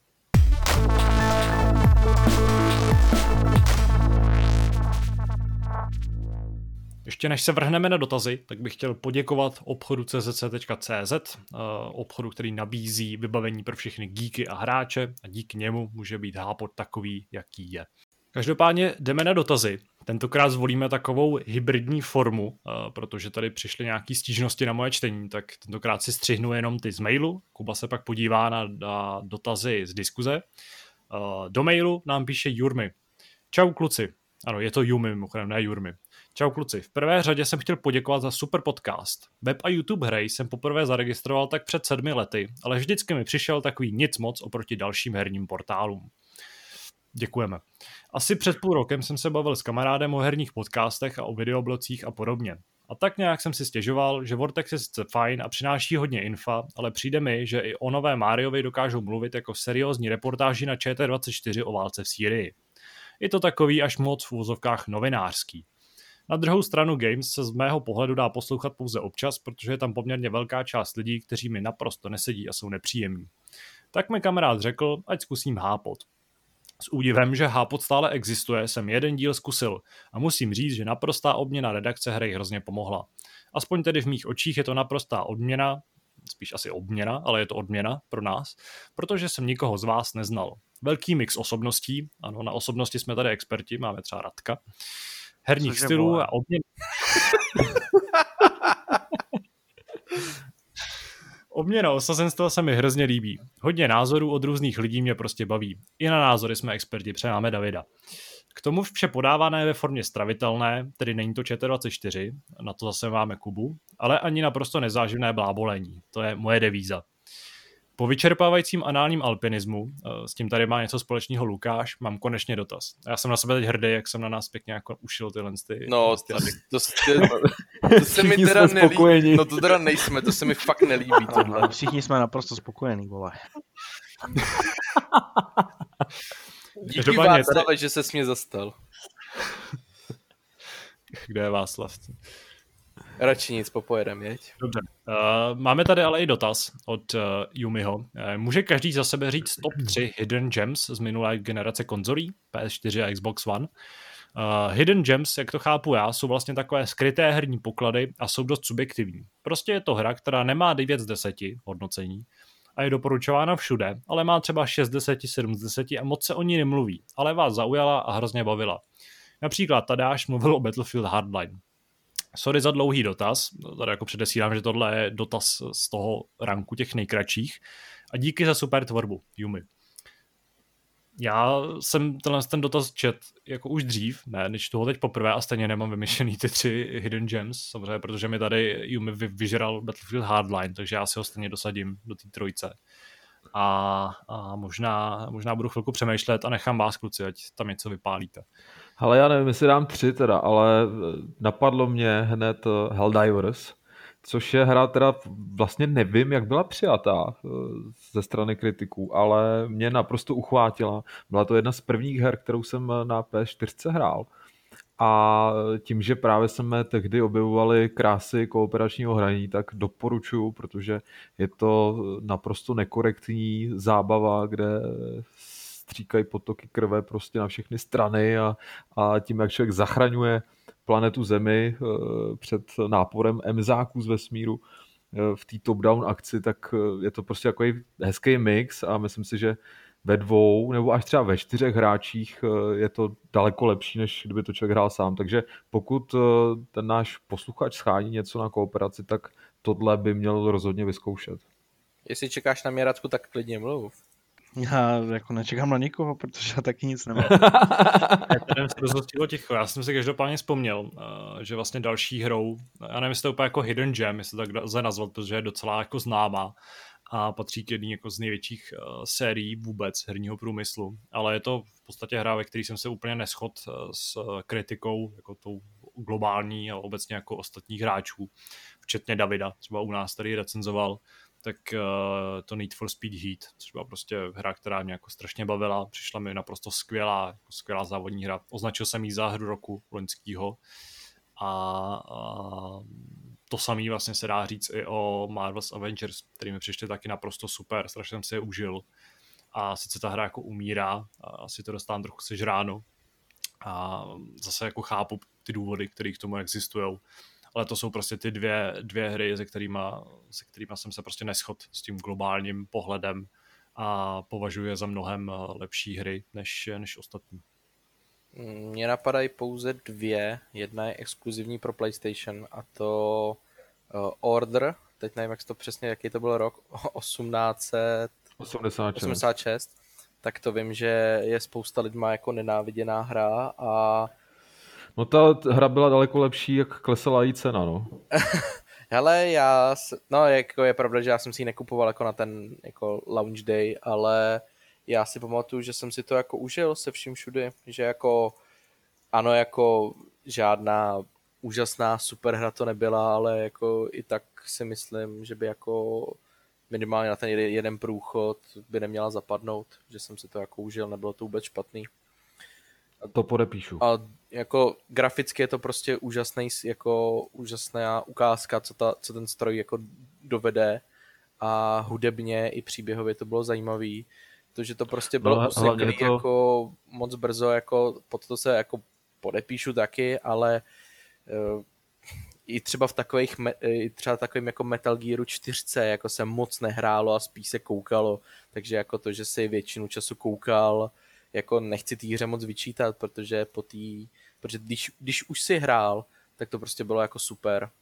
Ještě než se vrhneme na dotazy, tak bych chtěl poděkovat obchodu czc.cz, obchodu, který nabízí vybavení pro všechny geeky a hráče a díky němu může být hápot takový, jaký je. Každopádně jdeme na dotazy. Tentokrát zvolíme takovou hybridní formu, protože tady přišly nějaké stížnosti na moje čtení, tak tentokrát si střihnu jenom ty z mailu. Kuba se pak podívá na dotazy z diskuze. Do mailu nám píše Jurmi. Čau kluci. Ano, je to Jumi, mimochodem, ne Jurmi. Čau kluci. V prvé řadě jsem chtěl poděkovat za super podcast. Web a YouTube hry jsem poprvé zaregistroval tak před 7 lety, ale vždycky mi přišel takový nic moc oproti dalším herním portálům. Děkujeme. Asi před půl rokem jsem se bavil s kamarádem o herních podcastech a o videoblocích a podobně. A tak nějak jsem si stěžoval, že Vortex je sice fajn a přináší hodně infa, ale přijde mi, že i o nové Mariovi dokážou mluvit jako seriózní reportáži na ČT24 o válce v Sýrii. Je to takový až moc v úvozovkách novinářský. Na druhou stranu Games se z mého pohledu dá poslouchat pouze občas, protože je tam poměrně velká část lidí, kteří mi naprosto nesedí a jsou nepříjemní. Tak mi kamarád řekl, ať zkusím hápot. S údivem, že hápot stále existuje, jsem jeden díl zkusil a musím říct, že naprostá obměna redakce hry hrozně pomohla. Aspoň tedy v mých očích je to naprostá odměna, spíš asi obměna, ale je to odměna pro nás, protože jsem nikoho z vás neznal. Velký mix osobností, ano, na osobnosti jsme tady experti, máme třeba Radka, herních stylů a obměn. Obměna osazenstva se mi hrozně líbí. Hodně názorů od různých lidí mě prostě baví. I na názory jsme experti, přejáme Davida. K tomu vše podávané ve formě stravitelné, tedy není to ČT24, na to zase máme Kubu, ale ani naprosto nezáživné blábolení. To je moje devíza. Po vyčerpávajícím análním alpinismu, s tím tady má něco společného Lukáš, mám konečně dotaz. Já jsem na sebe teď hrdý, jak jsem na nás pěkně jako ušil tyhle ty... No, to se mi teda nelíbí. No to teda nejsme, to se mi fakt nelíbí tohle. Všichni jsme naprosto spokojení, vole. Díky Václave, že ses mě zastal. Kde je Václav? Radši nic, popojedem, jeď. Dobře. Máme tady ale i dotaz od Yumiho. Může každý za sebe říct top 3 hidden gems z minulé generace konzolí, PS4 a Xbox One? Hidden gems, jak to chápu já, jsou vlastně takové skryté herní poklady a jsou dost subjektivní. Prostě je to hra, která nemá 9 z 10 hodnocení a je doporučována všude, ale má třeba 6 z 10, 7 z 10 a moc se o ní nemluví, ale vás zaujala a hrozně bavila. Například Tadáš mluvil o Battlefield Hardline. Sorry za dlouhý dotaz, tady jako předesílám, že tohle je dotaz z toho ranku těch nejkratších a díky za super tvorbu, Yumi. Já jsem ten dotaz čet jako už dřív, ne, než toho teď poprvé a stejně nemám vymyšlený ty 3 hidden gems, samozřejmě, protože mi tady Yumi vyžral Battlefield Hardline, takže já si ho stejně dosadím do té trojce. A možná budu chvilku přemýšlet a nechám vás, kluci, ať tam něco vypálíte. Ale já nevím, jestli dám 3 teda, ale napadlo mě hned Helldivers, což je hra teda vlastně nevím, jak byla přijatá ze strany kritiků, ale mě naprosto uchvátila. Byla to jedna z prvních her, kterou jsem na PS4 hrál a tím, že právě jsme tehdy objevovali krásy kooperačního hraní, tak doporučuju, protože je to naprosto nekorektní zábava, kde stříkají potoky krve prostě na všechny strany a tím, jak člověk zachraňuje planetu Zemi před náporem emzáků z vesmíru v té top-down akci, tak je to prostě takový hezký mix a myslím si, že ve 2 nebo až třeba ve 4 hráčích je to daleko lepší, než kdyby to člověk hrál sám. Takže pokud ten náš posluchač schání něco na kooperaci, tak tohle by měl rozhodně vyzkoušet. Jestli čekáš na mě, Radku, tak klidně mluv. Já jako nečekám na nikoho, protože já taky nic nemám. Já jsem si každopádně vzpomněl, že vlastně další hrou, já nevím, jestli to je úplně jako Hidden Gem, jestli to tak lze nazvat, protože je docela jako známá a patří k jedné jako z největších sérií vůbec herního průmyslu, ale je to v podstatě hra, ve které jsem se úplně neschod s kritikou, jako tou globální a obecně jako ostatních hráčů, včetně Davida, třeba u nás tady recenzoval, tak to Need for Speed Heat, což byla prostě hra, která mě jako strašně bavila, přišla mi naprosto skvělá závodní hra. Označil jsem ji za hru roku loňskýho a to samý vlastně se dá říct i o Marvel's Avengers, který mi přišli taky naprosto super, strašně jsem si je užil. A sice ta hra jako umírá, asi to dostávám trochu sežráno a zase jako chápu ty důvody, které k tomu existují. Ale to jsou prostě ty dvě hry, se kterýma jsem se prostě neshodl s tím globálním pohledem a považuji je za mnohem lepší hry než ostatní. Mně napadají pouze 2. Jedna je exkluzivní pro PlayStation a to Order, teď nevím, jak to přesně, jaký to byl rok, 1886. Tak to vím, že je spousta lidma jako nenáviděná hra a... No ta hra byla daleko lepší, jak klesala její cena, no. Hele, jako je pravda, že já jsem si ji nekupoval jako na ten jako launch day, ale já si pamatuju, že jsem si to jako užil se vším všudy, že jako ano, jako žádná úžasná super hra to nebyla, ale jako i tak si myslím, že by jako minimálně na ten jeden průchod by neměla zapadnout, že jsem si to jako užil, nebylo to vůbec špatný. To podepíšu. A jako graficky je to prostě úžasná ukázka, co ten stroj jako dovede a hudebně i příběhově to bylo zajímavý. To, že to prostě bylo useklý jako moc brzo, jako pod to se jako podepíšu taky, ale i třeba v takovým jako Metal Gearu 4 jako se moc nehrálo a spíš se koukalo, takže jako to, že si většinu času koukal, jako nechci té hře moc vyčítat, protože když už si hrál, tak to prostě bylo jako super.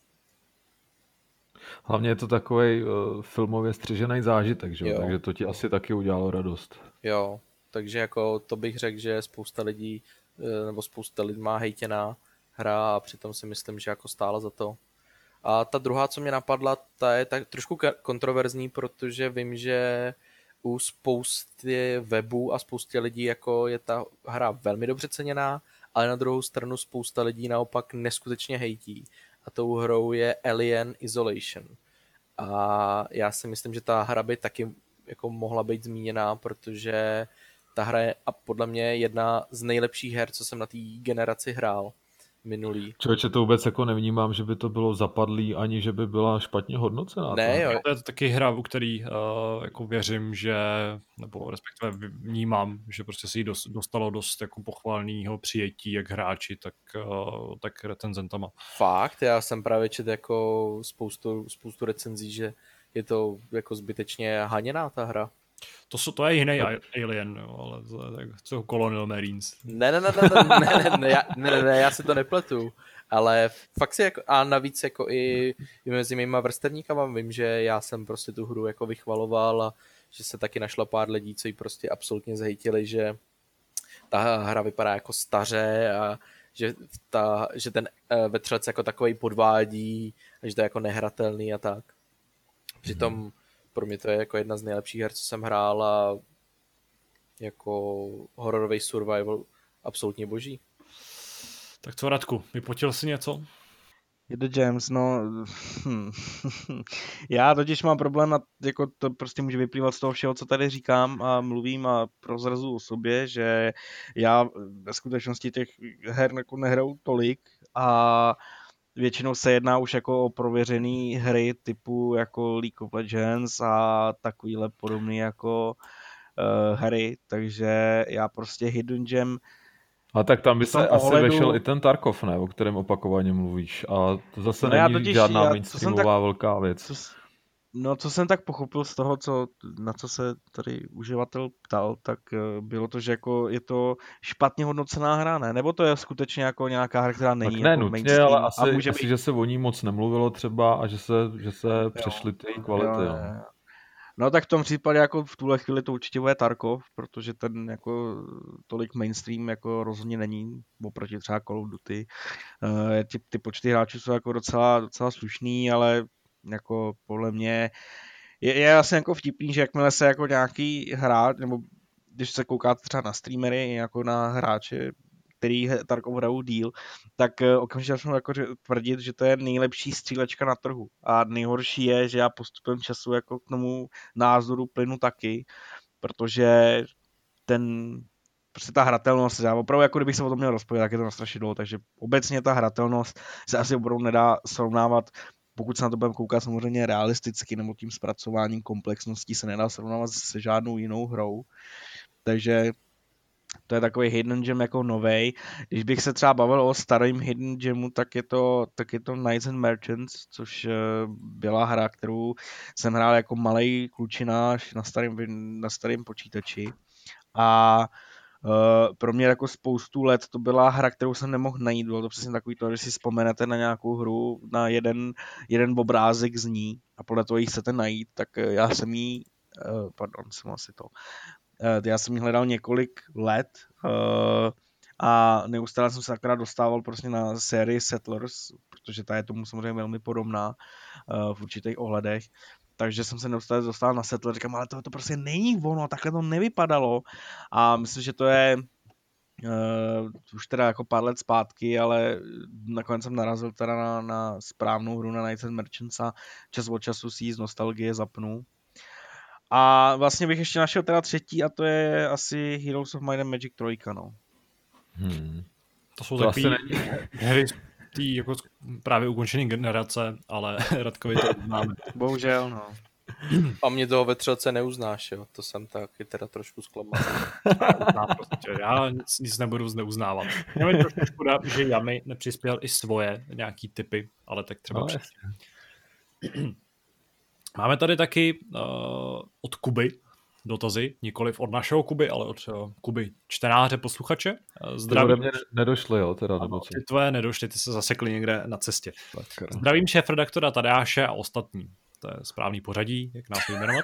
Hlavně je to takovej filmově střižený zážitek, že? Takže to ti asi taky udělalo radost. Jo, takže jako to bych řekl, že spousta lidí nebo spousta lidí má hejtěná hra a přitom si myslím, že jako stála za to. A ta druhá, co mě napadla, ta je tak trošku kontroverzní, protože vím, že u spousty webů a spoustě lidí jako je ta hra velmi dobře ceněná, ale na druhou stranu spousta lidí naopak neskutečně hejtí. A tou hrou je Alien Isolation. A já si myslím, že ta hra by taky jako mohla být zmíněná, protože ta hra je a podle mě jedna z nejlepších her, co jsem na té generaci hrál minulý. Člověče, to vůbec jako nevnímám, že by to bylo zapadlý, ani že by byla špatně hodnocená. Ne, jo. To je to taky hra, u který jako věřím, že, nebo respektive vnímám, že prostě si jí dostalo dost jako pochvalného přijetí jak hráči, tak recenzentama. Fakt, já jsem právě četl jako spoustu recenzí, že je to jako zbytečně haněná ta hra. To je jiný Alien, jo, ale co Colonial Marines. Ne, já si to nepletu, ale fakt si jako, a navíc jako i mezi mýma vrstevníkama vím, že já jsem prostě tu hru jako vychvaloval a že se taky našlo pár lidí, co ji prostě absolutně zhejtili, že ta hra vypadá jako staře a že ten vetřelec jako takovej podvádí a že to je jako nehratelný a tak. Přitom pro mě to je jako jedna z nejlepších her, co jsem hrál a jako hororový survival absolutně boží. Tak co, Radku, vypotil jsi něco? The Gems, no. Já totiž mám problém, jako to prostě může vyplývat z toho všeho, co tady říkám a mluvím a prozrazu o sobě, že já ve skutečnosti těch her jako nehraju tolik a většinou se jedná už jako o prověřený hry typu jako League of Legends a takovýhle podobný jako hry, takže já prostě Hidden Gem. A tak tam by se asi vešel i ten Tarkov, ne, o kterém opakovaně mluvíš. A to zase není žádná mainstreamová velká věc. Co jsem tak pochopil z toho, na co se tady uživatel ptal, tak bylo to, že jako je to špatně hodnocená hra, ne? Nebo to je skutečně jako nějaká hra, která není tak jako ne nutně, mainstream, ale asi že se o ní moc nemluvilo třeba a že se přešly ty kvality. Jo. No tak v tom případě jako v tuhle chvíli to určitě bude Tarkov, protože ten jako tolik mainstream jako rozhodně není, oproti třeba Call of Duty. Ty počty hráčů jsou jako docela slušný, ale jako podle mě je vlastně jako vtipný, že jakmile se jako nějaký hráč, nebo když se koukáte třeba na streamery, jako na hráče, který Tarkov hrajou díl, tak okamžitě začnu jako tvrdit, že to je nejlepší střílečka na trhu. A nejhorší je, že já postupem času jako k tomu názoru plynu taky, protože prostě ta hratelnost, já opravdu jako kdybych se o tom měl rozpovědět, tak je to nastrašidlo, takže obecně ta hratelnost se asi opravdu nedá srovnávat, pokud se na to budeme koukat samozřejmě realisticky, nebo tím zpracováním komplexností se nedá srovnávat se žádnou jinou hrou. Takže to je takový Hidden Gem jako novej. Když bych se třeba bavil o starém Hidden Gemu, tak je to Knights and Merchants, což byla hra, kterou jsem hrál jako malej klučina na starém počítači. A pro mě jako spoustu let to byla hra, kterou jsem nemohl najít. Bylo to přesně takový to, že si vzpomenete na nějakou hru, na jeden obrázek z ní a podle toho ji chcete najít, tak já jsem jí já jsem ji hledal několik let a neustále jsem se akorát dostával prostě na sérii Settlers, protože ta je tomu samozřejmě velmi podobná v určitých ohledech. Takže jsem se neustále dostal na Settlers, říkám, ale to prostě není ono, takhle to nevypadalo. A myslím, že to je už teda jako pár let zpátky, ale nakonec jsem narazil teda na správnou hru na Knights and Merchants a čas od času si ji z nostalgie zapnu. A vlastně bych ještě našel teda třetí a to je asi Heroes of Might and Magic 3, no. To jsou takový hry tý jako právě ukončený generace, ale Radkovi to uznáme. Bohužel, no. A mě toho ve 3 neuznáš, jo? To jsem taky teda trošku zklamal. Já nic nebudu neuznávat. Mě je trošku škoda, že Yami nepřispěl i svoje nějaký typy, ale tak třeba Máme tady taky od Kuby dotazy, nikoliv od našeho Kuby, ale od Kuby čtenáře, posluchače. Zdravím. Ty ode mě nedošly, jo? Teda, ano, ty tvoje nedošly, ty se zasekly někde na cestě. Tak, zdravím šéfredaktora Tadeáše a ostatní. To je správný pořadí, jak nás vyjmenovat.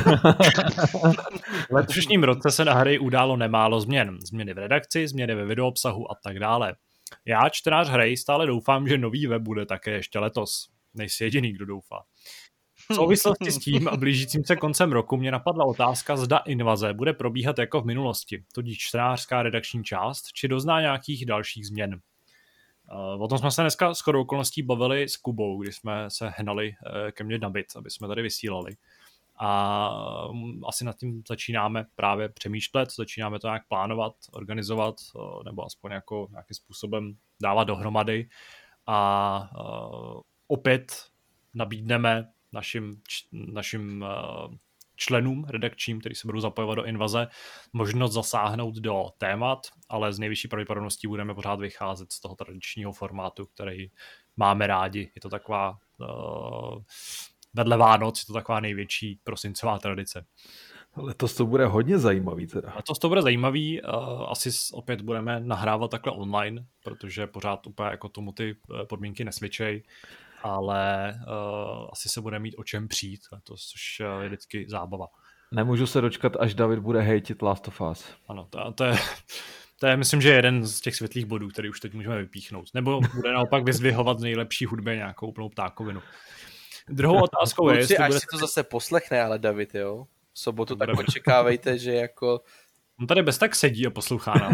V letošním roce se na hry událo nemálo změn. Změny v redakci, změny ve videoobsahu a tak dále. Já, čtenář hry, stále doufám, že nový web bude také ještě letos. Nejsi jediný, kdo doufá. V souvislosti s tím a blížícím se koncem roku mě napadla otázka, zda invaze bude probíhat jako v minulosti, tudíž čtenářská redakční část, či dozná nějakých dalších změn. O tom jsme se dneska shodou okolností bavili s Kubou, kdy jsme se hnali ke mně na byt, aby jsme tady vysílali. A asi nad tím začínáme právě přemýšlet, začínáme to nějak plánovat, organizovat, nebo aspoň jako nějakým způsobem dávat dohromady. A opět nabídneme našim členům redakčním, kteří se budou zapojovat do invaze, možnost zasáhnout do témat, ale z nejvyšší pravděpodobností budeme pořád vycházet z toho tradičního formátu, který máme rádi. Je to taková vedle Vánoc, je to taková největší prosincová tradice. Letos to bude hodně zajímavý teda. Letos to bude zajímavý, asi opět budeme nahrávat takhle online, protože pořád úplně jako tomu ty podmínky nesvědčej, ale asi se bude mít o čem přijít letos, což je vždycky zábava. Nemůžu se dočkat, až David bude hejtit Last of Us. Ano, to je myslím, že jeden z těch světlých bodů, který už teď můžeme vypíchnout. Nebo bude naopak vyzdvihovat z nejlepší hudby nějakou úplnou ptákovinu. Druhou otázkou je, jestli až si to zase poslechne, ale David, jo? V sobotu tak očekávejte, že jako On tady bez tak sedí a poslouchá nám.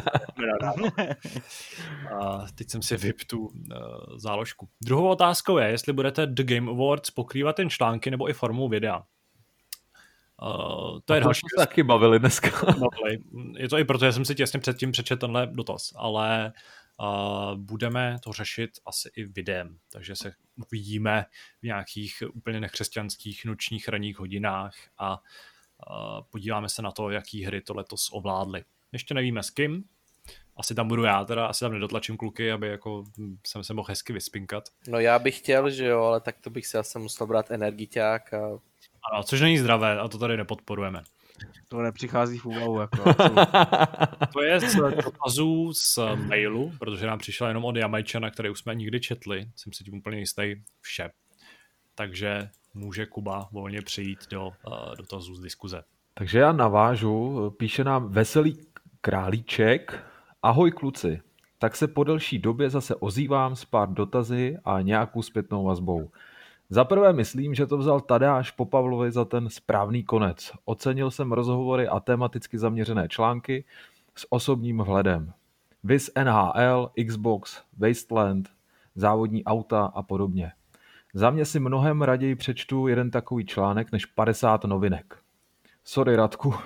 A teď jsem si vypl tu záložku. Druhou otázkou je, jestli budete The Game Awards pokrývat jen články nebo i formou videa. To je další. To se taky bavili dneska. Je to i proto, že jsem si těsně předtím přečetl tenhle dotaz, ale budeme to řešit asi i videem, takže se uvidíme v nějakých úplně nekřesťanských nočních ranních hodinách a podíváme se na to, jaký hry to letos ovládly. Ještě nevíme s kým, asi tam budu já, teda asi tam nedotlačím kluky, aby jako jsem se mohl hezky vyspinkat. No já bych chtěl, že jo, ale tak to bych si asi musel brát energiťák a... Ano, což není zdravé a to tady nepodporujeme. To nepřichází v úvahu. Jako, to je z dotazů z mailu, protože nám přišel jenom od Jamajčana, který už jsme nikdy četli. Jsem si tím úplně jistý vše. Takže může Kuba volně přijít do dotazů z diskuze. Takže já navážu. Píše nám Veselý Králíček. Ahoj kluci. Tak se po delší době zase ozývám s pár dotazy a nějakou zpětnou vazbou. Za prvé myslím, že to vzal Tadeáš po Pavlovi za ten správný konec. Ocenil jsem rozhovory a tematicky zaměřené články s osobním vhledem. Viz NHL, Xbox, Wasteland, závodní auta a podobně. Za mě si mnohem raději přečtu jeden takový článek než 50 novinek. Sorry, Radku.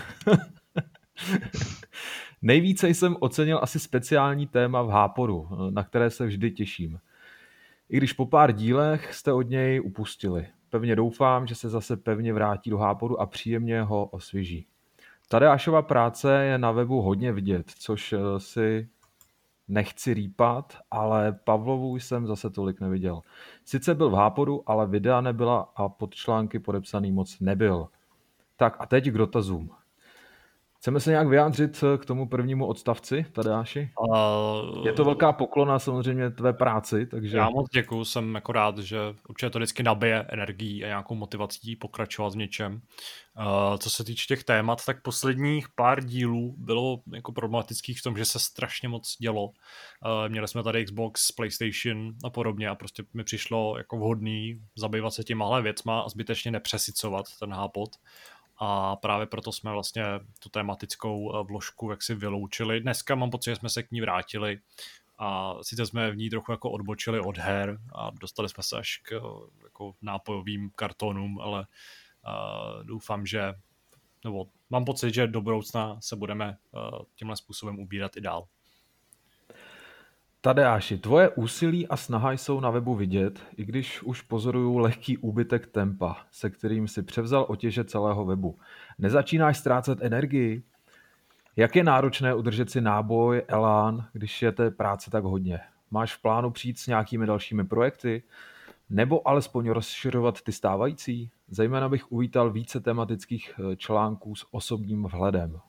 Nejvíce jsem ocenil asi speciální téma v Háporu, na které se vždy těším. I když po pár dílech jste od něj upustili. Pevně doufám, že se zase pevně vrátí do Háporu a příjemně ho osvěží. Tadeášova práce je na webu hodně vidět, což si nechci rýpat, ale Pavlovu jsem zase tolik neviděl. Sice byl v Háporu, ale videa nebyla a podčlánky podepsaný moc nebyl. Tak a teď k dotazům. Chceme se nějak vyjádřit k tomu prvnímu odstavci, Tadeáši? Je to velká poklona samozřejmě tvé práci, takže... Já moc děkuju, jsem jako rád, že určitě to vždycky nabije energií a nějakou motivací pokračovat v něčem. Co se týče těch témat, tak posledních pár dílů bylo jako problematických v tom, že se strašně moc dělo. Měli jsme tady Xbox, PlayStation a podobně a prostě mi přišlo jako vhodný zabývat se těmahle věcma a zbytečně nepřesycovat ten hápot. A právě proto jsme vlastně tu tematickou vložku jaksi vyloučili. Dneska mám pocit, že jsme se k ní vrátili a sice jsme v ní trochu jako odbočili od her a dostali jsme se až k jako nápojovým kartonům, ale doufám, že nebo mám pocit, že do budoucna se budeme tímhle způsobem ubírat i dál. Tadeáši, tvoje úsilí a snaha jsou na webu vidět, i když už pozoruju lehký úbytek tempa, se kterým si převzal otěže celého webu. Nezačínáš ztrácet energii? Jak je náročné udržet si náboj, elán, když je té práce tak hodně? Máš v plánu přijít s nějakými dalšími projekty? Nebo alespoň rozšiřovat ty stávající? Zejména bych uvítal více tematických článků s osobním vhledem.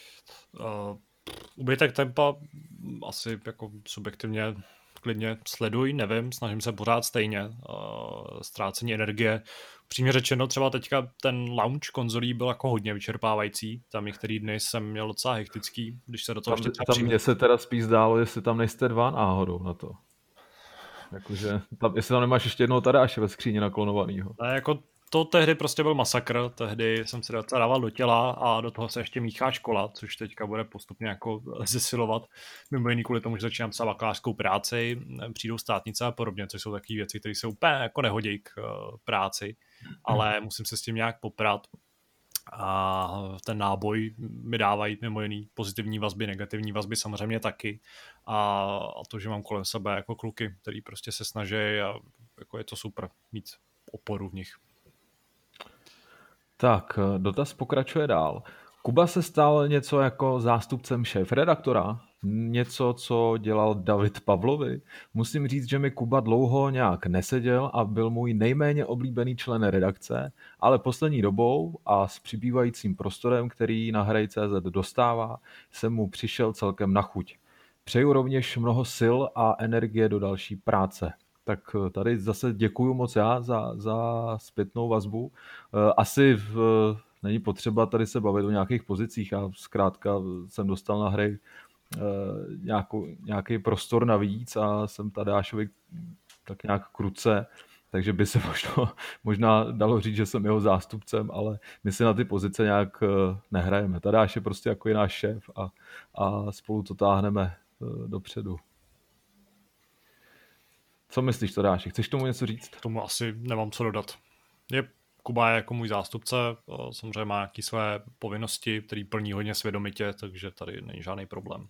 Úbytek tempa asi jako subjektivně klidně sleduj, nevím, snažím se pořád stejně. Ztrácení energie. Přímě řečeno, třeba teďka ten launch konzolí byl jako hodně vyčerpávající. Tam některý dny jsem měl docela hektický, když se do toho ještě tam mně se teda spíš zdálo, jestli tam nejste dva náhodou na to. Jakože, jestli tam nemáš ještě jednoho Tadeáše ve skříni naklonovanýho. Ne, jako to tehdy prostě byl masakr, tehdy jsem se docela dával do těla a do toho se ještě míchá škola, což teďka bude postupně jako zesilovat. Mimo jiný kvůli tomu, že začínám psát bakalářskou práci, přijdou státnice a podobně, což jsou takové věci, které se úplně jako nehodí k práci, ale musím se s tím nějak poprat. A ten náboj mi dávají mimo jiný pozitivní vazby, negativní vazby samozřejmě taky. A to, že mám kolem sebe jako kluky, který prostě se snaží a jako je to super mít oporu v nich. Tak, dotaz pokračuje dál. Kuba se stal něco jako zástupcem šéfredaktora? Něco, co dělal David Pavlovi? Musím říct, že mi Kuba dlouho nějak neseděl a byl můj nejméně oblíbený člen redakce, ale poslední dobou a s přibývajícím prostorem, který na Hrej.cz dostává, jsem mu přišel celkem na chuť. Přeju rovněž mnoho sil a energie do další práce. Tak tady zase děkuju moc já za zpětnou vazbu. Asi není potřeba tady se bavit o nějakých pozicích. Já zkrátka jsem dostal na hry nějaký prostor navíc a jsem Tadeášovi tak nějak kruce takže by se možná dalo říct, že jsem jeho zástupcem, ale my si na ty pozice nějak nehrajeme. Tadáš je prostě jako je náš šéf a spolu to táhneme dopředu. Co myslíš, Tadáši? Chceš tomu něco říct? Tomu asi nemám co dodat. Kuba je jako můj zástupce, samozřejmě má nějaké své povinnosti, který plní hodně svědomitě, takže tady není žádný problém.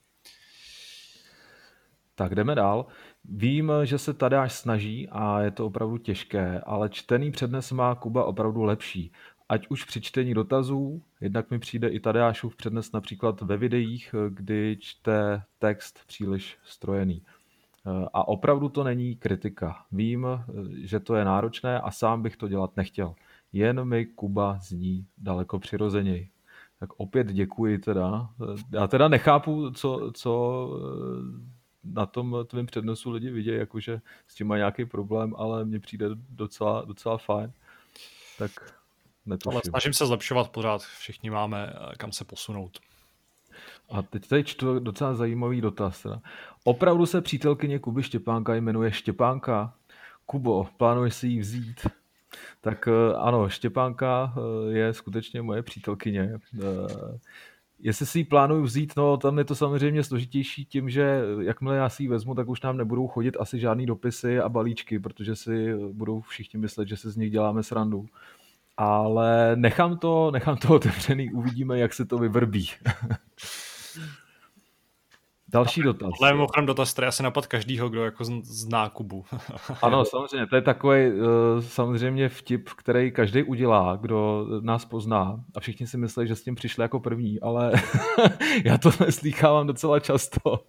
Tak jdeme dál. Vím, že se Tadáš snaží a je to opravdu těžké, ale čtený přednes má Kuba opravdu lepší. Ať už při čtení dotazů, jednak mi přijde i Tadášův přednes například ve videích, kdy čte text příliš strojený. A opravdu to není kritika. Vím, že to je náročné a sám bych to dělat nechtěl. Jen mi Kuba zní daleko přirozeněji. Tak opět děkuji teda. Já teda nechápu, co na tom tvém přednesu lidi vidějí, jakože s tím mají nějaký problém, ale mně přijde docela fajn. Tak netuším. Ale snažím se zlepšovat pořád. Všichni máme kam se posunout. A teď tady čtu docela zajímavý dotaz. Teda. Opravdu se přítelkyně Kuby Štěpánka jmenuje Štěpánka? Kubo, plánuješ si ji vzít? Tak ano, Štěpánka je skutečně moje přítelkyně. Jestli si ji plánuju vzít, no tam je to samozřejmě složitější tím, že jakmile já si ji vezmu, tak už nám nebudou chodit asi žádný dopisy a balíčky, protože si budou všichni myslet, že se z nich děláme srandu. Ale nechám to otevřený, uvidíme, jak se to vyvrbí. Další dotaz. Tohle je mimochodem dotaz, který asi napad každýho, kdo jako zná Kubu. Ano, samozřejmě, to je takový samozřejmě vtip, který každý udělá, kdo nás pozná a všichni si myslí, že s tím přišli jako první, ale já to slýchávám docela často.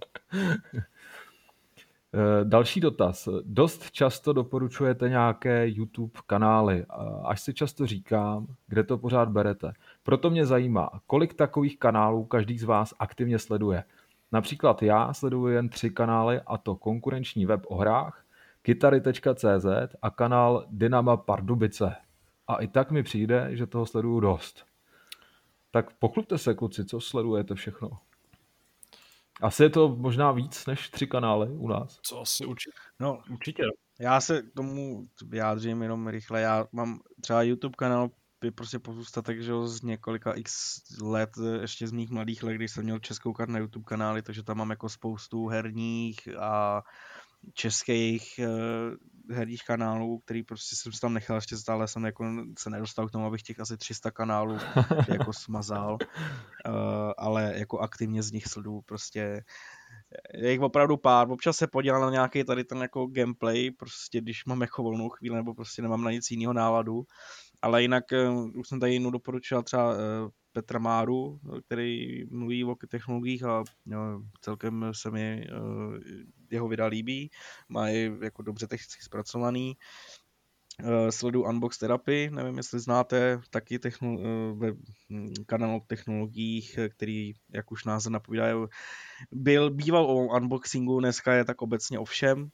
Další dotaz. Dost často doporučujete nějaké YouTube kanály, až si často říkám, kde to pořád berete. Proto mě zajímá, kolik takových kanálů každý z vás aktivně sleduje. Například já sleduji jen 3 kanály, a to konkurenční web o hrách, kytary.cz a kanál Dynama Pardubice. A i tak mi přijde, že toho sleduju dost. Tak pochlubte se, kluci, co sledujete všechno. Asi je to možná víc než 3 kanály u nás. Co asi určitě. No, Určitě. já se k tomu vyjádřím jenom rychle. Já mám třeba YouTube kanál, je prostě pozůstatek, že z několika x let, ještě z mých mladých let, když jsem měl čas koukat na YouTube kanály, takže tam mám jako spoustu herních a českých herních kanálů, který prostě jsem si tam nechal, ještě stále jsem jako se nedostal k tomu, abych těch asi 300 kanálů jako smazal, ale jako aktivně z nich sleduju prostě. Je jich opravdu pár, občas se podívám na nějaký tady ten jako gameplay, prostě když mám jako volnou chvíli, nebo prostě nemám na nic jiného náladu, ale jinak už jsem tady jinou doporučil třeba Petra Máru, který mluví o technologiích a celkem se mi jeho videa líbí, má je jako dobře technicky zpracovaný. Sleduju Unbox Therapy, nevím, jestli znáte, taky kanál o technologiích, který, jak už název napovídá, býval o unboxingu, dneska je tak obecně o všem.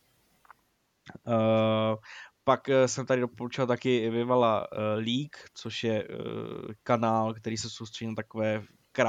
Pak jsem tady doporučil taky Vivala League, což je kanál, který se soustředí na takové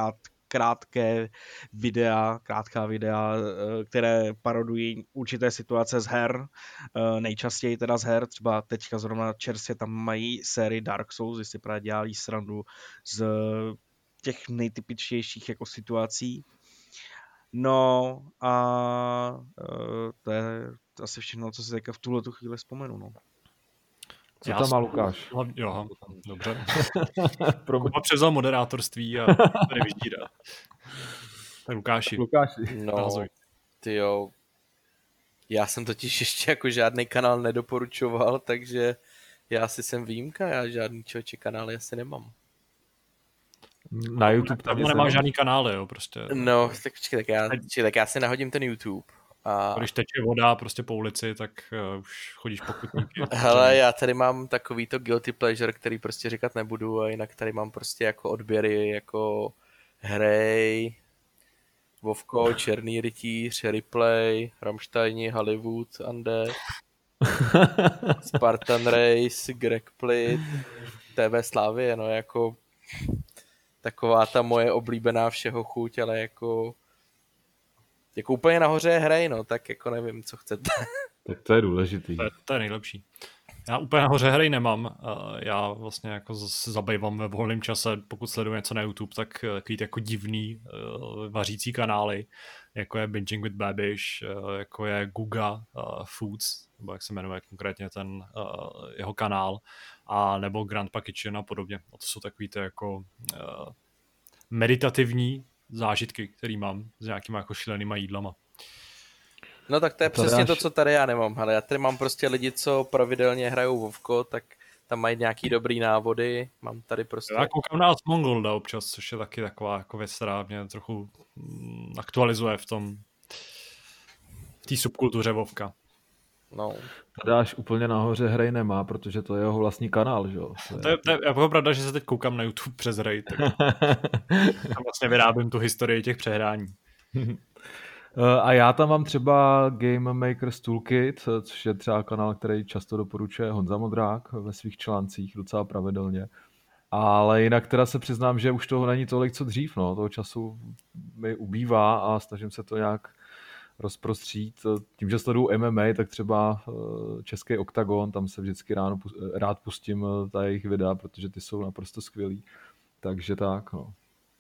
krátká videa, které parodují určité situace z her, nejčastěji teda z her, třeba teďka zrovna čerstvě tam mají sérii Dark Souls, jestli právě dělali srandu z těch nejtypičtějších jako situací. No a to je asi všechno, co si teďka v tuhletu chvíli vzpomenu. No. Co tam má Lukáš? Jo, dobře. Kuba převzal moderátorství a tady vyždírá. Tak Lukáši. No, tyjo. Já jsem totiž ještě jako žádný kanál nedoporučoval, takže já asi jsem výjimka, já žádný člověče kanály asi nemám. Na YouTube tam nemám žádný kanály, jo, prostě. No, tak počkej, tak já si nahodím ten YouTube. A... Když teče voda prostě po ulici, tak už chodíš po kutníky. Hele, já tady mám takovýto guilty pleasure, který prostě říkat nebudu, a jinak tady mám prostě jako odběry jako Hrej, Vovko, Černý rytíř, Replay, Rammsteini, Hollywood, Undead, Spartan Race, Greg Plit, TV Slavie, no jako taková ta moje oblíbená všeho chuť, ale jako úplně nahoře je Hrej, no, tak jako nevím, co chcete. Tak to je důležitý. To je nejlepší. Já úplně nahoře hry nemám. Já vlastně jako se zabývám ve volném čase, pokud sleduju něco na YouTube, tak takový jako divný vařící kanály, jako je Binging with Babish, jako je Guga Foods, nebo jak se jmenuje konkrétně ten jeho kanál, a nebo Grandpa Kitchen a podobně. A to jsou takový ty jako meditativní zážitky, který mám s nějakýma jako šílenýma jídlama. No tak to je přesně to, co tady já nemám. Hele, já tady mám prostě lidi, co pravidelně hrajou Vovko, tak tam mají nějaký dobrý návody. Mám tady prostě... Já koukám na Asmongold občas, což je taky taková jako věc, která mě trochu aktualizuje v té subkultuře Vovka. No. Tadáš úplně nahoře hry nemá, protože to je jeho vlastní kanál, že jo? To je jako pravda, že se teď koukám na YouTube přes hry, tak tam vlastně vyrábím tu historii těch přehrání. A já tam mám třeba Game Maker's Toolkit, což je třeba kanál, který často doporučuje Honza Modrák ve svých článcích docela pravidelně. Ale jinak teda se přiznám, že už toho není tolik, co dřív, no. Toho času mi ubývá a snažím se to nějak rozprostřít. Tím, že sleduju MMA, tak třeba český Oktagon, tam se vždycky rád pustím ta jejich videa, protože ty jsou naprosto skvělý. Takže tak, no.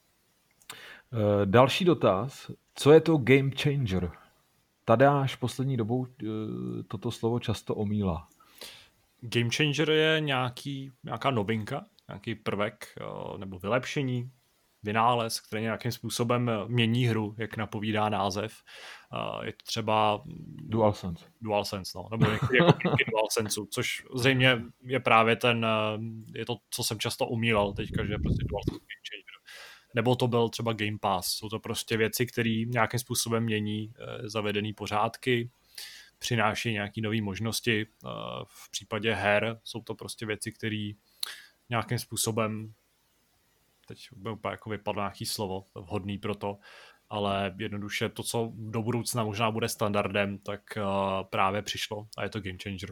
Další dotaz. Co je to game changer? Tadáš poslední dobou toto slovo často omílá. Game changer je nějaká novinka, nějaký prvek nebo vylepšení, vynález, který nějakým způsobem mění hru, jak napovídá název. Je to třeba DualSense, no, nebo někdy jako DualSense, což zřejmě je právě je to, co jsem často omílal teďka, že je prostě DualSense game changer. Nebo to byl třeba Game Pass. Jsou to prostě věci, které nějakým způsobem mění zavedený pořádky, přináší nějaké nové možnosti. V případě her jsou to prostě věci, které nějakým způsobem, teď úplně jako vypadlo nějaký slovo vhodný pro to, ale jednoduše to, co do budoucna možná bude standardem, tak právě přišlo a je to game changer.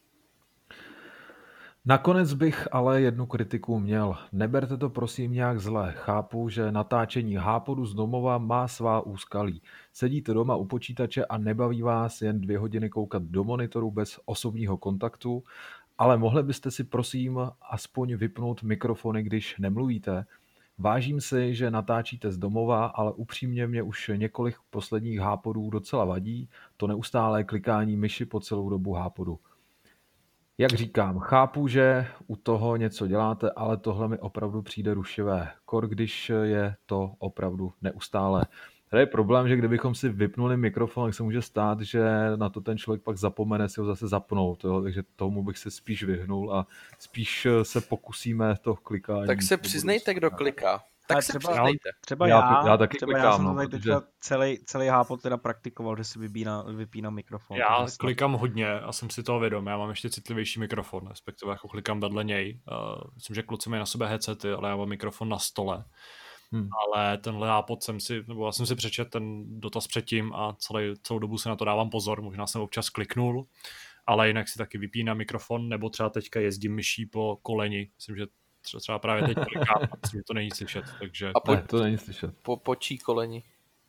Nakonec bych ale jednu kritiku měl. Neberte to prosím nějak zle. Chápu, že natáčení Hápodu z domova má svá úskalí. Sedíte doma u počítače a nebaví vás jen 2 hodiny koukat do monitoru bez osobního kontaktu, ale mohli byste si prosím aspoň vypnout mikrofony, když nemluvíte. Vážím si, že natáčíte z domova, ale upřímně mě už několik posledních Hápodů docela vadí, to neustálé klikání myši po celou dobu Hápodu. Jak říkám, chápu, že u toho něco děláte, ale tohle mi opravdu přijde rušivé. Kor, když je to opravdu neustále. Tady je problém, že kdybychom si vypnuli mikrofon, tak se může stát, že na to ten člověk pak zapomene si ho zase zapnout. Jo? Takže tomu bych se spíš vyhnul a spíš se pokusíme to klikání. Tak se přiznejte, kdo kliká. Tak se přiznejte. Třeba já taky třeba klikám, já jsem no, tady protože... celý Hápod teda praktikoval, že si vypínám mikrofon. Já klikám hodně a jsem si toho vědom. Já mám ještě citlivější mikrofon, respektive jako klikám vedle něj. Myslím, že kluci mají na sebe headsety, ale já mám mikrofon na stole. Ale tenhle Hápod já jsem si přečetl ten dotaz předtím a celou dobu se na to dávám pozor. Možná jsem občas kliknul, ale jinak si taky vypínám mikrofon, nebo třeba teďka jezdím myší po koleni. Myslím, že třeba právě teď klikám, myslím, že to není slyšet. Takže... Ne, to není slyšet. Po čí koleni?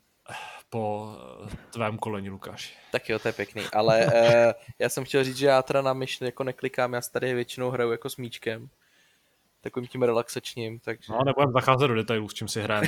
Po tvém koleni, Lukáš. Tak jo, to je pěkný, ale já jsem chtěl říct, že já teda na myš jako neklikám, já tady většinou hraju jako s míčkem. Takovým tím relaxačním, takže... No, nebudem zacházet do detailů, s čím si hrajeme.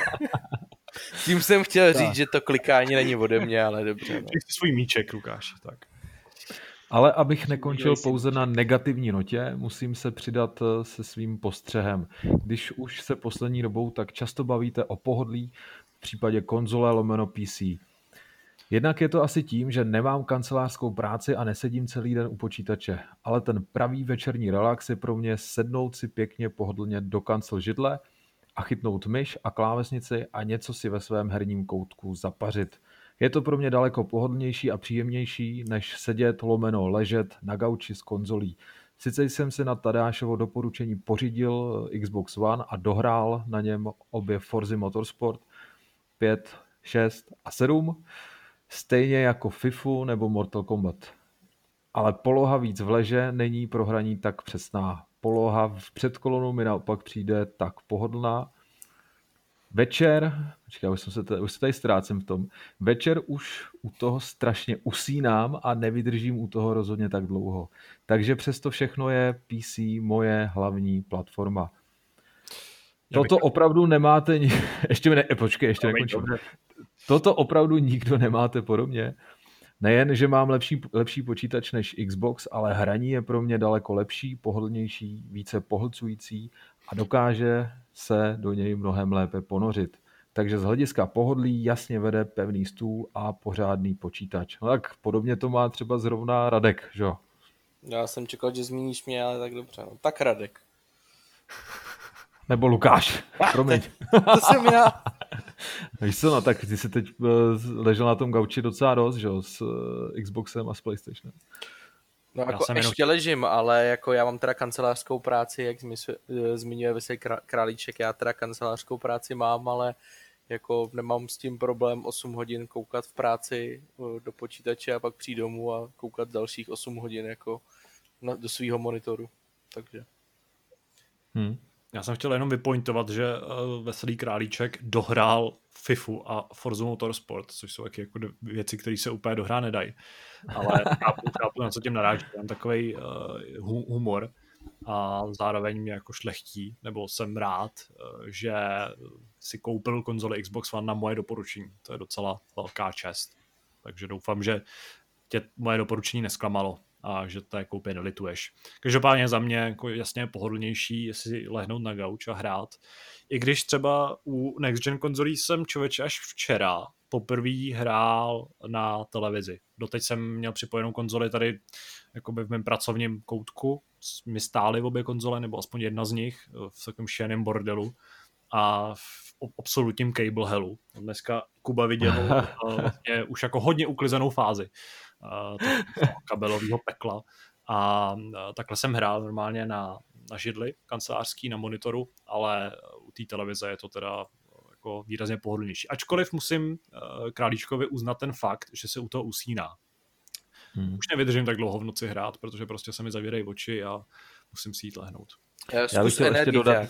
Tím jsem chtěl říct, že to klikání není ode mě, ale dobře. No. Ty svůj míček, Lukáš, tak. Ale abych nekončil pouze na negativní notě, musím se přidat se svým postřehem. Když už se poslední dobou tak často bavíte o pohodlí v případě konzole lomeno PC. Jednak je to asi tím, že nemám kancelářskou práci a nesedím celý den u počítače, ale ten pravý večerní relax je pro mě sednout si pěkně pohodlně do kancel židle a chytnout myš a klávesnici a něco si ve svém herním koutku zapařit. Je to pro mě daleko pohodlnější a příjemnější, než sedět lomeno ležet na gauči s konzolí. Sice jsem si na Tadášovo doporučení pořídil Xbox One a dohrál na něm obě Forza Motorsport 5, 6 a 7, stejně jako FIFU nebo Mortal Kombat. Ale poloha víc v leže není pro hraní tak přesná. Poloha v předkolonu mi naopak přijde tak pohodlná. Večer, počkej, už se tady ztrácím v tom, večer už u toho strašně usínám a nevydržím u toho rozhodně tak dlouho. Takže přesto všechno je PC moje hlavní platforma. Toto opravdu nemáte... Ještě nekončím. Toto opravdu nikdo nemáte podobně. Nejen, že mám lepší počítač než Xbox, ale hraní je pro mě daleko lepší, pohodlnější, více pohlcující a dokáže se do něj mnohem lépe ponořit. Takže z hlediska pohodlí jasně vede pevný stůl a pořádný počítač. No tak podobně to má třeba zrovna Radek, že jo? Já jsem čekal, že zmíníš mě, ale tak dobře. No. Tak Radek. Nebo Lukáš, promiň. To jsem já. Víš co, no tak ty jsi teď ležel na tom gauči docela dost, že jo, s Xboxem a s PlayStationem. No jako ještě ležím, ale jako já mám teda kancelářskou práci, jak zmiňuje Veselý Králíček, já teda kancelářskou práci mám, ale jako nemám s tím problém 8 hodin koukat v práci do počítače a pak přijít domů a koukat dalších 8 hodin jako do svého monitoru, takže. Já jsem chtěl jenom vypointovat, že Veselý Králíček dohrál FIFU a Forza Motorsport, což jsou taky jako věci, které se úplně dohrát nedají. Ale chápu, na co tím naráží. Mám takovej humor a zároveň mě jako šlechtí, nebo jsem rád, že si koupil konzoli Xbox One na moje doporučení. To je docela velká čest. Takže doufám, že tě moje doporučení nesklamalo a že té koupě nelituješ. Každopádně za mě jako jasně pohodlnější, jestli lehnout na gauč a hrát. I když třeba u Next Gen konzolí jsem člověče až včera poprvé hrál na televizi. Doteď jsem měl připojenou konzoli tady jakoby v mém pracovním koutku. Mi stály obě konzole, nebo aspoň jedna z nich v takovém šíleném bordelu a v absolutním cable hellu. Dneska Kuba viděl vlastně už jako hodně uklizenou fázi kabelového pekla a takhle jsem hrál normálně na židli kancelářský, na monitoru, ale u té televize je to teda jako výrazně pohodlnější. Ačkoliv musím Králíčkovi uznat ten fakt, že se u toho usíná. Už nevydržím tak dlouho v noci hrát, protože prostě se mi zavírají oči a musím si jít lehnout. Já bych chtěl ještě dodat...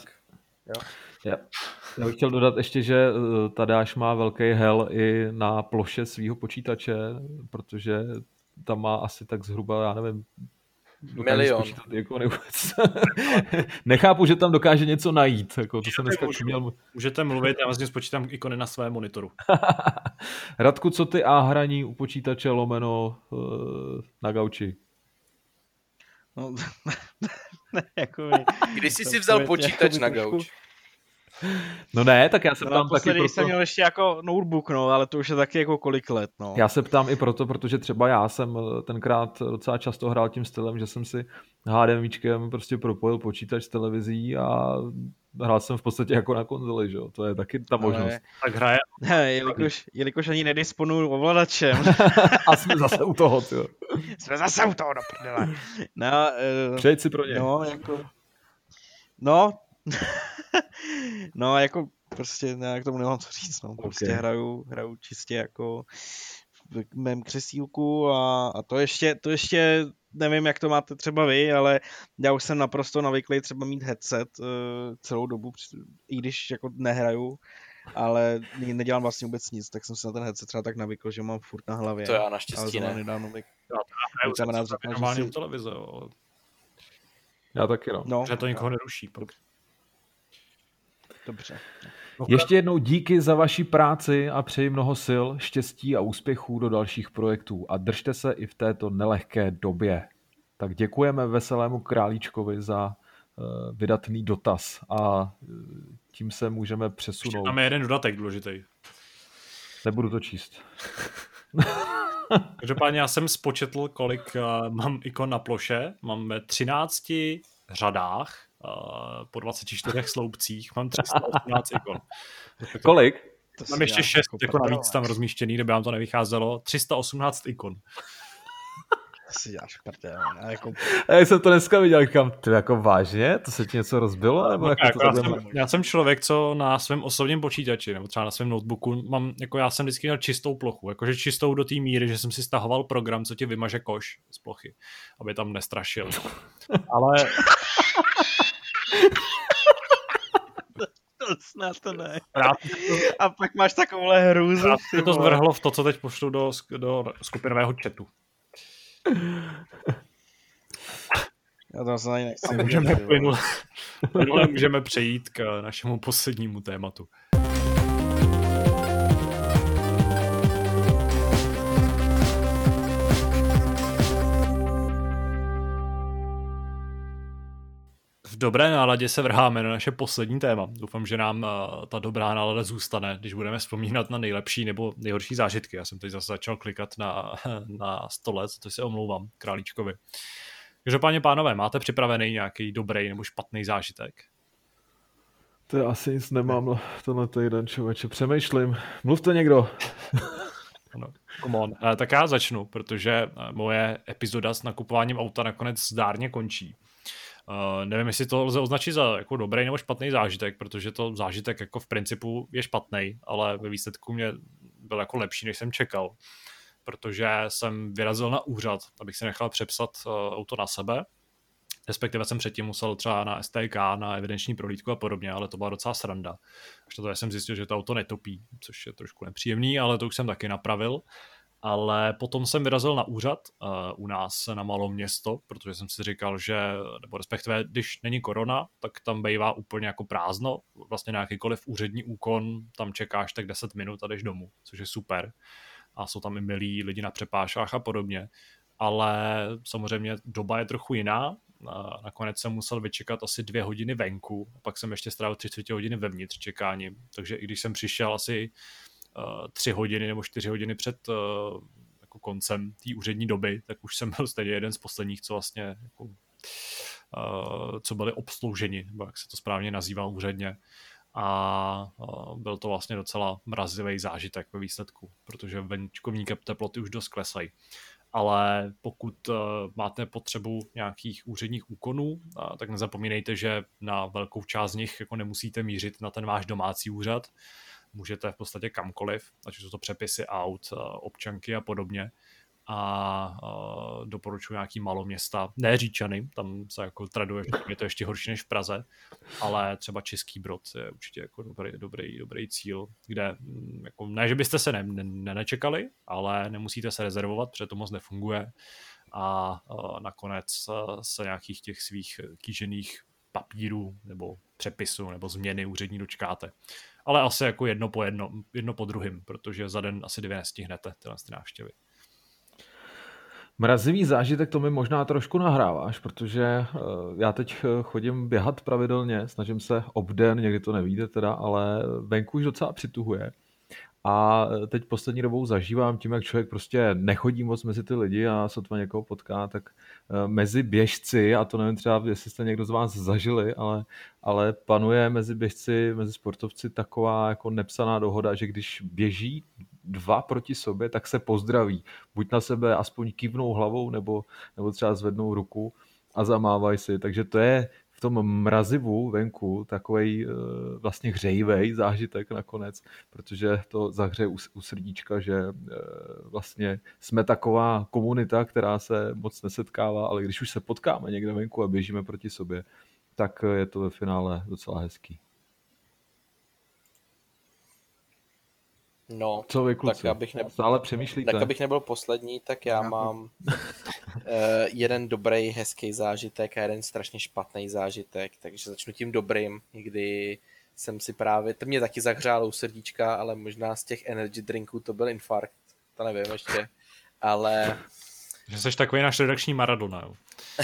Já bych chtěl dodat ještě, že Tadáš má velký hell i na ploše svého počítače, protože tam má asi tak zhruba, já nevím, 1 jako nechápu, že tam dokáže něco najít. Jako, to jsem dneska můžete mluvit, já vlastně spočítám ikony na svém monitoru. Radku, co ty a hraní u počítače lomeno na gauči? No, ne, jako Když jsi si vzal počítač na gauč? No ne, tak já se ptám taky proto... jsem měl ještě jako notebook, no, ale to už je taky jako kolik let, no. Já se ptám i proto, protože třeba já jsem tenkrát docela často hrál tím stylem, že jsem si HDMIčkem prostě propojil počítač s televizí a hrál jsem v podstatě jako na konzoli, že jo, to je taky ta možnost. Tak hraje. Jelikož ani nedisponuju ovladačem. A jsme zase u toho, jo. Jsme zase u toho, do prdele. No, přejď si pro ně. No, jako... No, jako prostě nějak tomu nemám co říct, no. Prostě hraju čistě jako v mém křesílku a to ještě nevím, jak to máte třeba vy, ale já už jsem naprosto navyklý třeba mít headset celou dobu, i když jako nehraju, ale nedělám vlastně vůbec nic, tak jsem se na ten headset třeba tak navykl, že mám furt na hlavě. To já naštěstí ne. Nedávno televize, ale... Já taky, no. Že to nikoho neruší. Dobře. Ještě jednou díky za vaši práci a přeji mnoho sil, štěstí a úspěchů do dalších projektů a držte se i v této nelehké době. Tak děkujeme Veselému Králíčkovi za vydatný dotaz a tím se můžeme přesunout. Máme jeden dodatek důležitý. Nebudu to číst. Každopádně já jsem spočetl, kolik mám ikon na ploše. Mám ve 13 řadách po 24 sloupcích, mám 318 ikon. Kolik? Mám ještě 6 jako navíc tam rozmístěný, kdyby vám to nevycházelo. 318 ikon. Si děláš prdel. Já jsem to dneska viděl, říkám, ty jako vážně? To se ti něco rozbilo? Nebo já jsem člověk, co na svém osobním počítači, nebo třeba na svém notebooku, já jsem vždycky měl čistou plochu, jakože čistou do té míry, že jsem si stahoval program, co ti vymaže koš z plochy, aby tam nestrašil. Ale... Snad to ne. Rád A pak máš takovouhle hrůzu. se to zvrhlo v to, co teď pošlu do skupinového chatu. Já to asi nechci. Můžeme přejít k našemu poslednímu tématu. V dobré náladě se vrháme na naše poslední téma. Doufám, že nám ta dobrá nálada zůstane, když budeme vzpomínat na nejlepší nebo nejhorší zážitky. Já jsem teď zase začal klikat na stole, to se omlouvám králíčkovi. Každopádně, pánové, máte připravený nějaký dobrý nebo špatný zážitek? To já asi nic nemám tenhle týden, člověče. Přemýšlím. Mluvte někdo. No, come on. Tak já začnu, protože moje epizoda s nakupováním auta nakonec zdárně končí. Nevím, jestli to lze označit za jako dobrý nebo špatný zážitek, protože to zážitek jako v principu je špatný, ale ve výsledku mě byl jako lepší, než jsem čekal. Protože jsem vyrazil na úřad, abych si nechal přepsat auto na sebe. Respektive jsem předtím musel třeba na STK, na evidenční prohlídku a podobně, ale to byla docela sranda. Až to jsem zjistil, že to auto netopí, což je trošku nepříjemný, ale to už jsem taky napravil. Ale potom jsem vyrazil na úřad u nás na malé město, protože jsem si říkal, že, nebo respektive, když není korona, tak tam bývá úplně jako prázdno. Vlastně na jakýkoliv úřední úkon, tam čekáš tak 10 minut a jdeš domů, což je super. A jsou tam i milí lidi na přepážkách a podobně. Ale samozřejmě doba je trochu jiná. Nakonec jsem musel vyčekat asi 2 hodiny venku, a pak jsem ještě strávil 3/4 hodiny vevnitř čekáním. Takže i když jsem přišel asi 3 hodiny nebo 4 hodiny před jako koncem té úřední doby, tak už jsem byl stejně jeden z posledních, co vlastně jako, co byli obslouženi, nebo jak se to správně nazývá úředně. A byl to vlastně docela mrazivý zážitek ve výsledku, protože venkovní teploty už dost klesají. Ale pokud máte potřebu nějakých úředních úkonů, tak nezapomínejte, že na velkou část z nich jako nemusíte mířit na ten váš domácí úřad. Můžete v podstatě kamkoliv, ať jsou to přepisy aut, občanky a podobně. A doporučuji nějaký maloměsta, ne Říčany, tam se jako traduje, že je to ještě horší než v Praze, ale třeba Český Brod je určitě jako dobrý cíl, kde jako, ne, že byste se nečekali, ale nemusíte se rezervovat, protože to moc nefunguje a nakonec se nějakých těch svých kýžených papírů nebo přepisů nebo změny úřední dočkáte. Ale asi jako jedno po druhým, protože za den asi 2 nestihnete tyhle návštěvy. Mrazivý zážitek, to mi možná trošku nahráváš, protože já teď chodím běhat pravidelně, snažím se obden, někdy to nevíde teda, ale venku už docela přituhuje. A teď poslední dobou zažívám tím, jak člověk prostě nechodí moc mezi ty lidi a sotva někoho potká, tak mezi běžci, a to nevím třeba, jestli jste někdo z vás zažili, ale panuje mezi běžci, mezi sportovci taková jako nepsaná dohoda, že když běží 2 proti sobě, tak se pozdraví. Buď na sebe aspoň kývnou hlavou, nebo třeba zvednou ruku a zamávají si. Takže to je v tom mrazivu venku takovej vlastně hřejivej zážitek nakonec, protože to zahřeje u srdíčka, že vlastně jsme taková komunita, která se moc nesetkává, ale když už se potkáme někde venku a běžíme proti sobě, tak je to ve finále docela hezký. No, co vy, kluci? Tak stále přemýšlíte? Tak abych nebyl poslední, tak já mám jeden dobrý, hezký zážitek a jeden strašně špatný zážitek, takže začnu tím dobrým, kdy jsem si právě, to mě taky zahřálo u srdíčka, ale možná z těch energy drinků to byl infarkt, to nevím ještě, ale... Že jsi takový náš redakční Maradona, jo?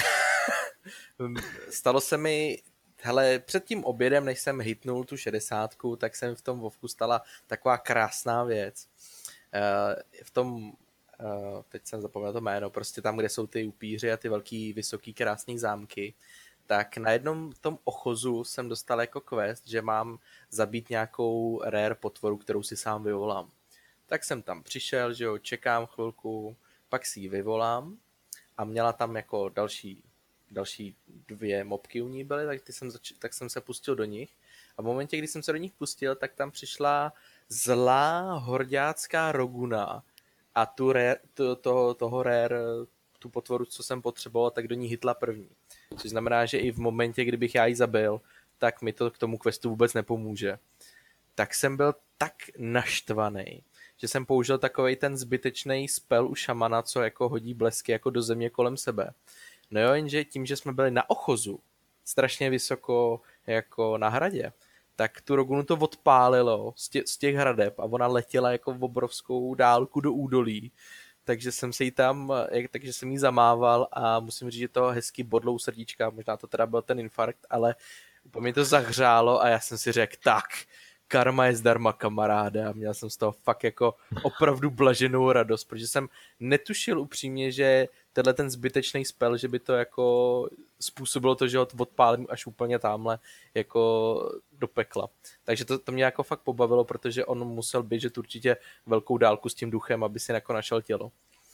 Stalo se mi, hele, před tím obědem, než jsem hitnul tu 60, tak jsem v tom Vovku stala taková krásná věc. V tom, teď jsem zapomněl to jméno, prostě tam, kde jsou ty upíři a ty velký, vysoký, krásný zámky, tak na jednom tom ochozu jsem dostal jako quest, že mám zabít nějakou rare potvoru, kterou si sám vyvolám. Tak jsem tam přišel, že jo, čekám chvilku, pak si ji vyvolám a měla tam jako další 2 mobky u ní byly, tak jsem se pustil do nich. A v momentě, kdy jsem se do nich pustil, tak tam přišla zlá horďácká roguna a toho rare, tu potvoru, co jsem potřeboval, tak do ní hitla první. Což znamená, že i v momentě, kdybych já ji zabil, tak mi to k tomu questu vůbec nepomůže. Tak jsem byl tak naštvaný, že jsem použil takovej ten zbytečný spell u šamana, co jako hodí blesky jako do země kolem sebe. No jo, jenže tím, že jsme byli na ochozu, strašně vysoko jako na hradě, tak tu Rogunu to odpálilo z těch hradeb a ona letěla jako v obrovskou dálku do údolí. Takže jsem se jí takže jsem jí zamával a musím říct, že to hezky bodlou srdíčka, možná to teda byl ten infarkt, ale úplně to zahřálo a já jsem si řekl, tak, karma je zdarma, kamaráde, a měl jsem z toho fakt jako opravdu blaženou radost, protože jsem netušil upřímně, že tenhle ten zbytečný spell, že by to jako způsobilo to, že ho odpálím až úplně tamhle jako do pekla. Takže to mě jako fakt pobavilo, protože on musel běžet určitě velkou dálku s tím duchem, aby si jako našel tělo.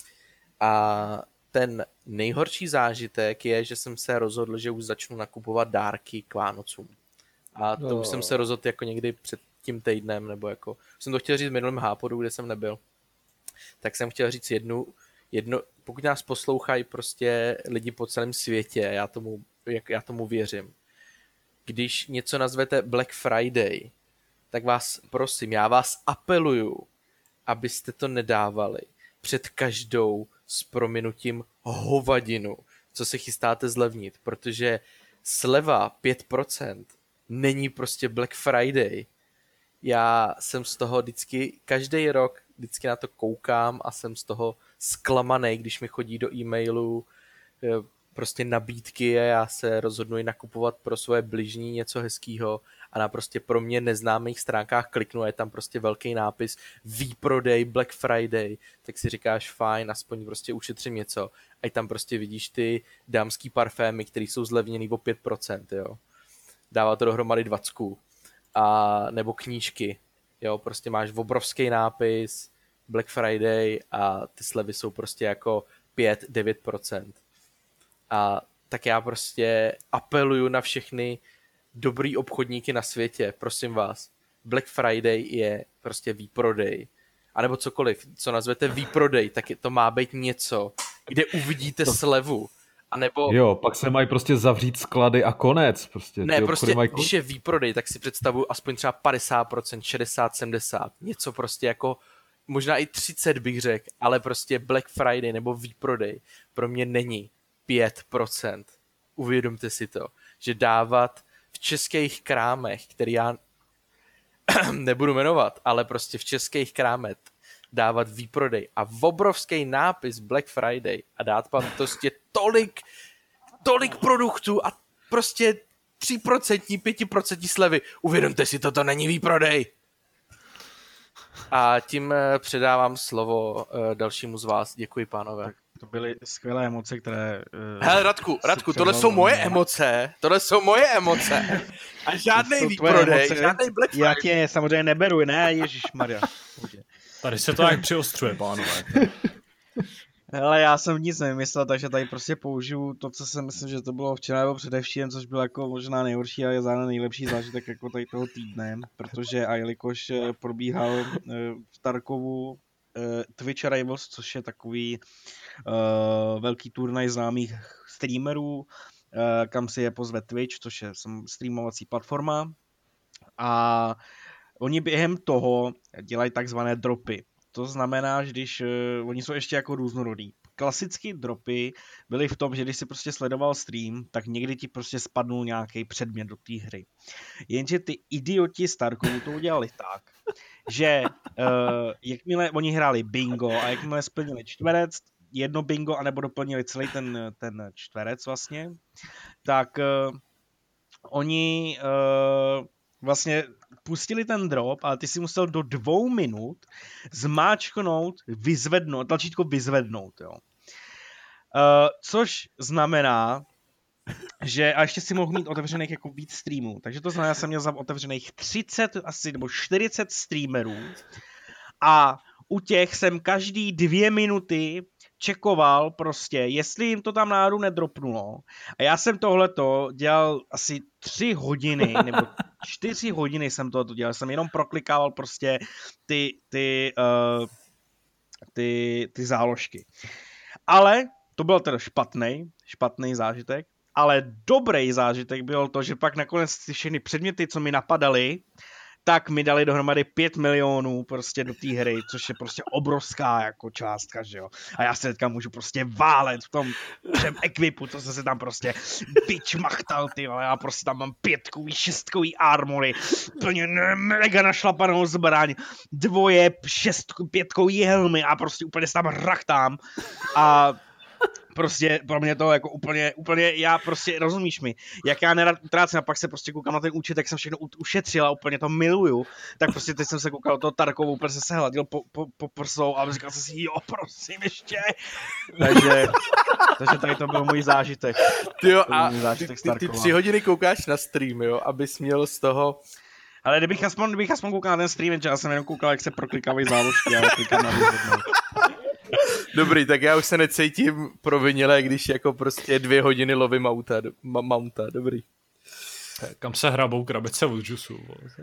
A ten nejhorší zážitek je, že jsem se rozhodl, že už začnu nakupovat dárky k Vánocům. A to už jsem se rozhodl jako někdy před tím týdnem, nebo jako, jsem to chtěl říct v minulém hápodu, kde jsem nebyl. Tak jsem chtěl říct jedno, pokud nás poslouchají prostě lidi po celém světě, já tomu věřím. Když něco nazvete Black Friday, tak vás prosím, já vás apeluju, abyste to nedávali před každou s prominutím hovadinu, co se chystáte zlevnit, protože sleva 5% není prostě Black Friday. Já jsem z toho každý rok na to koukám a jsem z toho zklamaný, když mi chodí do e-mailu prostě nabídky a já se rozhodnu i nakupovat pro svoje bližní něco hezkýho a na prostě pro mě neznámých stránkách kliknu a je tam prostě velký nápis výprodej Black Friday, tak si říkáš fajn, aspoň prostě ušetřím něco a tam prostě vidíš ty dámský parfémy, které jsou zlevněný o 5%, jo. Dává to dohromady 20. A nebo knížky, jo, prostě máš obrovský nápis Black Friday a ty slevy jsou prostě jako 5-9%. A tak já prostě apeluju na všechny dobrý obchodníky na světě, prosím vás, Black Friday je prostě výprodej. A nebo cokoliv, co nazvete výprodej, tak to má být něco, kde uvidíte slevu. A nebo... Jo, pak se mají prostě zavřít sklady a konec. Prostě. Ne, prostě když je výprodej, tak si představuju aspoň třeba 50%, 60%, 70%. Něco prostě jako, možná i 30 bych řekl, ale prostě Black Friday nebo výprodej pro mě není 5%. Uvědomte si to, že dávat v českých krámech, který já nebudu jmenovat, ale prostě v českých krámech dávat výprodej a obrovský nápis Black Friday a dát vám prostě tolik produktů a prostě 3%, 5% slevy. Uvědomte si, toto není výprodej. A tím předávám slovo dalšímu z vás. Děkuji, pánové. Tak to byly skvělé emoce, které... Hele, Radku, tohle jsou moje emoce. A žádnej výprodej, žádnej Black Friday. Já tě samozřejmě neberu, ne, ježišmarja. Tady se to jak přiostřuje, pánové. Hele, já jsem nic nevymyslel, takže tady prostě použiju to, co jsem myslím, že to bylo včera nebo především, což byl jako možná nejhorší a je zároveň nejlepší zážitek jako tady toho týdne, protože a jelikož probíhal v Tarkovu Twitch Rivals, což je takový velký turnaj známých streamerů, kam si je pozve Twitch, což je streamovací platforma, a oni během toho dělají takzvané dropy. To znamená, že když oni jsou ještě jako různorodí. Klasicky dropy byly v tom, že když si prostě sledoval stream, tak někdy ti prostě spadnul nějaký předmět do té hry. Jenže ty idioti z Tarkovu to udělali tak, že jakmile oni hráli bingo a jakmile splnili čtverec, jedno bingo, anebo doplnili celý ten čtverec vlastně, tak oni vlastně pustili ten drop, ale ty si musel do 2 minut zmáčknout, tlačítko vyzvednout, jo. Což znamená, že a ještě si mohl mít otevřených jako víc streamů, takže to znamená, že jsem měl za otevřených 30 asi nebo 40 streamerů a u těch jsem každý 2 minuty čekoval prostě, jestli jim to tam náhodou nedropnulo. A já jsem tohleto dělal asi 3 hodiny, nebo 4 hodiny jsem tohleto dělal. Jsem jenom proklikával prostě ty záložky. Ale to byl teda špatný zážitek. ale dobrý zážitek byl to, že pak nakonec ty všechny předměty, co mi napadaly, tak mi dali dohromady 5 milionů prostě do té hry, což je prostě obrovská jako částka, že jo. A já se teďka můžu prostě válet v tom všem ekvipu, co jsem se tam prostě vyčmachtal, ty vole. Já prostě tam mám 5kový, 6kový armory, plně mega našlapanou zbraň, 2 5kový helmy a prostě úplně se tam rachtám a prostě pro mě to jako úplně, já prostě, rozumíš mi, jak já nerad utrácím a pak se prostě koukám na ten účet, jak jsem všechno ušetřil a úplně to miluju, tak prostě teď jsem se koukal do toho Tarkovu, úplně jsem se hladil po prsou a říkal jsem si, jo, prosím ještě. Takže tady to byl můj zážitek. Tyjo, a ty 3 hodiny koukáš na stream, jo, abys měl z toho... Ale kdybych aspoň koukal na ten stream, že já jsem jenom koukal, jak se proklikají záložky, ale klikám na výhodnou. Dobrý, tak já už se necítím provinile, když jako prostě 2 hodiny lovím mounta, dobrý. Kam se hrabou krabice od džusu.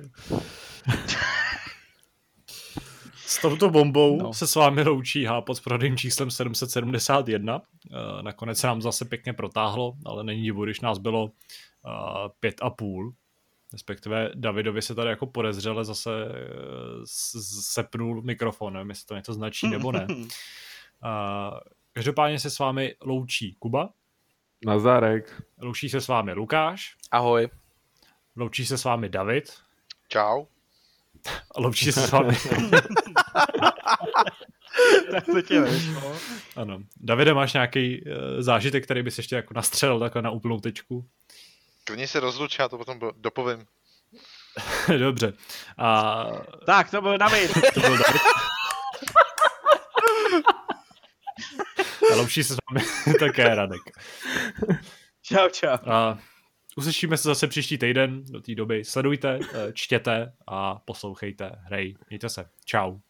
S touto bombou se s vámi loučí Hápot s pořadovým číslem 771. Nakonec se nám zase pěkně protáhlo, ale není divu, když nás bylo 5,5. Respektive Davidovi se tady jako podezřele zase sepnul mikrofon, nevím, jestli to něco značí nebo ne. Každopádně se s vámi loučí Kuba. Nazárek. Loučí se s vámi Lukáš. Ahoj. Loučí se s vámi David. Čau. A loučí se s vámi... Tak to tě nešlo. Ano. Davide, máš nějaký zážitek, který bys ještě jako nastřelil takhle na úplnou tečku? Klidně se rozluč, já to potom dopovím. Dobře. Tak, to byl David. A loučí se s vámi také Radek. Čau. Uslyšíme se zase příští týden. Do té doby sledujte, čtěte a poslouchejte hry. Mějte se. Čau.